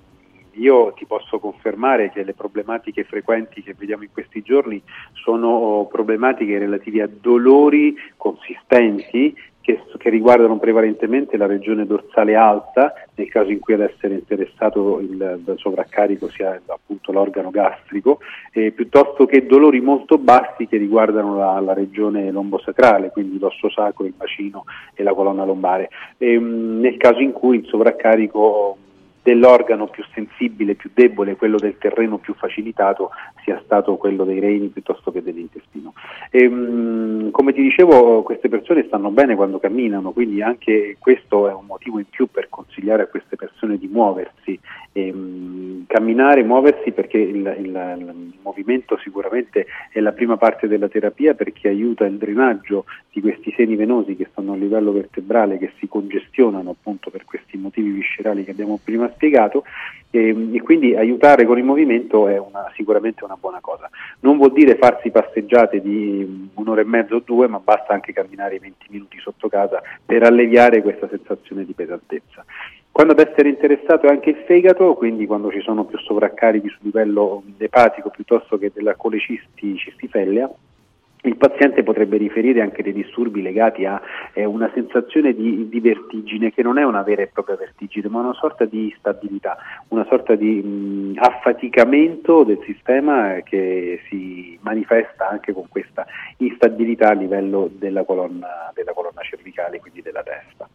io ti posso confermare che le problematiche frequenti che vediamo in questi giorni sono problematiche relative a dolori consistenti che riguardano prevalentemente la regione dorsale alta, nel caso in cui ad essere interessato il sovraccarico sia appunto l'organo gastrico, piuttosto che dolori molto bassi che riguardano la regione lombosacrale, quindi l'osso sacro, il bacino e la colonna lombare, nel caso in cui il sovraccarico dell'organo più sensibile, più debole, quello del terreno più facilitato, sia stato quello dei reni piuttosto che dell'intestino. Come ti dicevo, queste persone stanno bene quando camminano, quindi anche questo è un motivo in più per consigliare a queste persone di muoversi, camminare, muoversi, perché il movimento sicuramente è la prima parte della terapia, perché aiuta il drenaggio di questi seni venosi che stanno a livello vertebrale, che si congestionano appunto per questi motivi viscerali che abbiamo prima spiegato, e quindi aiutare con il movimento è sicuramente una buona cosa. Non vuol dire farsi passeggiate di 1 ora e mezzo o 2, ma basta anche camminare 20 minuti sotto casa per alleviare questa sensazione di pesantezza. Quando ad essere interessato è anche il fegato, quindi quando ci sono più sovraccarichi sul livello epatico piuttosto che della colecistifelea, il paziente potrebbe riferire anche dei disturbi legati a una sensazione di vertigine, che non è una vera e propria vertigine, ma una sorta di instabilità, una sorta di affaticamento del sistema che si manifesta anche con questa instabilità a livello della colonna cervicale, quindi della testa.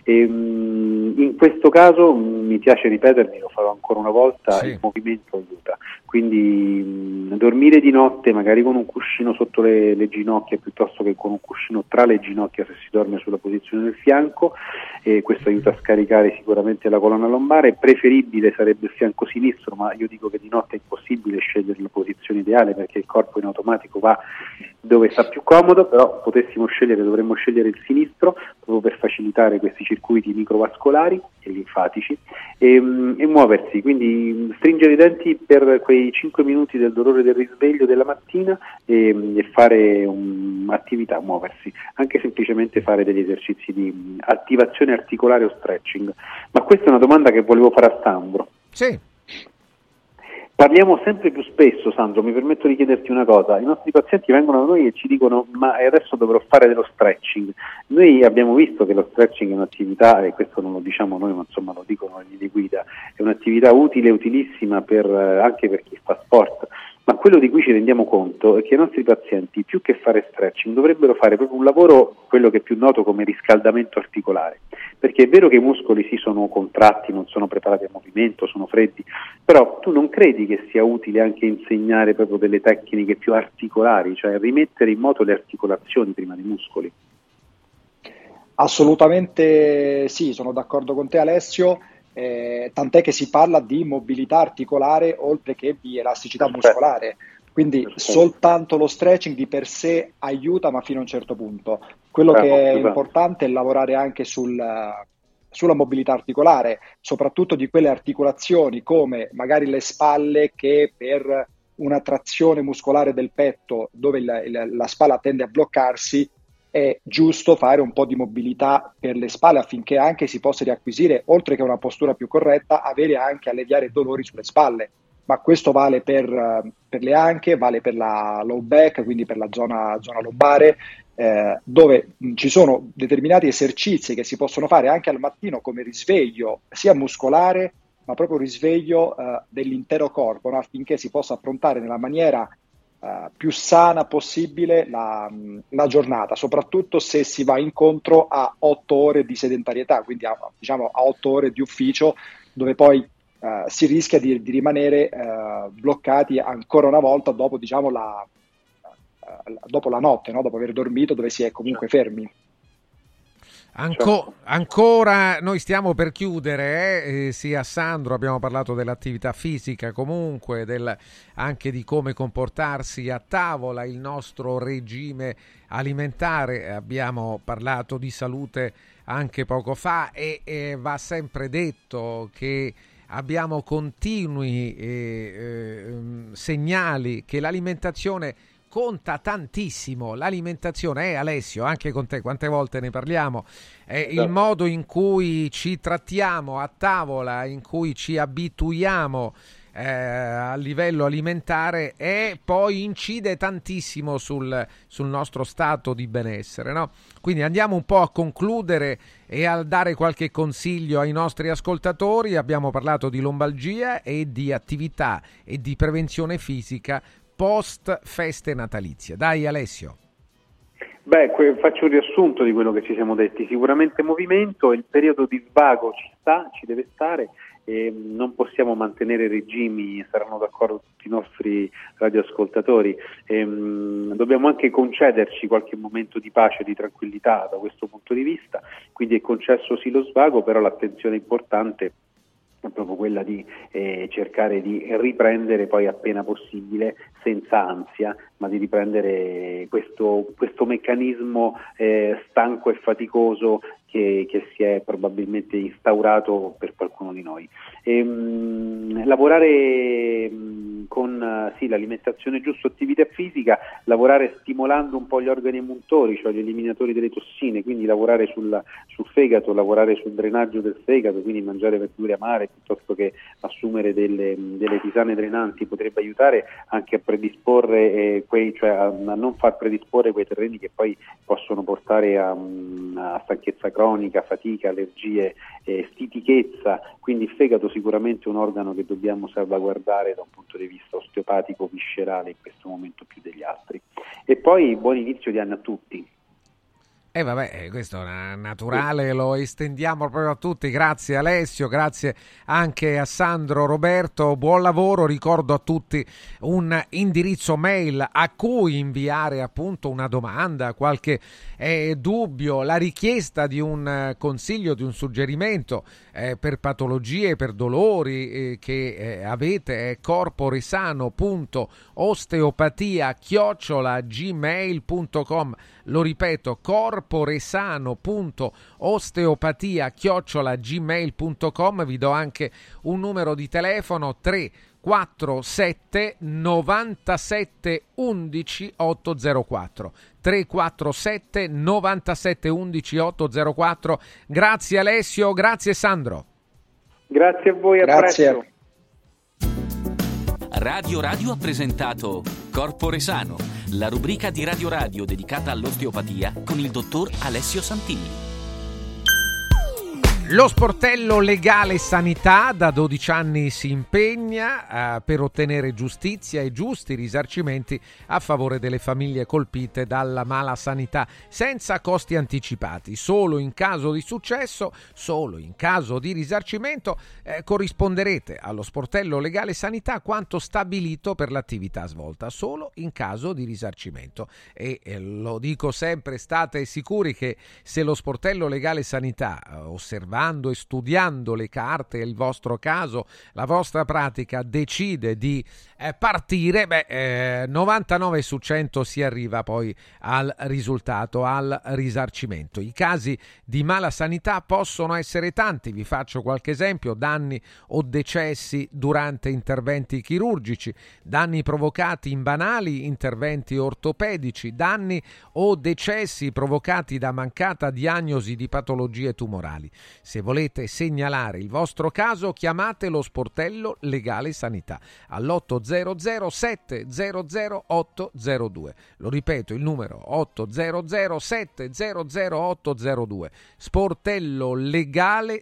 In questo caso mi piace ripetermi, lo farò ancora una volta, il movimento aiuta, quindi dormire di notte magari con un cuscino sotto le ginocchia piuttosto che con un cuscino tra le ginocchia se si dorme sulla posizione del fianco, e questo aiuta a scaricare sicuramente la colonna lombare. Preferibile sarebbe il fianco sinistro, ma io dico che di notte è impossibile scegliere la posizione ideale perché il corpo in automatico va dove sta più comodo, però dovremmo scegliere il sinistro proprio per facilitare questi circuiti microvascolari e linfatici, e muoversi, quindi stringere i denti per quei 5 minuti del dolore del risveglio della mattina e fare attività, muoversi, anche semplicemente fare degli esercizi di attivazione articolare o stretching. Ma questa è una domanda che volevo fare a Sandro. Sì. Parliamo sempre più spesso, Sandro, mi permetto di chiederti una cosa, i nostri pazienti vengono da noi e ci dicono ma adesso dovrò fare dello stretching. Noi abbiamo visto che lo stretching è un'attività, e questo non lo diciamo noi ma insomma lo dicono le linee guida, è un'attività utile, utilissima anche per chi fa sport, ma quello di cui ci rendiamo conto è che i nostri pazienti più che fare stretching dovrebbero fare proprio un lavoro, quello che è più noto come riscaldamento articolare, perché è vero che i muscoli sono contratti, non sono preparati al movimento, sono freddi, però tu non credi che sia utile anche insegnare proprio delle tecniche più articolari, cioè rimettere in moto le articolazioni prima dei muscoli? Assolutamente sì, sono d'accordo con te Alessio, tant'è che si parla di mobilità articolare oltre che di elasticità muscolare, quindi soltanto lo stretching di per sé aiuta ma fino a un certo punto. Quello che è importante è lavorare anche sulla mobilità articolare, soprattutto di quelle articolazioni come magari le spalle, che per una trazione muscolare del petto dove la spalla tende a bloccarsi è giusto fare un po' di mobilità per le spalle affinché anche si possa riacquisire, oltre che una postura più corretta, avere anche alleviare dolori sulle spalle. Ma questo vale per le anche, vale per la low back, quindi per la zona lombare, dove ci sono determinati esercizi che si possono fare anche al mattino come risveglio sia muscolare ma proprio risveglio dell'intero corpo, no? Affinché si possa affrontare nella maniera più sana possibile la giornata, soprattutto se si va incontro a 8 ore di sedentarietà, quindi a 8 ore di ufficio, dove poi si rischia di rimanere bloccati ancora una volta dopo, dopo la notte, no? Dopo aver dormito, dove si è comunque fermi. Ancora noi stiamo per chiudere, sia Sandro, abbiamo parlato dell'attività fisica, comunque anche di come comportarsi a tavola, il nostro regime alimentare, abbiamo parlato di salute anche poco fa e va sempre detto che abbiamo continui segnali che l'alimentazione conta tantissimo. L'alimentazione Alessio, anche con te quante volte ne parliamo, è il modo in cui ci trattiamo a tavola, in cui ci abituiamo a livello alimentare, e poi incide tantissimo sul nostro stato di benessere, no? Quindi andiamo un po' a concludere e a dare qualche consiglio ai nostri ascoltatori. Abbiamo parlato di lombalgia e di attività e di prevenzione fisica post feste natalizie. Dai Alessio. Faccio un riassunto di quello che ci siamo detti. Sicuramente movimento, il periodo di svago ci deve stare, non possiamo mantenere regimi, saranno d'accordo tutti i nostri radioascoltatori, dobbiamo anche concederci qualche momento di pace e di tranquillità da questo punto di vista, quindi è concesso sì lo svago, però l'attenzione importante è proprio quella di cercare di riprendere poi appena possibile, senza ansia, ma di riprendere questo meccanismo stanco e faticoso che si è probabilmente instaurato per qualcuno di noi. Lavorare con l'alimentazione giusta, attività fisica, lavorare stimolando un po' gli organi emuntori, cioè gli eliminatori delle tossine, quindi lavorare sul fegato, lavorare sul drenaggio del fegato, quindi mangiare verdure amare piuttosto che assumere delle tisane drenanti potrebbe aiutare anche a predisporre a non far predisporre quei terreni che poi possono portare a stanchezza cronica, fatica, allergie, stitichezza. Quindi il fegato sicuramente è un organo che dobbiamo salvaguardare da un punto di vista osteopatico, viscerale in questo momento più degli altri. E poi buon inizio di anno a tutti. Questo è naturale, lo estendiamo proprio a tutti. Grazie Alessio, grazie anche a Sandro, Roberto, buon lavoro. Ricordo a tutti un indirizzo mail a cui inviare appunto una domanda, qualche dubbio, la richiesta di un consiglio, di un suggerimento per patologie, per dolori che avete. È corporesano.osteopatia@gmail.com. Lo ripeto, corporesano.osteopatia@gmail.com. Vi do anche un numero di telefono: 347 97 11 804. 347 97 11 804. Grazie Alessio, grazie Sandro. Grazie a voi, a presto. Radio Radio ha presentato Corpore Sano, la rubrica di Radio Radio dedicata all'osteopatia con il dottor Alessio Santilli. Lo sportello Legale Sanità da 12 anni si impegna per ottenere giustizia e giusti risarcimenti a favore delle famiglie colpite dalla mala sanità, senza costi anticipati. Solo in caso di successo, solo in caso di risarcimento, corrisponderete allo sportello Legale Sanità quanto stabilito per l'attività svolta, solo in caso di risarcimento. E lo dico sempre, state sicuri che se lo sportello Legale Sanità, osservando e studiando le carte, il vostro caso, la vostra pratica, decide di partire, 99 su 100 si arriva poi al risultato, al risarcimento. I casi di mala sanità possono essere tanti, vi faccio qualche esempio: danni o decessi durante interventi chirurgici, danni provocati in banali interventi ortopedici, danni o decessi provocati da mancata diagnosi di patologie tumorali. Se volete segnalare il vostro caso, chiamate lo sportello Legale Sanità all'800 700 802. Lo ripeto, il numero 800 700 802. Sportello Legale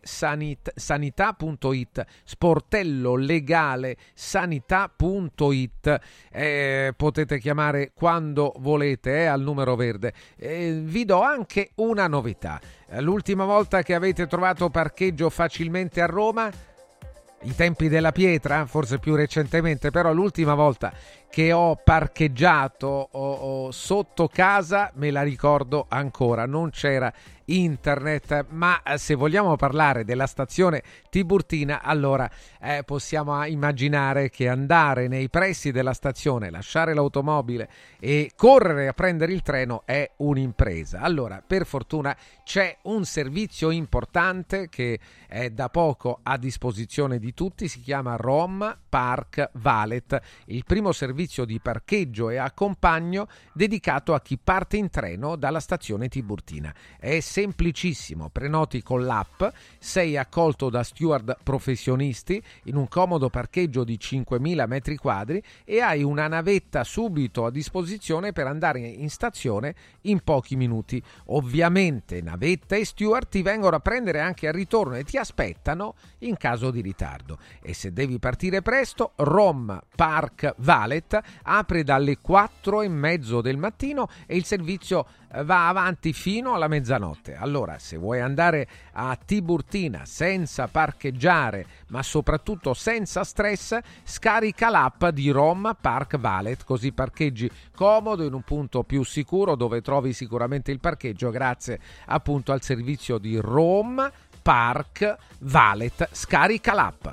Sanità.it. Sportello Legale Sanità.it. Potete chiamare quando volete al numero verde. Vi do anche una novità. L'ultima volta che avete trovato parcheggio facilmente a Roma, i tempi della pietra, forse più recentemente, però l'ultima volta che ho parcheggiato sotto casa me la ricordo ancora, non c'era internet, ma se vogliamo parlare della stazione Tiburtina, allora possiamo immaginare che andare nei pressi della stazione, lasciare l'automobile e correre a prendere il treno è un'impresa. Allora, per fortuna c'è un servizio importante che è da poco a disposizione di tutti, si chiama Rom Park Valet, il primo servizio di parcheggio e accompagno dedicato a chi parte in treno dalla stazione Tiburtina. È semplicissimo, prenoti con l'app, sei accolto da steward professionisti in un comodo parcheggio di 5.000 metri quadri e hai una navetta subito a disposizione per andare in stazione in pochi minuti. Ovviamente navetta e steward ti vengono a prendere anche al ritorno e ti aspettano in caso di ritardo. E se devi partire presto, Rom Park Valet apre dalle 4:30 del mattino e il servizio va avanti fino alla mezzanotte. Allora, se vuoi andare a Tiburtina senza parcheggiare, ma soprattutto senza stress, scarica l'app di Rom Park Valet, così parcheggi comodo in un punto più sicuro dove trovi sicuramente il parcheggio grazie appunto al servizio di Rom Park Valet. Scarica l'app.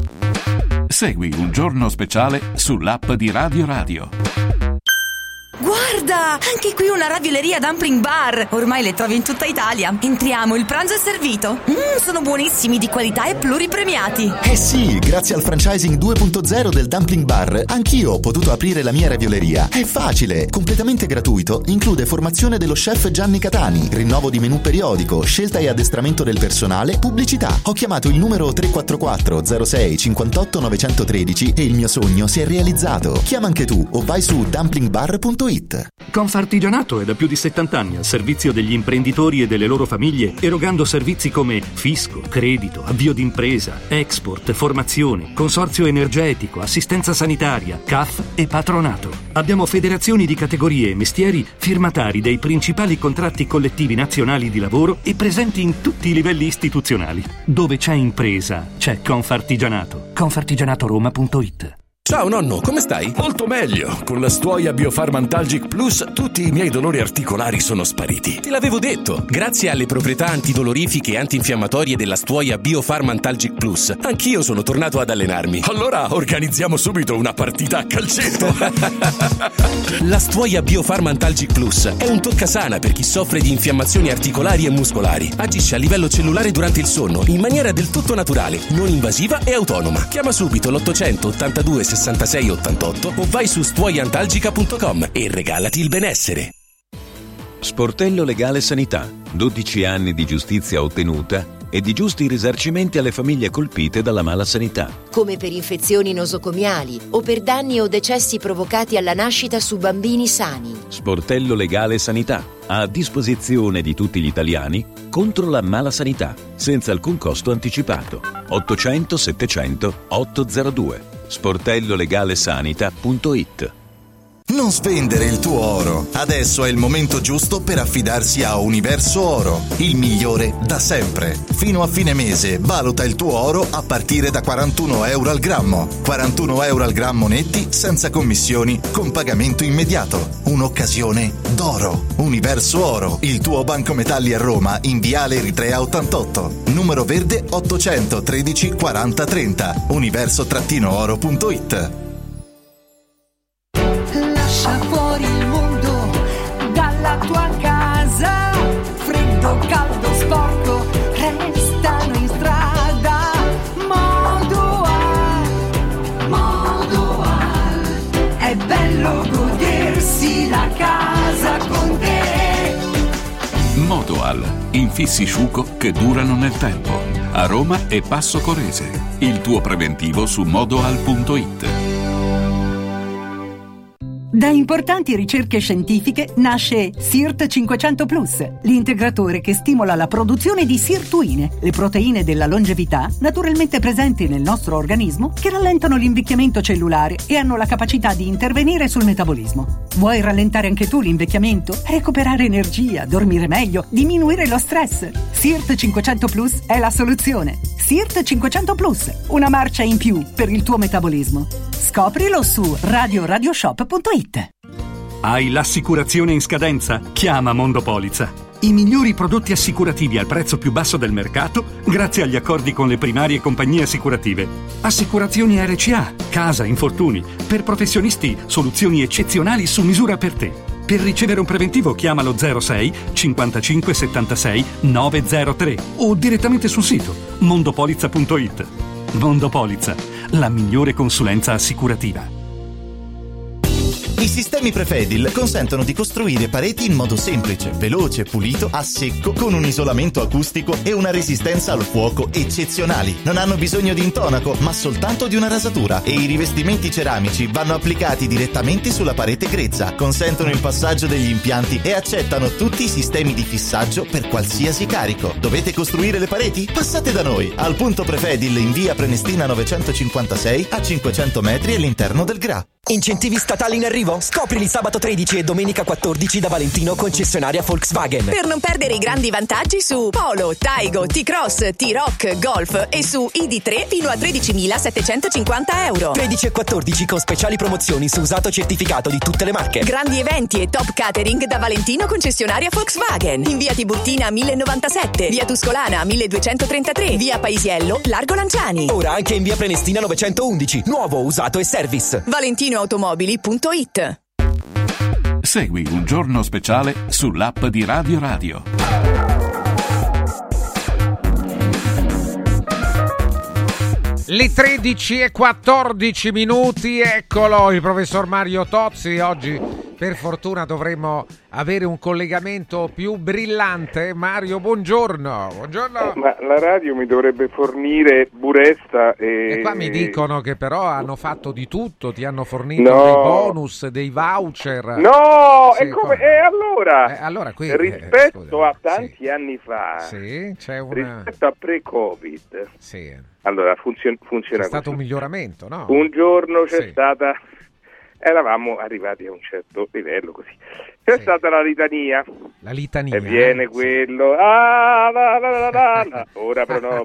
Segui Un Giorno Speciale sull'app di Radio Radio. Guarda, anche qui una ravioleria Dumpling Bar. Ormai le trovi in tutta Italia. Entriamo, il pranzo è servito. Sono buonissimi, di qualità e pluripremiati. Eh sì, grazie al franchising 2.0 del Dumpling Bar, anch'io ho potuto aprire la mia ravioleria. È facile, completamente gratuito, include formazione dello chef Gianni Catani, rinnovo di menù periodico, scelta e addestramento del personale, pubblicità. Ho chiamato il numero 344 06 58 913 e il mio sogno si è realizzato. Chiama anche tu o vai su dumplingbar.it. Confartigianato è da più di 70 anni al servizio degli imprenditori e delle loro famiglie, erogando servizi come fisco, credito, avvio d'impresa, export, formazione, consorzio energetico, assistenza sanitaria, CAF e patronato. Abbiamo federazioni di categorie e mestieri firmatari dei principali contratti collettivi nazionali di lavoro e presenti in tutti i livelli istituzionali. Dove c'è impresa, c'è Confartigianato. Confartigianatoroma.it. Ciao nonno, come stai? Molto meglio. Con la Stuoia Biofarmantalgic Plus tutti i miei dolori articolari sono spariti. Te l'avevo detto. Grazie alle proprietà antidolorifiche e antinfiammatorie della Stuoia Biofarmantalgic Plus, anch'io sono tornato ad allenarmi. Allora organizziamo subito una partita a calcetto. La Stuoia Biofarmantalgic Plus è un toccasana per chi soffre di infiammazioni articolari e muscolari. Agisce a livello cellulare durante il sonno in maniera del tutto naturale, non invasiva e autonoma. Chiama subito l'800 82 66 88 o vai su stuoiantalgica.com e regalati il benessere. Sportello Legale Sanità. 12 anni di giustizia ottenuta e di giusti risarcimenti alle famiglie colpite dalla mala sanità. Come per infezioni nosocomiali o per danni o decessi provocati alla nascita su bambini sani. Sportello Legale Sanità, a disposizione di tutti gli italiani contro la mala sanità, senza alcun costo anticipato. 800 700 802. sportellolegalesanita.it. Non spendere il tuo oro. Adesso è il momento giusto per affidarsi a Universo Oro, il migliore da sempre. Fino a fine mese valuta il tuo oro a partire da €41 al grammo. €41 al grammo netti, senza commissioni, con pagamento immediato. Un'occasione d'oro. Universo Oro, il tuo banco metalli a Roma, in Viale Eritrea 88. Numero verde 813 40 30. universo-oro.it. Lascia fuori il mondo dalla tua casa, freddo, caldo, sporco, restano in strada. Modoal, è bello godersi la casa con te. Modoal, infissi sciuco che durano nel tempo. A Roma e Passo Corese. Il tuo preventivo su modoal.it. Da importanti ricerche scientifiche nasce SIRT 500 Plus, l'integratore che stimola la produzione di sirtuine, le proteine della longevità naturalmente presenti nel nostro organismo che rallentano l'invecchiamento cellulare e hanno la capacità di intervenire sul metabolismo. Vuoi rallentare anche tu l'invecchiamento? Recuperare energia, dormire meglio, diminuire lo stress? SIRT 500 Plus è la soluzione. SIRT 500 Plus, una marcia in più per il tuo metabolismo. Scoprilo su radioshop.it. Hai l'assicurazione in scadenza? Chiama Mondopolizza. I migliori prodotti assicurativi al prezzo più basso del mercato grazie agli accordi con le primarie compagnie assicurative. Assicurazioni RCA, casa, infortuni. Per professionisti, soluzioni eccezionali su misura per te. Per ricevere un preventivo chiamalo 06 55 76 903 o direttamente sul sito mondopolizza.it. Mondopolizza, la migliore consulenza assicurativa. I sistemi Prefedil consentono di costruire pareti in modo semplice, veloce, pulito, a secco, con un isolamento acustico e una resistenza al fuoco eccezionali. Non hanno bisogno di intonaco, ma soltanto di una rasatura, e i rivestimenti ceramici vanno applicati direttamente sulla parete grezza, consentono il passaggio degli impianti e accettano tutti i sistemi di fissaggio per qualsiasi carico. Dovete costruire le pareti? Passate da noi, al punto Prefedil in via Prenestina 956 a 500 metri all'interno del GRA. Incentivi statali in arrivo? Scoprili sabato 13 e domenica 14 da Valentino, concessionaria Volkswagen. Per non perdere i grandi vantaggi su Polo, Taigo, T-Cross, T-Rock, Golf e su ID3 fino a 13.750 euro. 13 e 14 con speciali promozioni su usato certificato di tutte le marche. Grandi eventi e top catering da Valentino, concessionaria Volkswagen. In via Tiburtina 1097, via Tuscolana 1233, via Paisiello, Largo Lanciani. Ora anche in via Prenestina 911, nuovo, usato e service. ValentinoAutomobili.it. Segui Un Giorno Speciale sull'app di Radio Radio. Le 13:14, eccolo il professor Mario Tozzi. Oggi per fortuna dovremmo avere un collegamento più brillante. Mario, buongiorno. Buongiorno. Ma la radio mi dovrebbe fornire Buresta e qua mi dicono che però hanno fatto di tutto, ti hanno fornito dei bonus, dei voucher. No, sì, e come? E allora? Allora qui, rispetto a tanti anni fa, sì, c'è una... rispetto a pre-Covid, sì. Allora funziona c'è così. stato un miglioramento, no? Un giorno c'è stata, eravamo arrivati a un certo livello così, c'è stata la litania. La litania. E viene quello, ora Pronovo,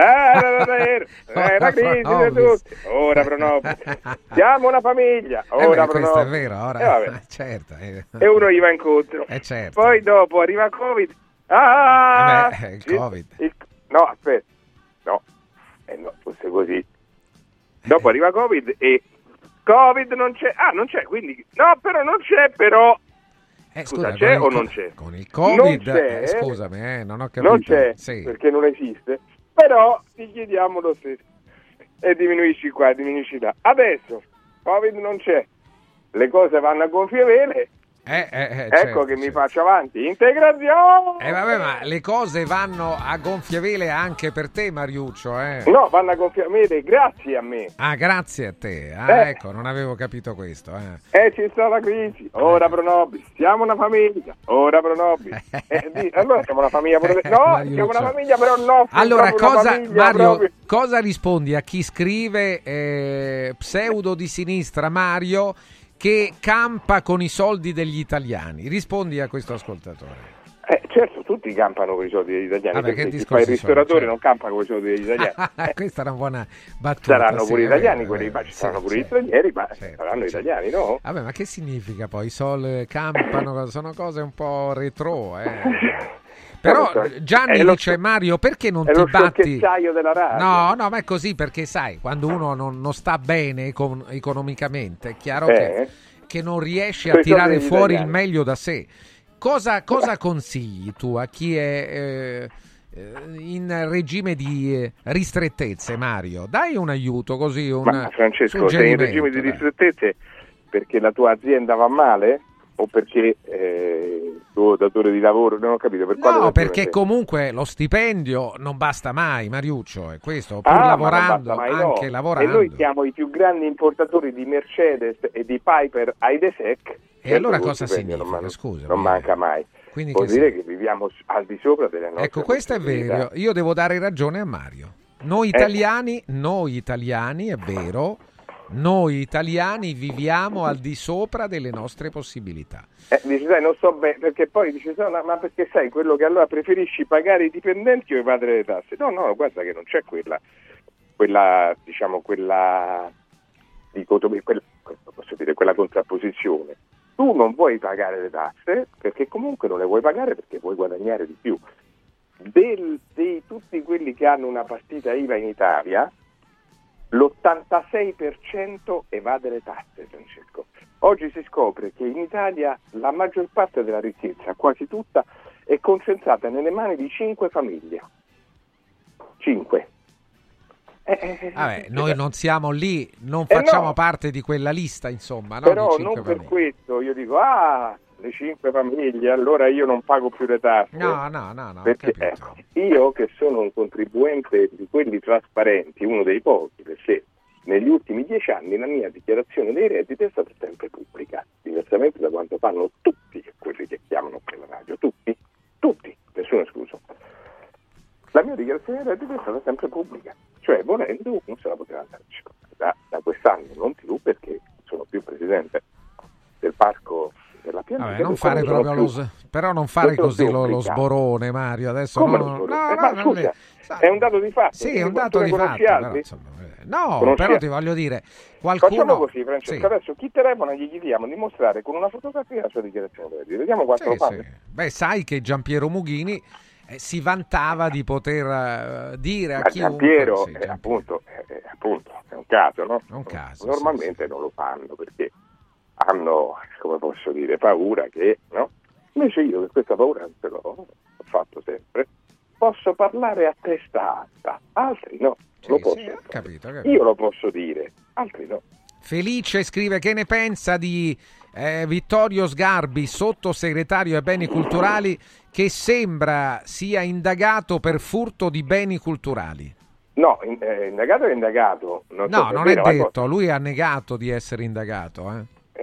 la crisi di tutti, ora Pronovo, siamo una famiglia, ora Pronovo. Questo è vero, ora, certo. E uno gli va incontro. Certo. Poi dopo arriva Covid, il Covid. No, aspetta, no, fosse così. Dopo arriva Covid e Covid non c'è, non c'è, quindi no, però non c'è, però scusa, c'è o non c'è? Con il Covid, non c'è, scusami, non ho capito. Non c'è, sì. Perché non esiste, però ti chiediamo lo stesso. E diminuisci qua, diminuisci là. Adesso Covid non c'è, le cose vanno a gonfie vele, Ecco certo, che mi faccio avanti. Integrazione! Vabbè, ma le cose vanno a gonfie vele anche per te, Mariuccio, No, vanno a gonfie vele grazie a me. Ah, grazie a te. Ecco, non avevo capito questo. Ci sta la crisi. Ora pro nobis. Siamo una famiglia. Ora pro nobis. Allora siamo una famiglia pure... No, siamo una famiglia però no. Allora, Mario, proprio. cosa rispondi a chi scrive pseudo di sinistra, Mario, che campa con i soldi degli italiani? Rispondi a questo ascoltatore. Certo, tutti campano con i soldi degli italiani, perché chi fa il soldi, ristoratore non campa con i soldi degli italiani. Questa è una buona battuta. Saranno pure italiani, quelli ci saranno pure gli stranieri, ma saranno italiani, no? Vabbè, ma che significa poi? I soldi campano, sono cose un po' retro, Però Gianni dice, Mario, perché non ti batti? È lo sciocchezzaio della radio. No, ma è così, perché sai, quando uno non sta bene economicamente, è chiaro che non riesce a tirare fuori il meglio da sé. Cosa consigli tu a chi è in regime di ristrettezze, Mario? Dai un aiuto così, Ma Francesco, sei in regime di ristrettezze perché la tua azienda va male? O perché tuo datore di lavoro, non ho capito per quale No, perché comunque lo stipendio non basta mai, Mariuccio, è questo, pur lavorando, anche lavorando. E noi siamo i più grandi importatori di Mercedes e di Piper Aidesec. E allora cosa significa? Scusa. Non manca mai. Quindi vuol dire che viviamo al di sopra delle nostre Ecco, questo è vero, io devo dare ragione a Mario. Noi italiani, è vero, noi italiani viviamo al di sopra delle nostre possibilità. Dici, sai, non so bene, perché poi dici, ma perché sai quello che allora preferisci pagare i dipendenti o evadere le tasse? No, guarda che non c'è quella dicotomia, quella contrapposizione. Tu non vuoi pagare le tasse perché comunque non le vuoi pagare perché vuoi guadagnare di più. Di tutti quelli che hanno una partita IVA in Italia, l'86% evade le tasse, Francesco. Oggi si scopre che in Italia la maggior parte della ricchezza, quasi tutta, è concentrata nelle mani di 5 famiglie. 5. Vabbè, noi non siamo lì, non facciamo parte di quella lista, insomma. No? Però di non famiglie. Per questo io dico, le 5 famiglie, allora io non pago più le tasse. No. Perché io che sono un contribuente di quelli trasparenti, uno dei pochi, perché negli ultimi 10 anni la mia dichiarazione dei redditi è stata sempre pubblica, diversamente da quanto fanno tutti quelli che chiamano per la radio, tutti, nessuno escluso. La mia dichiarazione dei redditi è stata sempre pubblica, cioè volendo uno se la poteva andare da quest'anno, non più perché sono più presidente del parco della Pianica. Vabbè, non fare proprio però non fare così lo sborone, Mario, adesso scusa, è un dato di fatto. Sì, è un dato di fatto, però, insomma, però ti voglio dire, qualcuno... Facciamo così, Francesco, adesso chi telefona gli chiediamo di mostrare con una fotografia la sua dichiarazione dei redditi, vediamo quanto lo fanno. Beh, sai che Giampiero Mughini si vantava di poter dire a chiunque... Giampiero, appunto, è un caso, no? È un caso. Normalmente non lo fanno perché hanno, come posso dire, paura che, no? Invece io che questa paura ce l'ho, ho fatto sempre, posso parlare a testa alta, altri no, lo posso. Capito. Io lo posso dire, altri no. Felice scrive: che ne pensa di Vittorio Sgarbi, sottosegretario ai beni culturali, che sembra sia indagato per furto di beni culturali? No, indagato è indagato. Non è detto, lui ha negato di essere indagato.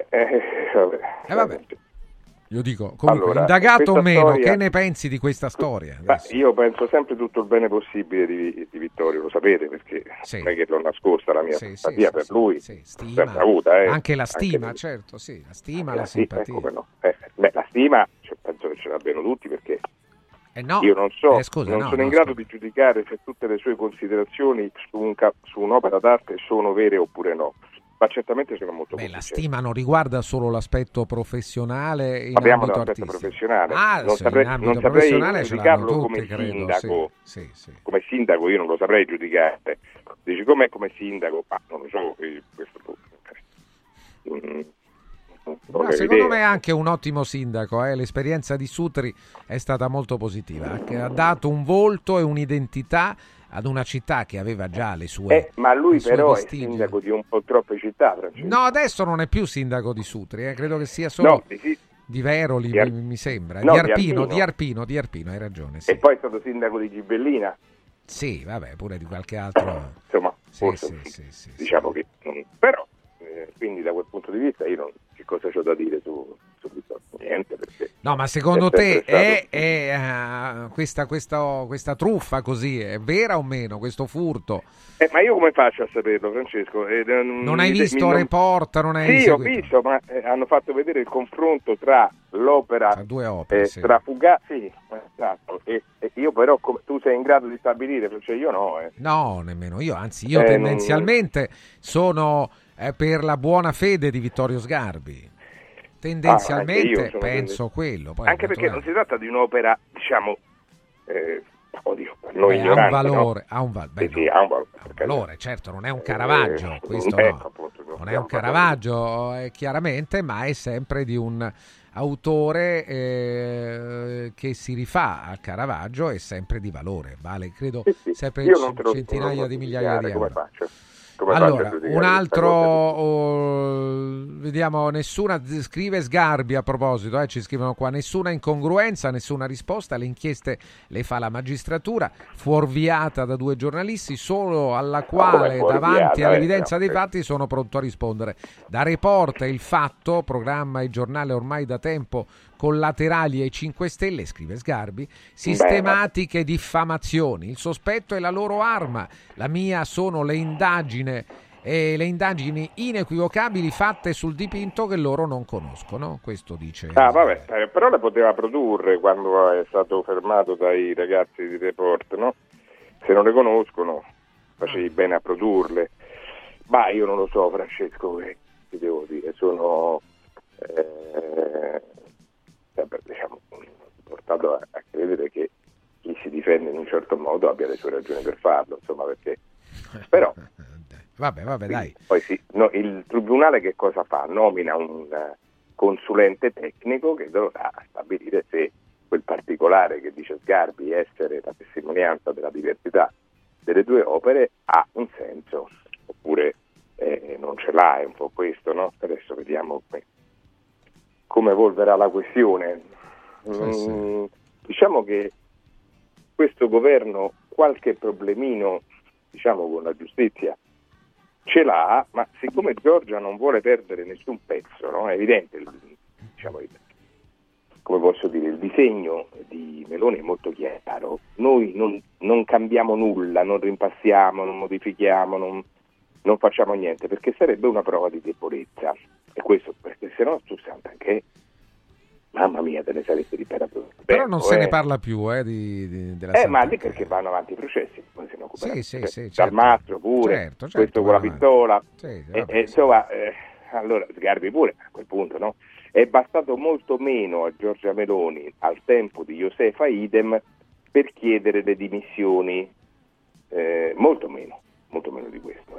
Vabbè. Io dico, comunque, allora, indagato o meno, storia... che ne pensi di questa storia? Io penso sempre tutto il bene possibile di Vittorio, lo sapete, perché non è che l'ho nascosta la mia simpatia per lui, stima, avuta, anche la stima, certo, la stima, la simpatia. Come no? La stima, penso che ce l'abbiano tutti, perché io non so, sono in grado di giudicare se tutte le sue considerazioni su un'opera d'arte sono vere oppure no. Ma certamente sono molto la stima non riguarda solo l'aspetto professionale in Parliamo ambito dell'aspetto artistico. professionale. Non saprei giudicarlo come sindaco. Sì. Come sindaco io non lo saprei giudicare. Dici com'è come sindaco? Ma non lo so, questo secondo me è anche un ottimo sindaco. L'esperienza di Sutri è stata molto positiva, che ha dato un volto e un'identità ad una città che aveva già le sue ma lui però vestigi. È sindaco di un po' troppe città, Francesco. No, adesso non è più sindaco di Sutri, credo che sia solo di Di Veroli, mi sembra. No, Di Arpino, hai ragione. Sì. E poi è stato sindaco di Gibellina. Sì, vabbè, pure di qualche altro. Insomma, sì, forse diciamo che però quindi da quel punto di vista io non, che cosa c'ho da dire su niente, perché no, ma secondo te è questa truffa così è vera o meno, questo furto? Ma io come faccio a saperlo, Francesco? Non hai visto Report? Non hai sì, ho visto, ma hanno fatto vedere il confronto tra l'opera, tra due opere, tra Fugazi, esatto, e io però tu sei in grado di stabilire, cioè io no. No, nemmeno io, anzi io tendenzialmente sono per la buona fede di Vittorio Sgarbi. Tendenzialmente penso quello. Poi, anche perché non si tratta di un'opera, diciamo, noi ignoranti, ha un valore, no? ha un valore. Sì, ha un valore, certo, non è un Caravaggio, questo no. Appunto, non è un Caravaggio, chiaramente, ma è sempre di un autore che si rifà a Caravaggio, è sempre di valore, vale, credo, sempre centinaia di migliaia di euro. Come faccio? Allora, un altro, vediamo, nessuna, scrive Sgarbi a proposito, ci scrivono qua, nessuna incongruenza, nessuna risposta, le inchieste le fa la magistratura, fuorviata da 2 giornalisti, solo alla quale davanti all'evidenza dei fatti sono pronto a rispondere. Da Report Il Fatto, programma e giornale ormai da tempo collaterali ai 5 Stelle, scrive Sgarbi, sistematiche diffamazioni, il sospetto è la loro arma, la mia sono le indagini inequivocabili fatte sul dipinto che loro non conoscono, questo dice. Vabbè, però le poteva produrre quando è stato fermato dai ragazzi di Report, no? Se non le conoscono facevi bene a produrle. Ma io non lo so, Francesco, che ti devo dire, sono diciamo, portato a credere che chi si difende in un certo modo abbia le sue ragioni per farlo, insomma, perché però vabbè, dai. Poi il tribunale che cosa fa? Nomina un consulente tecnico che dovrà stabilire se quel particolare che dice Sgarbi essere la testimonianza della diversità delle 2 opere ha un senso oppure non ce l'ha, è un po' questo, no? Adesso vediamo come evolverà la questione. Diciamo che questo governo qualche problemino, diciamo, con la giustizia ce l'ha, ma siccome Giorgia non vuole perdere nessun pezzo, no? È evidente, diciamo, come posso dire, il disegno di Meloni è molto chiaro. Noi non cambiamo nulla, non rimpassiamo, non modifichiamo, non facciamo niente, perché sarebbe una prova di debolezza. E questo perché se no, tu santo anche, mamma mia, te ne saresti riparato. Però non se ne parla più della ma lì perché vanno avanti i processi, poi se ne occupano. Sì, certo. Dal mastro pure, certo, questo con la pistola. Insomma, allora Sgarbi pure a quel punto, no? È bastato molto meno a Giorgia Meloni al tempo di Josefa Idem per chiedere le dimissioni, molto meno di questo,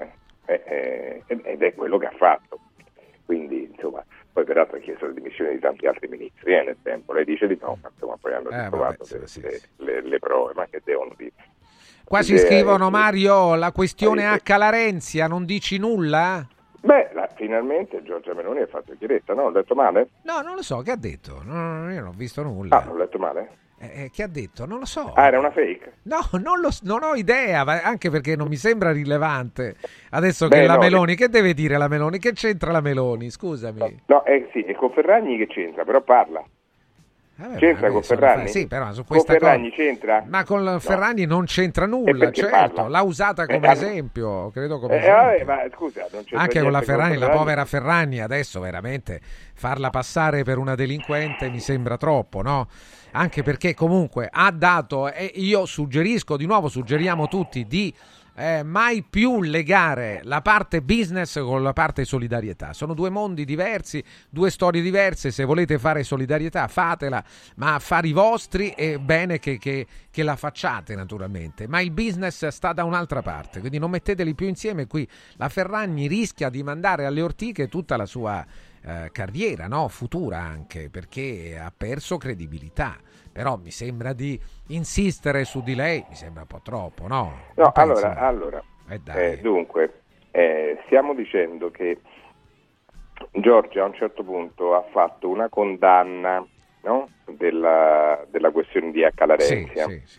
ed è quello che ha fatto. Quindi, insomma, poi peraltro ha chiesto le dimissioni di tanti altri ministri nel tempo. Lei dice di no, ma insomma poi hanno ritrovato le prove, ma che devono dire. Qua si scrivono, Mario, la questione H. Larenzia, non dici nulla? Finalmente Giorgia Meloni ha fatto chiarezza, no? Ho detto male? No, non lo so, che ha detto? Io non ho visto nulla. Ho letto male? Che ha detto? Non lo so. Era una fake? No, non ho idea, anche perché non mi sembra rilevante. Adesso che Meloni, che deve dire la Meloni? Che c'entra la Meloni? Scusami. No, sì, e con Ferragni che c'entra, però parla. C'entra con Ferragni? Sì, però su questa con Ferragni c'entra? Ma con Ferragni non c'entra nulla, certo. Parla? L'ha usata come esempio, credo come esempio. Ma scusa, non c'entra anche con la Ferragni, la povera Ferragni, adesso veramente farla passare per una delinquente mi sembra troppo, no? Anche perché comunque ha dato, e io suggeriamo tutti di mai più legare la parte business con la parte solidarietà. Sono 2 mondi diversi, 2 storie diverse. Se volete fare solidarietà fatela, ma affari vostri è bene che la facciate naturalmente, ma il business sta da un'altra parte, quindi non metteteli più insieme. Qui la Ferragni rischia di mandare alle ortiche tutta la sua carriera, no? Futura, anche perché ha perso credibilità. Però mi sembra di insistere su di lei, mi sembra un po' troppo, no? No, allora dunque, stiamo dicendo che Giorgia a un certo punto ha fatto una condanna, no? della questione di Accalarentia. Sì.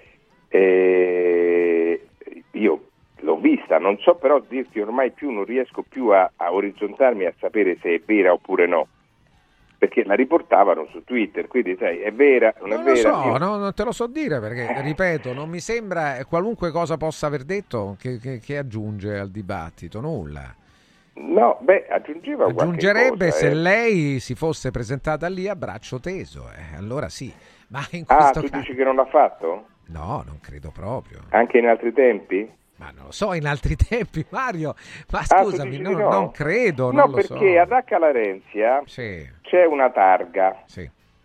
Io l'ho vista, non so però dirti ormai più, non riesco più a orizzontarmi a sapere se è vera oppure no, perché la riportavano su Twitter, quindi sai, è vera, non è vera? So, non te lo so dire, perché ripeto, non mi sembra qualunque cosa possa aver detto che aggiunge al dibattito, nulla. No, aggiungerebbe cosa, se lei si fosse presentata lì a braccio teso, allora sì. Ma in questo tu caso... dici che non l'ha fatto? No, non credo proprio. Anche in altri tempi? Ma non lo so, in altri tempi, Mario, ma scusami, non credo. No, non lo perché so. ad Accalarentia c'è una targa. Sì.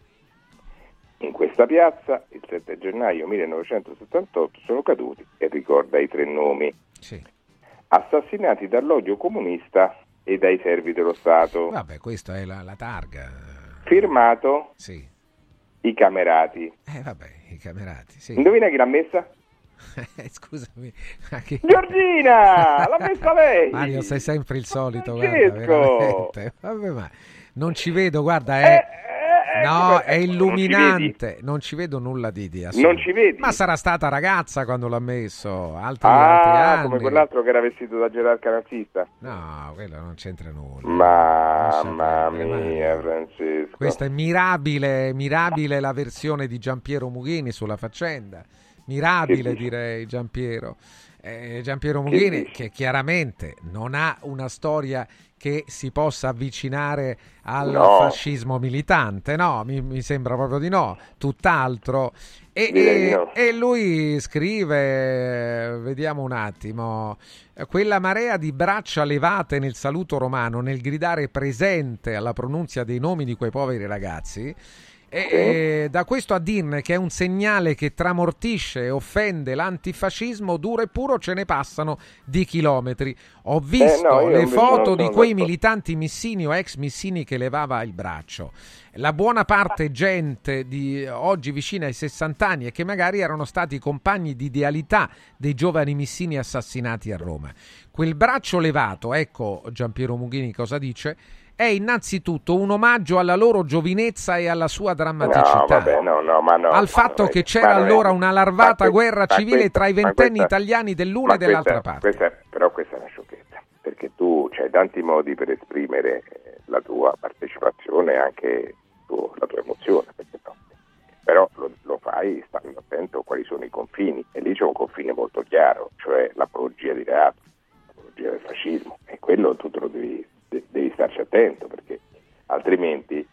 In questa piazza, il 7 gennaio 1978, sono caduti, e ricorda i 3 nomi. Sì. Assassinati dall'odio comunista e dai servi dello Stato. Vabbè, questa è la targa. Firmato sì. I Camerati. Vabbè, i Camerati, sì. Indovina chi l'ha messa? Scusami. Giorgina! L'ha messa lei! Mario, sei sempre il solito, Francesco! Guarda, veramente. Vabbè, ma non ci vedo, guarda, no, è illuminante, non ci vedo nulla di assoluto. Non ci vedi? Ma sarà stata ragazza quando l'ha messo, altri anni. Come quell'altro che era vestito da gerarca nazista? No, quello non c'entra nulla. Mamma mia, Francesco. Questa è mirabile la versione di Giampiero Mughini sulla faccenda. Mirabile, direi, Giampiero Mughini, che chiaramente non ha una storia che si possa avvicinare al fascismo militante, no, mi sembra proprio di no, tutt'altro. E lui scrive, vediamo un attimo, quella marea di braccia levate nel saluto romano, nel gridare presente alla pronunzia dei nomi di quei poveri ragazzi, e da questo a dirne che è un segnale che tramortisce e offende l'antifascismo, duro e puro ce ne passano di chilometri. Ho visto le foto di quei militanti missini o ex missini che levava il braccio. La buona parte gente di oggi vicina ai 60 anni e che magari erano stati compagni di idealità dei giovani missini assassinati a Roma. Quel braccio levato, ecco Giampiero Mughini cosa dice, è innanzitutto un omaggio alla loro giovinezza e alla sua drammaticità. Al fatto che c'era allora una larvata guerra civile tra i ventenni italiani dell'una e dell'altra parte. Però questa è una sciocchezza, perché tu c'hai tanti modi per esprimere la tua partecipazione e anche la tua emozione, perché no? Però lo fai stando attento a quali sono i confini, e lì c'è un confine molto chiaro, cioè l'apologia di reato, l'apologia del fascismo, e quello tu te lo devi starci attento, perché altrimenti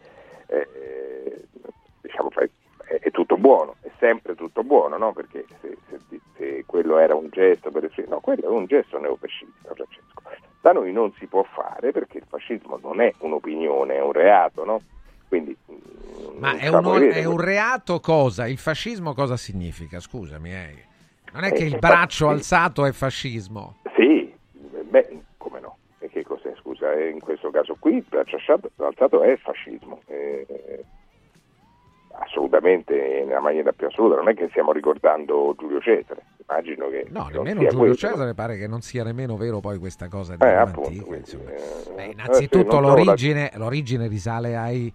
è tutto buono, è sempre tutto buono, no? Perché se quello era un gesto no, quello è un gesto neofascista, Francesco. Da noi non si può fare, perché il fascismo non è un'opinione, è un reato, no? Quindi ma è un reato cosa? Il fascismo cosa significa? Scusami, non è che il braccio alzato è fascismo? Sì, come no? E che cos'è, scusa? In questo caso qui il braccio alzato è fascismo, assolutamente, nella maniera più assoluta. Non è che stiamo ricordando Giulio Cesare, immagino che no, nemmeno Giulio Cesare, pare che non sia nemmeno vero poi questa cosa di antica, innanzitutto l'origine risale ai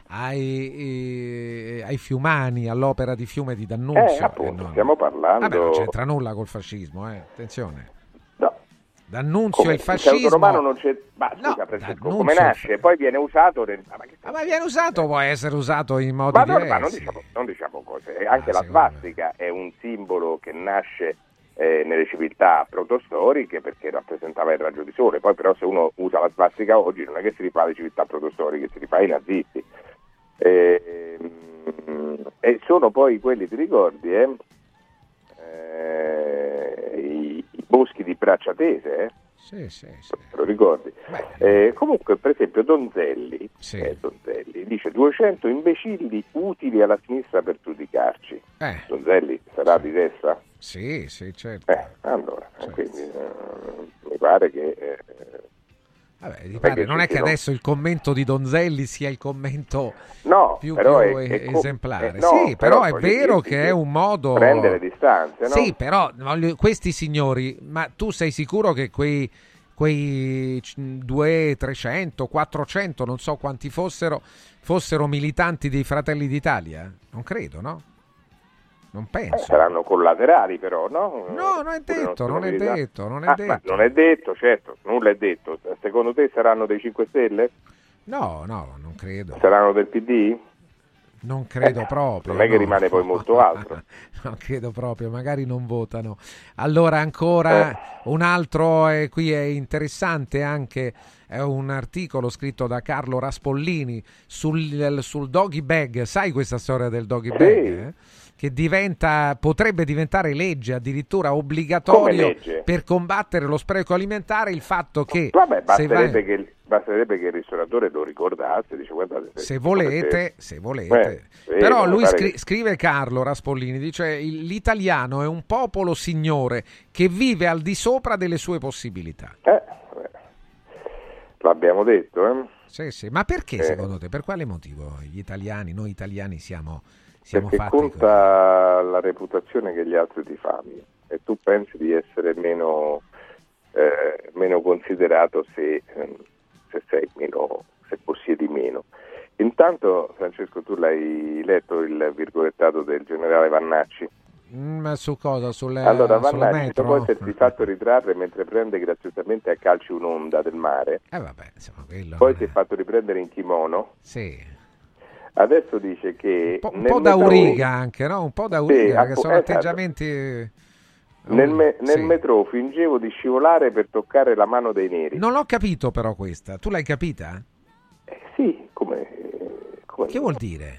Fiumani, all'opera di Fiume di D'Annunzio, stiamo parlando. Vabbè, non c'entra nulla col fascismo, attenzione. No. D'Annunzio e il fascismo. Il romano non c'è. Ma scusa, Francesco, come nasce? Poi viene usato ma viene usato, può essere usato in modi diversi. Ma non diciamo cose. Anche la svastica è un simbolo che nasce nelle civiltà protostoriche, perché rappresentava il raggio di sole. Poi però se uno usa la svastica oggi non è che si rifà alle civiltà protostoriche, si rifà ai nazisti. E sono poi quelli, ti ricordi, i boschi di Bracciatese, Sì. Lo ricordi? Comunque, per esempio, Donzelli, Donzelli dice 200 imbecilli utili alla sinistra per giudicarci. Donzelli sarà di destra? Sì, certo. Allora, quindi mi pare che... non è che adesso il commento di Donzelli sia il commento più esemplare. Sì, però è vero che è un modo prendere distanze, no? Sì, però questi signori, ma tu sei sicuro che quei quei 200, 300, 400, non so quanti fossero militanti dei Fratelli d'Italia? Non credo, no? Non penso. Saranno collaterali però, no? No, non è detto. Ma non è detto, certo, nulla è detto. Secondo te saranno dei 5 Stelle? No, non credo. Saranno del PD? Non credo proprio. Non è che rimane poi molto altro. Non credo proprio, magari non votano. Allora ancora un altro, qui è interessante anche, è un articolo scritto da Carlo Raspollini sul doggy bag. Sai questa storia del doggy bag? Che potrebbe diventare legge, addirittura obbligatorio per combattere lo spreco alimentare, il fatto che... Vabbè, basterebbe che il ristoratore lo ricordasse, dice guardate... Se volete. Però lui scrive Carlo Raspollini, dice l'italiano è un popolo signore che vive al di sopra delle sue possibilità. L'abbiamo detto, eh? Sì, ma perché secondo te? Per quale motivo noi italiani siamo perché fatti conta così? La reputazione che gli altri ti fanno e tu pensi di essere meno considerato se sei meno, se possiedi meno. Intanto, Francesco, tu l'hai letto il virgolettato del generale Vannacci? Ma su cosa? Allora, Vannacci, metro? dopo essersi fatto ritrarre mentre prende graziosamente a calci un'onda del mare, poi si è fatto riprendere in kimono. Sì. Adesso dice che un po' da Uriga anche, no? Un po' da Uriga, che sono atteggiamenti. Nel metro fingevo di scivolare per toccare la mano dei neri. Non l'ho capito però questa. Tu l'hai capita? Sì, come che vuol dire?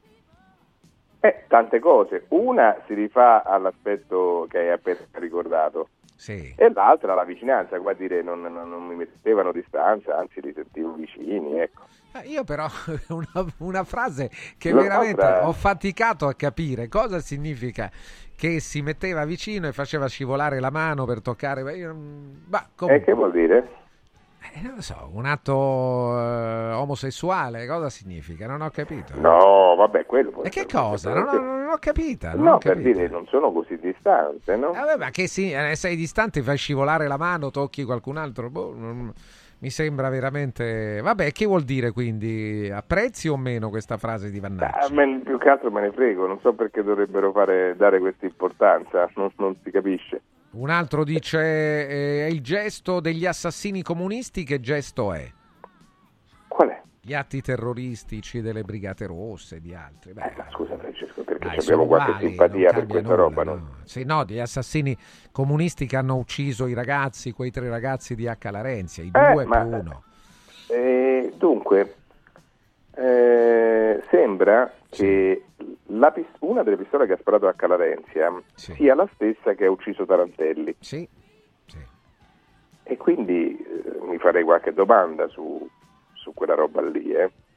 Tante cose. Una si rifà all'aspetto che hai appena ricordato. Sì. E l'altra la vicinanza, qua dire non mi mettevano distanza, anzi li sentivo vicini, ecco. Io però una frase che veramente ho faticato a capire cosa significa, che si metteva vicino e faceva scivolare la mano per toccare. Che vuol dire? Non lo so, un atto omosessuale, cosa significa? Non ho capito. No, vabbè, quello può E che cosa? Non ho capito. Per dire non sono così distante, no? Ma che sei distante, fai scivolare la mano, tocchi qualcun altro, mi sembra veramente... Vabbè, che vuol dire quindi? Apprezzi o meno questa frase di Vannacci? Più che altro me ne frego, non so perché dovrebbero dare questa importanza, non si capisce. Un altro dice è il gesto degli assassini comunisti. Che gesto è? Qual è? Gli atti terroristici delle Brigate Rosse, di altri. Ma scusa Francesco, perché abbiamo qualche simpatia per questa roba, no? Sì, no, gli assassini comunisti che hanno ucciso i ragazzi, quei 3 ragazzi di H. Larenzia, i 2 più 1. Dunque, sembra che una delle pistole che ha sparato H. Larenzia sia la stessa che ha ucciso Tarantelli. Sì. E quindi mi farei qualche domanda su quella roba lì,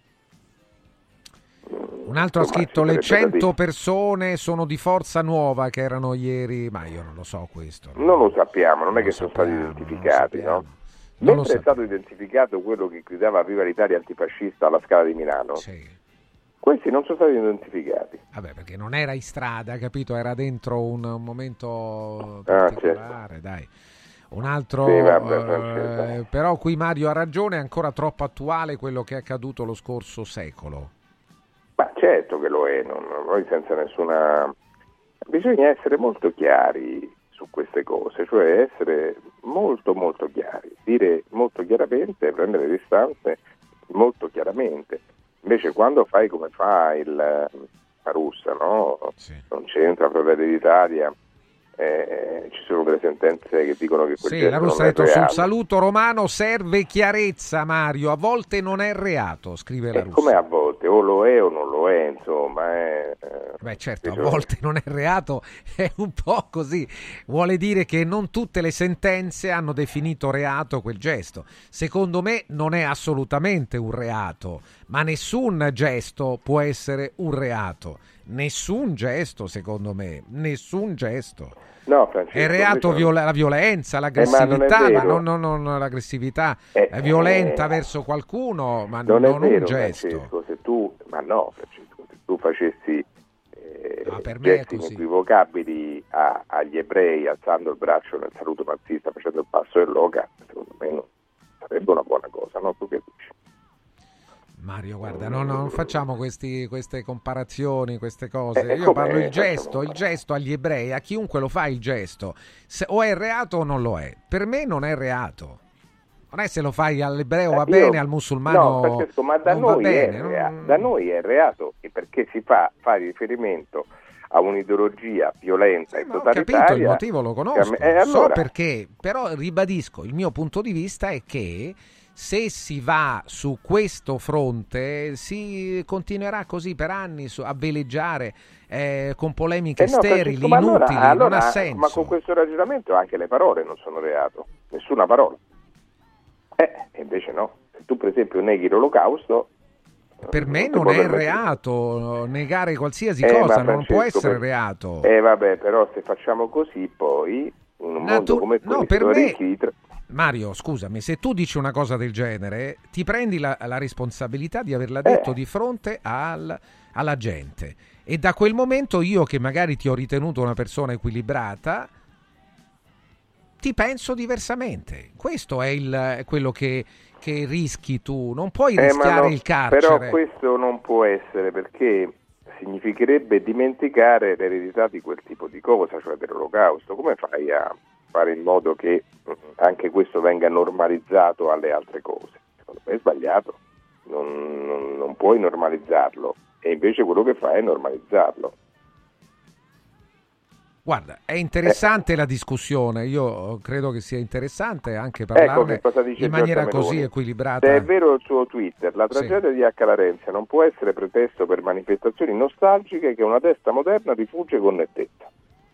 Un altro ha scritto le 100 persone sono di Forza Nuova che erano ieri, ma io non lo so questo. Non lo sappiamo, non è che sono stati identificati, no? Mentre è stato identificato quello che gridava Viva l'Italia antifascista alla Scala di Milano, questi non sono stati identificati. Vabbè, perché non era in strada, capito? Era dentro un momento particolare, dai. Un altro, però qui Mario ha ragione, è ancora troppo attuale quello che è accaduto lo scorso secolo. Ma certo che lo è, noi senza nessuna... Bisogna essere molto chiari su queste cose, cioè essere molto molto chiari, dire molto chiaramente, prendere distanze molto chiaramente. Invece quando fai come fa la Russa, no? Non c'entra Fratelli d'Italia. Ci sono delle sentenze che dicono che quel gesto la Russa non ha detto è reato. Sul saluto romano serve chiarezza, Mario, a volte non è reato, scrive la Russa. Come a volte, o lo è o non lo è, insomma. Beh certo, a volte non è reato, è un po' così, vuole dire che non tutte le sentenze hanno definito reato quel gesto. Secondo me non è assolutamente un reato, ma nessun gesto può essere un reato. Nessun gesto, secondo me, nessun gesto. No, Francesco, è reato la violenza, l'aggressività, ma non l'aggressività violenta verso qualcuno, ma non è vero, un gesto. Francesco, se tu facessi per me è gesti così. inequivocabili agli ebrei alzando il braccio nel saluto marxista facendo il passo dell'oca, secondo me non sarebbe una buona cosa, no? Tu che dici? Mario, guarda, non facciamo queste comparazioni, queste cose. Io come parlo il gesto agli ebrei, a chiunque lo fa il gesto, o è reato o non lo è. Per me non è reato. Non è se lo fai all'ebreo va bene, al musulmano no, Francesco, ma da non noi va bene. Da noi è reato perché si fa riferimento a un'ideologia violenta e totalitaria. Ho capito, il motivo lo conosco, allora... so perché, però ribadisco, il mio punto di vista è che se si va su questo fronte si continuerà così per anni a veleggiare con polemiche sterili, Francesco, inutili, allora, non ha senso. Ma con questo ragionamento anche le parole non sono reato, nessuna parola. Invece no, se tu per esempio neghi l'olocausto, per me non è reato negare qualsiasi cosa, non può essere reato. Vabbè, però se facciamo così poi in un mondo come questo per me... Mario, scusami, se tu dici una cosa del genere, ti prendi la responsabilità di averla detto di fronte alla gente. E da quel momento io, che magari ti ho ritenuto una persona equilibrata, ti penso diversamente. Questo è quello che rischi tu. Non puoi rischiare il carcere. Però questo non può essere, perché significherebbe dimenticare l'eredità di quel tipo di cosa, cioè dell'olocausto. Come fai a fare in modo che anche questo venga normalizzato alle altre cose? Secondo me è sbagliato, non puoi normalizzarlo, e invece quello che fai è normalizzarlo. Guarda, è interessante la discussione, io credo che sia interessante anche parlarne in maniera così equilibrata. Se è vero il suo Twitter, la tragedia di H. Larenzia non può essere pretesto per manifestazioni nostalgiche che una testa moderna rifugge con nettezza.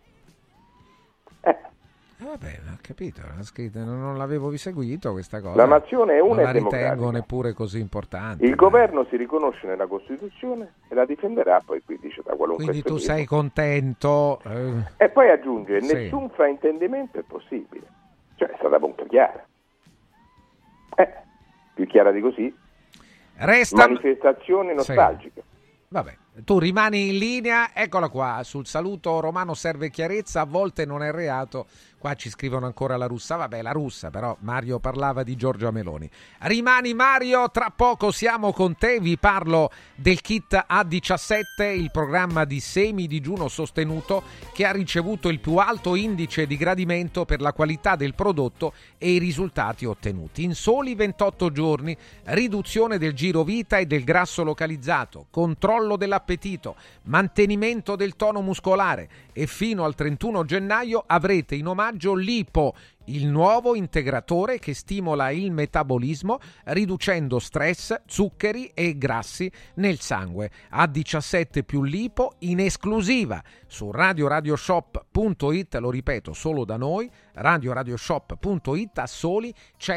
Vabbè, ho capito, non l'avevo seguito questa cosa. La nazione è una non e la ritengo neppure così importante. Il governo si riconosce nella Costituzione e la difenderà, poi qui dice da qualunque quindi tu estremo. sei contento E poi aggiunge, sì. nessun fraintendimento è possibile. Cioè è stata molto chiara. Più chiara di così. Manifestazioni nostalgiche. Sì. Vabbè, tu rimani in linea, eccola qua, sul saluto romano serve chiarezza, a volte non è reato, qua ci scrivono ancora la russa, vabbè la russa, però Mario parlava di Giorgia Meloni. Rimani Mario, tra poco siamo con te, vi parlo del kit A17, il programma di semi-digiuno sostenuto che ha ricevuto il più alto indice di gradimento per la qualità del prodotto e i risultati ottenuti. In soli 28 giorni, riduzione del giro vita e del grasso localizzato, controllo dell'appetito, mantenimento del tono muscolare e fino al 31 gennaio avrete in omaggio l'Ipo, il nuovo integratore che stimola il metabolismo riducendo stress, zuccheri e grassi nel sangue. A17 più l'Ipo in esclusiva su radioradioshop.it, lo ripeto, solo da noi, radioradioshop.it a soli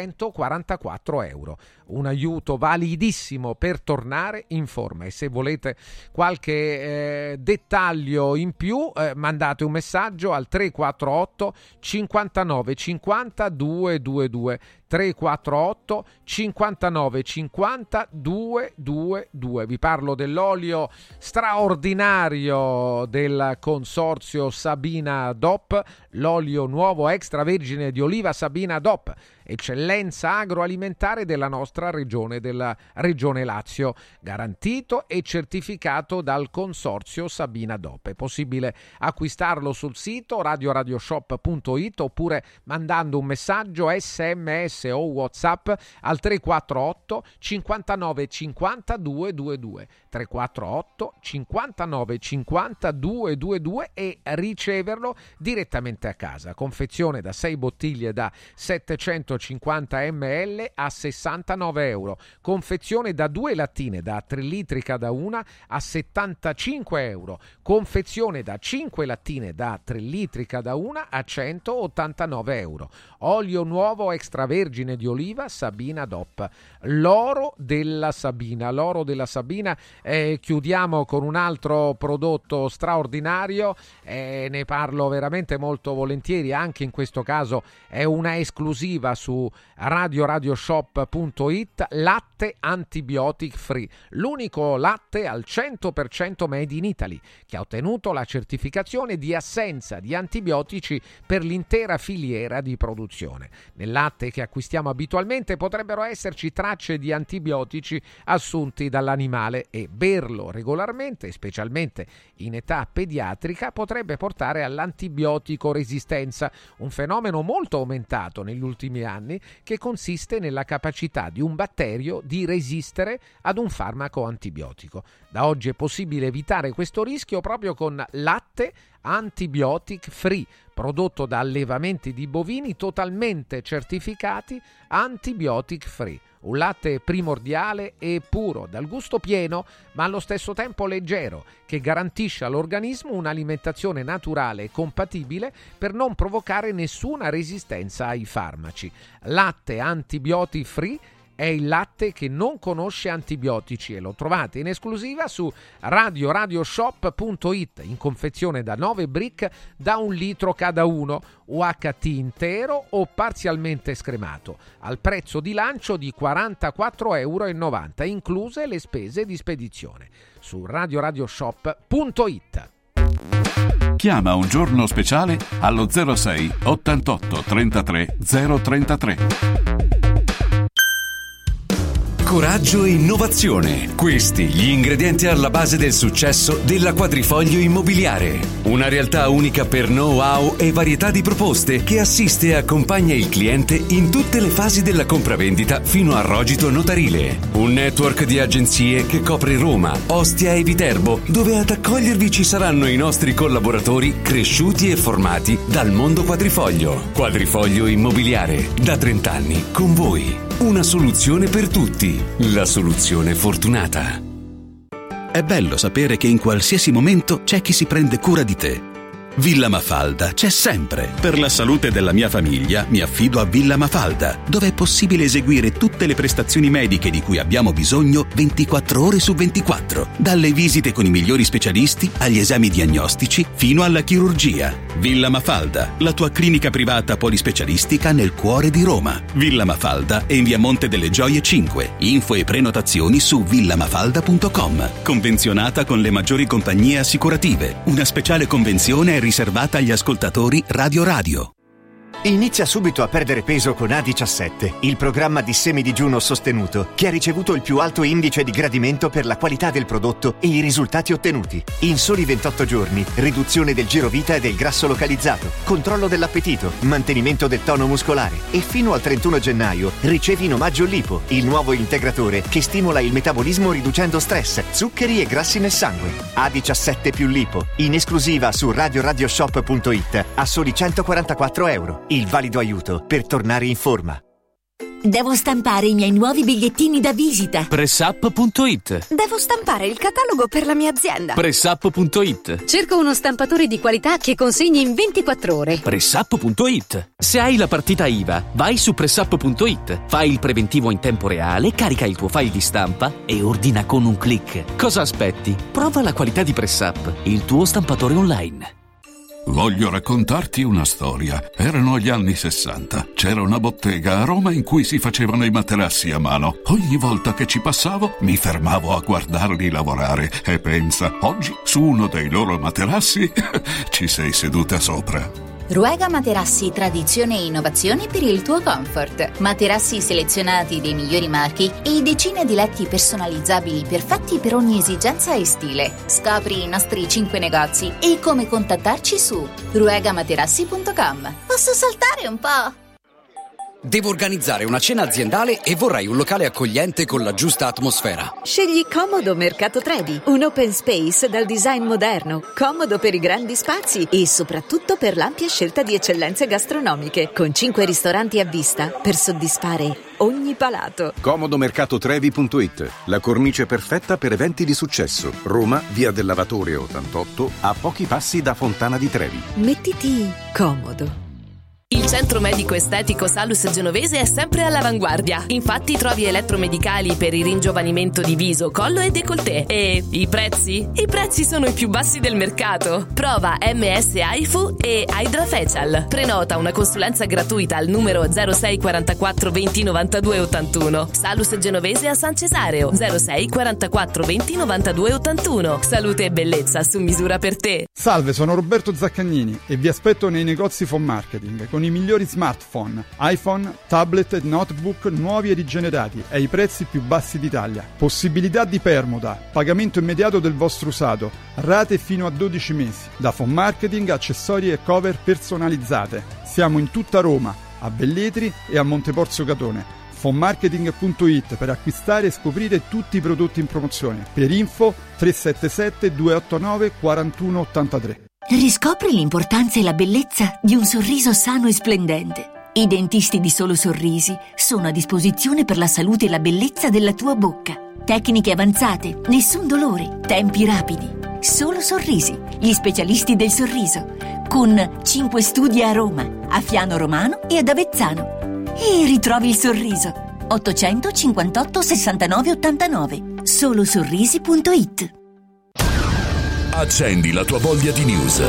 144 euro. Un aiuto validissimo per tornare in forma, e se volete qualche dettaglio in più mandate un messaggio al 348 59 50 222 348 59 50 222. Vi parlo dell'olio straordinario del consorzio Sabina DOP, l'olio nuovo extravergine di oliva Sabina DOP, eccellenza agroalimentare della nostra regione, della regione Lazio, garantito e certificato dal consorzio Sabina DOP. È possibile acquistarlo sul sito radioradioshop.it oppure mandando un messaggio SMS o WhatsApp al 348 59 50 222 348 59 50 222 e riceverlo direttamente a casa. Confezione da 6 bottiglie da 750 ml a 69 euro. Confezione da 2 lattine da 3 litri cada una a 75 euro. Confezione da 5 lattine da 3 litri cada una a 189 euro. Olio nuovo extravergine extravergine di oliva Sabina DOP. L'oro della Sabina. Chiudiamo con un altro prodotto straordinario, ne parlo veramente molto volentieri, anche in questo caso è una esclusiva su radioshop.it. Latte antibiotic free, l'unico latte al 100% made in Italy che ha ottenuto la certificazione di assenza di antibiotici per l'intera filiera di produzione. Nel latte che acquistiamo abitualmente potrebbero esserci tracce di antibiotici assunti dall'animale e berlo regolarmente, specialmente in età pediatrica, potrebbe portare all'antibiotico resistenza, un fenomeno molto aumentato negli ultimi anni che consiste nella capacità di un batterio di resistere ad un farmaco antibiotico. Da oggi è possibile evitare questo rischio proprio con latte antibiotic free, prodotto da allevamenti di bovini totalmente certificati antibiotic free. Un latte primordiale e puro, dal gusto pieno ma allo stesso tempo leggero, che garantisce all'organismo un'alimentazione naturale e compatibile per non provocare nessuna resistenza ai farmaci. Latte antibiotic free è il latte che non conosce antibiotici e lo trovate in esclusiva su radioshop.it in confezione da 9 brick da 1 litro cada uno, UHT intero o parzialmente scremato, al prezzo di lancio di €44,90, incluse le spese di spedizione. Su radioshop.it. Chiama un giorno speciale allo 06 88 33 033. Coraggio e innovazione. Questi gli ingredienti alla base del successo della Quadrifoglio Immobiliare. Una realtà unica per know-how e varietà di proposte che assiste e accompagna il cliente in tutte le fasi della compravendita fino a rogito notarile. Un network di agenzie che copre Roma, Ostia e Viterbo, dove ad accogliervi ci saranno i nostri collaboratori cresciuti e formati dal mondo Quadrifoglio. Quadrifoglio Immobiliare, da 30 anni con voi. Una soluzione per tutti. La soluzione fortunata. È bello sapere che in qualsiasi momento c'è chi si prende cura di te. Villa Mafalda c'è sempre. Per la salute della mia famiglia mi affido a Villa Mafalda, dove è possibile eseguire tutte le prestazioni mediche di cui abbiamo bisogno 24 ore su 24, dalle visite con i migliori specialisti agli esami diagnostici fino alla chirurgia. Villa Mafalda, la tua clinica privata polispecialistica nel cuore di Roma. Villa Mafalda è in via Monte delle Gioie 5. Info e prenotazioni su villamafalda.com. Convenzionata con le maggiori compagnie assicurative. Una speciale convenzione è riservata agli ascoltatori Radio. Inizia subito a perdere peso con A17, il programma di semidigiuno sostenuto che ha ricevuto il più alto indice di gradimento per la qualità del prodotto e i risultati ottenuti. In soli 28 giorni, riduzione del girovita e del grasso localizzato, controllo dell'appetito, mantenimento del tono muscolare e fino al 31 gennaio ricevi in omaggio Lipo, il nuovo integratore che stimola il metabolismo riducendo stress, zuccheri e grassi nel sangue. A17 più Lipo, in esclusiva su radioshop.it a soli €144. Il valido aiuto per tornare in forma. Devo stampare i miei nuovi bigliettini da visita. Pressup.it. Devo stampare il catalogo per la mia azienda. Pressup.it. Cerco uno stampatore di qualità che consegni in 24 ore. Pressup.it. Se hai la partita IVA, vai su Pressup.it. Fai il preventivo in tempo reale, carica il tuo file di stampa e ordina con un click. Cosa aspetti? Prova la qualità di Pressup, il tuo stampatore online. Voglio raccontarti una storia. Erano gli anni 60. C'era una bottega a Roma in cui si facevano i materassi a mano. Ogni volta che ci passavo mi fermavo a guardarli lavorare e pensa, oggi su uno dei loro materassi ci sei seduta sopra. Ruega Materassi, tradizione e innovazione per il tuo comfort. Materassi selezionati dei migliori marchi e decine di letti personalizzabili perfetti per ogni esigenza e stile. Scopri i nostri 5 negozi e come contattarci su ruegamaterassi.com. Posso saltare un po'? Devo organizzare una cena aziendale e vorrei un locale accogliente con la giusta atmosfera. Scegli Comodo Mercato Trevi, un open space dal design moderno, comodo per i grandi spazi e soprattutto per l'ampia scelta di eccellenze gastronomiche, con 5 ristoranti a vista per soddisfare ogni palato. Comodomercatotrevi.it, la cornice perfetta per eventi di successo. Roma, via del Lavatore 88, a pochi passi da Fontana di Trevi. Mettiti comodo. Il centro medico estetico Salus Genovese è sempre all'avanguardia. Infatti trovi elettromedicali per il ringiovanimento di viso, collo e décolleté. E i prezzi? I prezzi sono i più bassi del mercato. Prova MS AIFU e Hydra Facial. Prenota una consulenza gratuita al numero 06 44 20 92 81. Salus Genovese a San Cesareo 06 44 20 92 81. Salute e bellezza su misura per te. Salve, sono Roberto Zaccagnini e vi aspetto nei negozi Phone Marketing con i migliori smartphone, iPhone, tablet e notebook nuovi e rigenerati ai prezzi più bassi d'Italia. Possibilità di permuta, pagamento immediato del vostro usato, rate fino a 12 mesi. Da Phone Marketing, accessori e cover personalizzate. Siamo in tutta Roma, a Velletri e a Monteporzio Catone. Fonmarketing.it per acquistare e scoprire tutti i prodotti in promozione. Per info 377 289 4183. Riscopri l'importanza e la bellezza di un sorriso sano e splendente. I dentisti di Solo Sorrisi sono a disposizione per la salute e la bellezza della tua bocca. Tecniche avanzate, nessun dolore, tempi rapidi. Solo Sorrisi, gli specialisti del sorriso, con 5 studi a Roma, a Fiano Romano e ad Avezzano. E ritrovi il sorriso. 858 69 89. Solosorrisi.it. Accendi la tua voglia di news.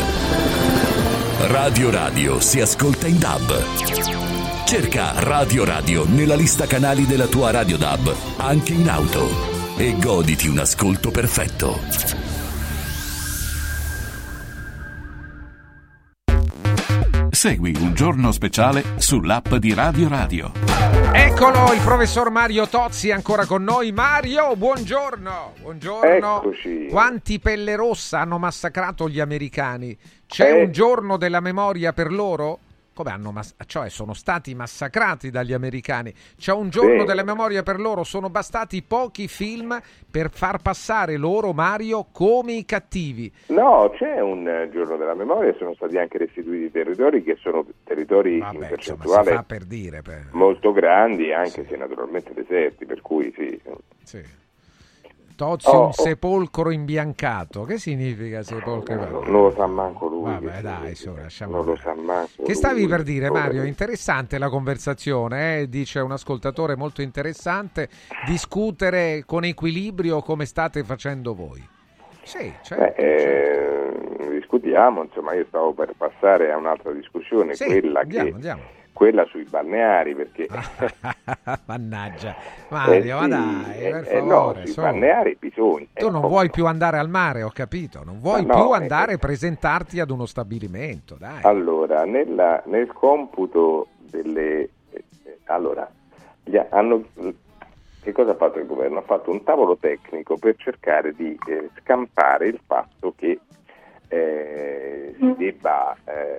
Radio si ascolta in DAB. Cerca Radio nella lista canali della tua Radio DAB, anche in auto, e goditi un ascolto perfetto. Segui Un Giorno Speciale sull'app di Radio. Eccolo, il professor Mario Tozzi ancora con noi. Mario, buongiorno. Eccoci. Quanti pelle rossa hanno massacrato gli americani? C'è un giorno della memoria per loro? Come cioè sono stati massacrati dagli americani. C'è un giorno della memoria per loro? Sono bastati pochi film per far passare loro, Mario, come i cattivi. No, c'è un giorno della memoria, sono stati anche restituiti territori che sono territori in percentuale si fa per dire, molto grandi, anche se naturalmente deserti, per cui sì. Tozzi, un sepolcro imbiancato. Che significa sepolcro? Non lo sa manco lui. Vabbè, dai, lasciamo. Non lo sa manco. Che stavi per dire, Mario? Interessante la conversazione, dice un ascoltatore, molto interessante. Discutere con equilibrio come state facendo voi. Sì, certo. Discutiamo, insomma, io stavo per passare a un'altra discussione, andiamo. Quella sui balneari, perché mannaggia Mario, ma dai, per favore, no, sui balneari bisogna. Tu non vuoi più andare al mare, ho capito, non vuoi più andare a presentarti ad uno stabilimento, dai. Allora, nel computo delle che cosa ha fatto il governo? Ha fatto un tavolo tecnico per cercare di scampare il fatto che si debba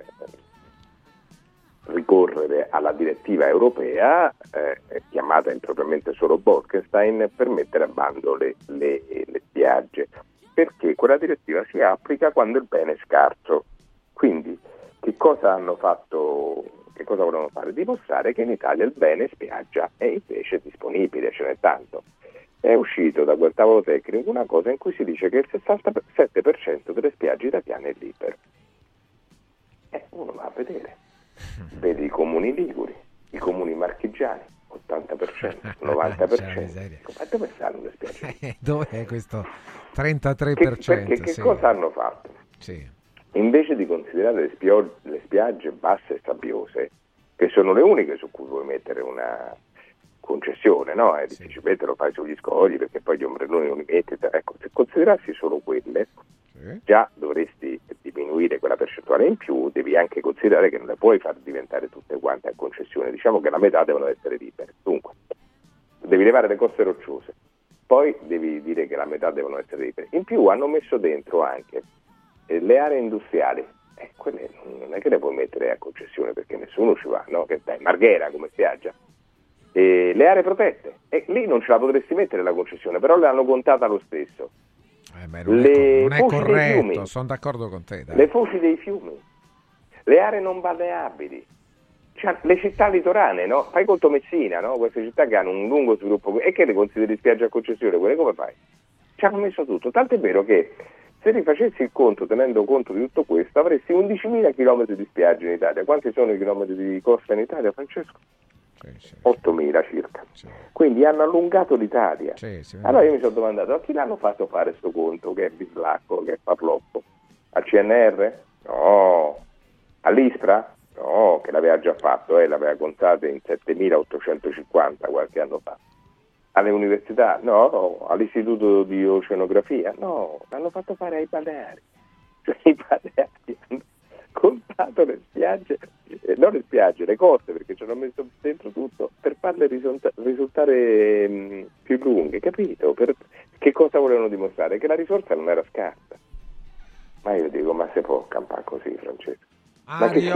ricorrere alla direttiva europea chiamata impropriamente solo Bolkestein per mettere a bando le spiagge, perché quella direttiva si applica quando il bene è scarso. Quindi che cosa hanno fatto? Che cosa volevano fare? Dimostrare che in Italia il bene spiaggia è invece disponibile, ce n'è tanto. È uscito da quel tavolo tecnico una cosa in cui si dice che il 67% delle spiagge italiane è libero. Uno va a vedere. Vedi i comuni liguri, i comuni marchigiani, 80%, 90%. Ma dove stanno le spiagge? Dov'è questo 33%? Che cosa hanno fatto? Sì. Invece di considerare le spiagge basse e sabbiose, che sono le uniche su cui puoi mettere una concessione, no? Difficilmente lo fai sugli scogli perché poi gli ombrelloni non li metti. Ecco, se considerassi solo quelle, già dovresti diminuire quella percentuale in più, devi anche considerare che non le puoi far diventare tutte quante a concessione, diciamo che la metà devono essere libere. Dunque, devi levare le coste rocciose, poi devi dire che la metà devono essere libere. In più hanno messo dentro anche le aree industriali, quelle non è che le puoi mettere a concessione perché nessuno ci va, no? Che dai, Marghera come spiaggia. Le aree protette, lì non ce la potresti mettere la concessione, però le hanno contata lo stesso. Non è corretto, sono d'accordo con te. Dai. Le foci dei fiumi, le aree non balneabili, cioè, le città litoranee, no? Fai conto Messina, no? Queste città che hanno un lungo sviluppo e che le consideri spiaggia a concessione, quelle come fai? Ci hanno messo tutto, tanto è vero che se rifacessi il conto tenendo conto di tutto questo, avresti 11.000 chilometri di spiagge in Italia. Quanti sono i chilometri di costa in Italia, Francesco? 8.000 circa. Quindi hanno allungato l'Italia. Allora io mi sono domandato, a chi l'hanno fatto fare questo conto, che è bislacco, che è farlocco? Al CNR? No. All'ISPRA? No, che l'aveva già fatto, l'aveva contato in 7.850 qualche anno fa. Alle università? No. All'Istituto di Oceanografia? No, l'hanno fatto fare ai balneari. Cioè i balneari hanno contato le spiagge, non le spiagge, le coste, perché ci hanno messo dentro tutto per farle risultare più lunghe, capito? Per che cosa volevano dimostrare? Che la risorsa non era scarsa. Ma io dico, ma se può campare così, Francesco? Mario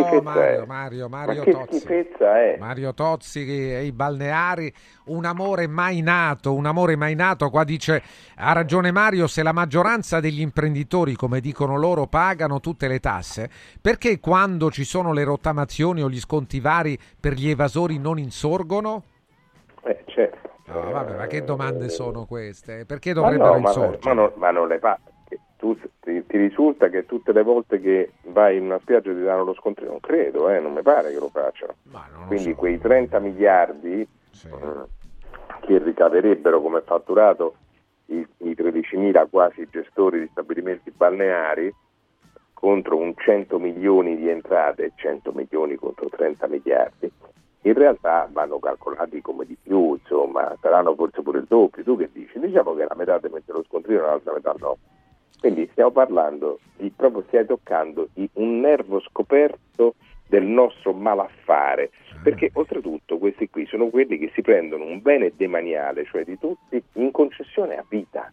Tozzi. Schifezza è? Mario Tozzi e i balneari, un amore mai nato. Qua dice, ha ragione Mario, se la maggioranza degli imprenditori, come dicono loro, pagano tutte le tasse, perché quando ci sono le rottamazioni o gli sconti vari per gli evasori non insorgono? Certo. No, vabbè, ma che domande sono queste? Perché dovrebbero insorgere? Ma non le fa. Tu ti risulta che tutte le volte che vai in una spiaggia ti danno lo scontrino? Non credo, non mi pare che lo facciano. Quindi quei 30 miliardi che ricaverebbero come fatturato i 13.000 quasi gestori di stabilimenti balneari contro un 100 milioni di entrate, 100 milioni contro 30 miliardi, in realtà vanno calcolati come di più, insomma, saranno forse pure il doppio. Tu che dici? Diciamo che la metà ti mette lo scontrino e l'altra metà no. Quindi stiamo parlando stai toccando un nervo scoperto del nostro malaffare, perché oltretutto questi qui sono quelli che si prendono un bene demaniale, cioè di tutti, in concessione a vita,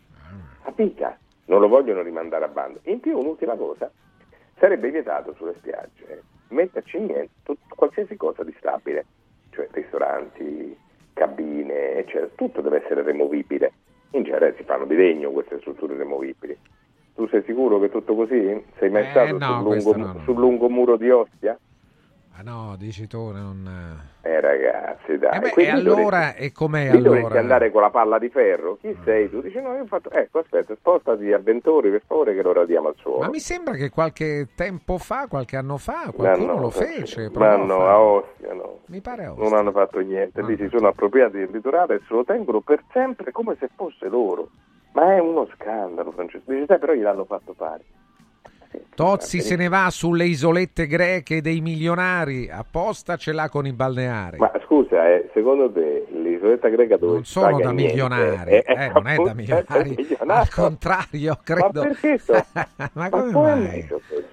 non lo vogliono rimandare a bando. In più, un'ultima cosa, sarebbe vietato sulle spiagge metterci qualsiasi cosa di stabile, cioè ristoranti, cabine, eccetera, tutto deve essere removibile. In genere si fanno di legno queste strutture removibili. Tu sei sicuro che è tutto così? Sei mai stato sul lungomuro di Ostia? Ah no, dici tu, non... ragazzi, dai. E allora, e com'è allora? Dovresti andare con la palla di ferro? Chi sei tu? Dici no, io ho fatto... aspetta, spostati avventori, per favore, che lo radiamo al suolo. Ma mi sembra che qualche anno fa, qualcuno lo fece. Ma no, a Ostia no. Mi pare a Ostia. Non hanno fatto niente, lì si sono appropriati del litorale e se lo tengono per sempre come se fosse loro. Ma è uno scandalo, Francesco. Dice, però gliel'hanno fatto fare. Tozzi se ne va sulle isolette greche dei milionari, apposta ce l'ha con i balneari. Ma scusa, secondo te l'isoletta greca dove non sono da milionari, non è da milionari, al contrario, credo. Ma perché ma come mai?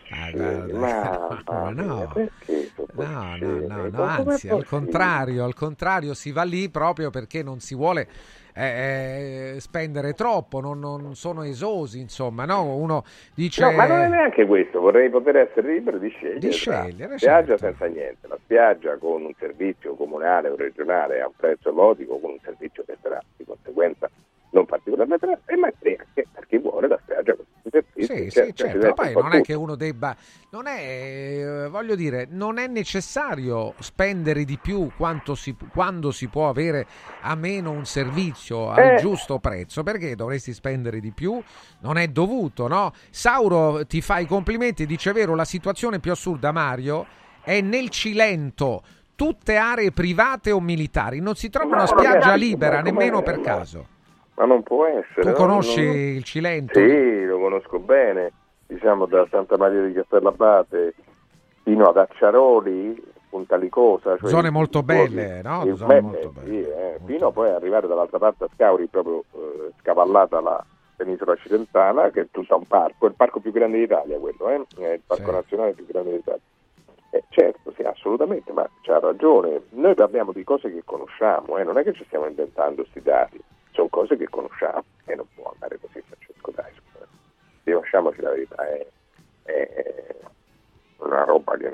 No, anzi, al contrario, si va lì proprio perché non si vuole spendere troppo, non sono esosi, insomma, no? Uno dice no, ma non è neanche questo, vorrei poter essere libero di scegliere, la spiaggia senza niente, la spiaggia con un servizio comunale o regionale a un prezzo modico, con un servizio che sarà di conseguenza non particolarmente e magari anche per chi vuole la spiaggia con certo. Poi non è che uno debba, non è, voglio dire, non è necessario spendere di più quando si può avere a meno un servizio al giusto prezzo. Perché dovresti spendere di più? Non è dovuto, no? Sauro ti fa i complimenti, dice vero, la situazione più assurda, Mario, è nel Cilento, tutte aree private o militari, non si trova una spiaggia libera nemmeno per caso. Ma non può essere. Tu conosci il Cilento? Sì, lo conosco bene, diciamo da Santa Maria di Castellabate fino ad Acciaroli, Punta Licosa. Cioè zone molto belle, no? Molto belle. Fino poi arrivare dall'altra parte a Scauri, proprio scavallata la penisola occidentale, che è tutto un parco, è il parco più grande d'Italia quello, è il parco nazionale più grande d'Italia. Certo, sì, assolutamente, ma c'ha ragione. Noi parliamo di cose che conosciamo, non è che ci stiamo inventando sti dati. Sono cose che conosciamo e non può andare così, Francesco, dai, diciamoci la verità, è una roba che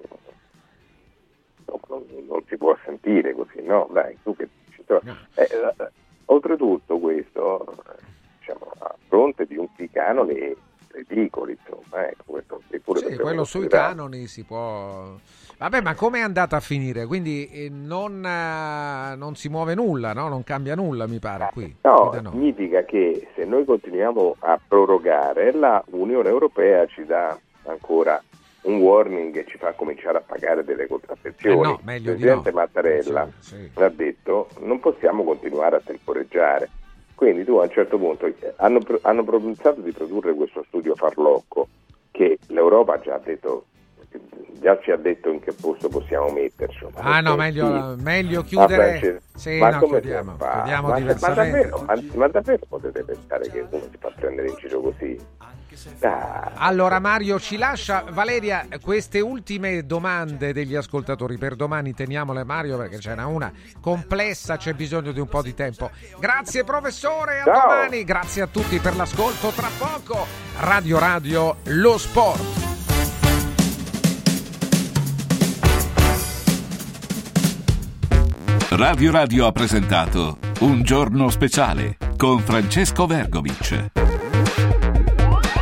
non si può sentire così, no? Dai, tu che dici? Oltretutto questo, diciamo, a fronte di un canone ridicoli, insomma, ecco, questo pure sì, quello sui canoni si può... Vabbè, ma com'è andata a finire? Quindi non si muove nulla, no? Non cambia nulla, mi pare, qui. No, significa che se noi continuiamo a prorogare, la Unione Europea ci dà ancora un warning e ci fa cominciare a pagare delle contravvenzioni. Il Presidente Mattarella ha detto non possiamo continuare a temporeggiare. Quindi tu a un certo punto hanno pensato di produrre questo studio farlocco che l'Europa già ci ha detto in che posto possiamo metterci. Meglio chiudere. Ma come chiudiamo diversamente. Ma davvero potete pensare che uno si fa prendere in giro così? Allora Mario ci lascia. Valeria, queste ultime domande degli ascoltatori per domani teniamole, Mario, perché ce n'è una complessa, c'è bisogno di un po' di tempo. Grazie professore, a domani. Grazie a tutti per l'ascolto. Tra poco Radio lo sport. Radio ha presentato Un giorno speciale con Francesco Vergovic.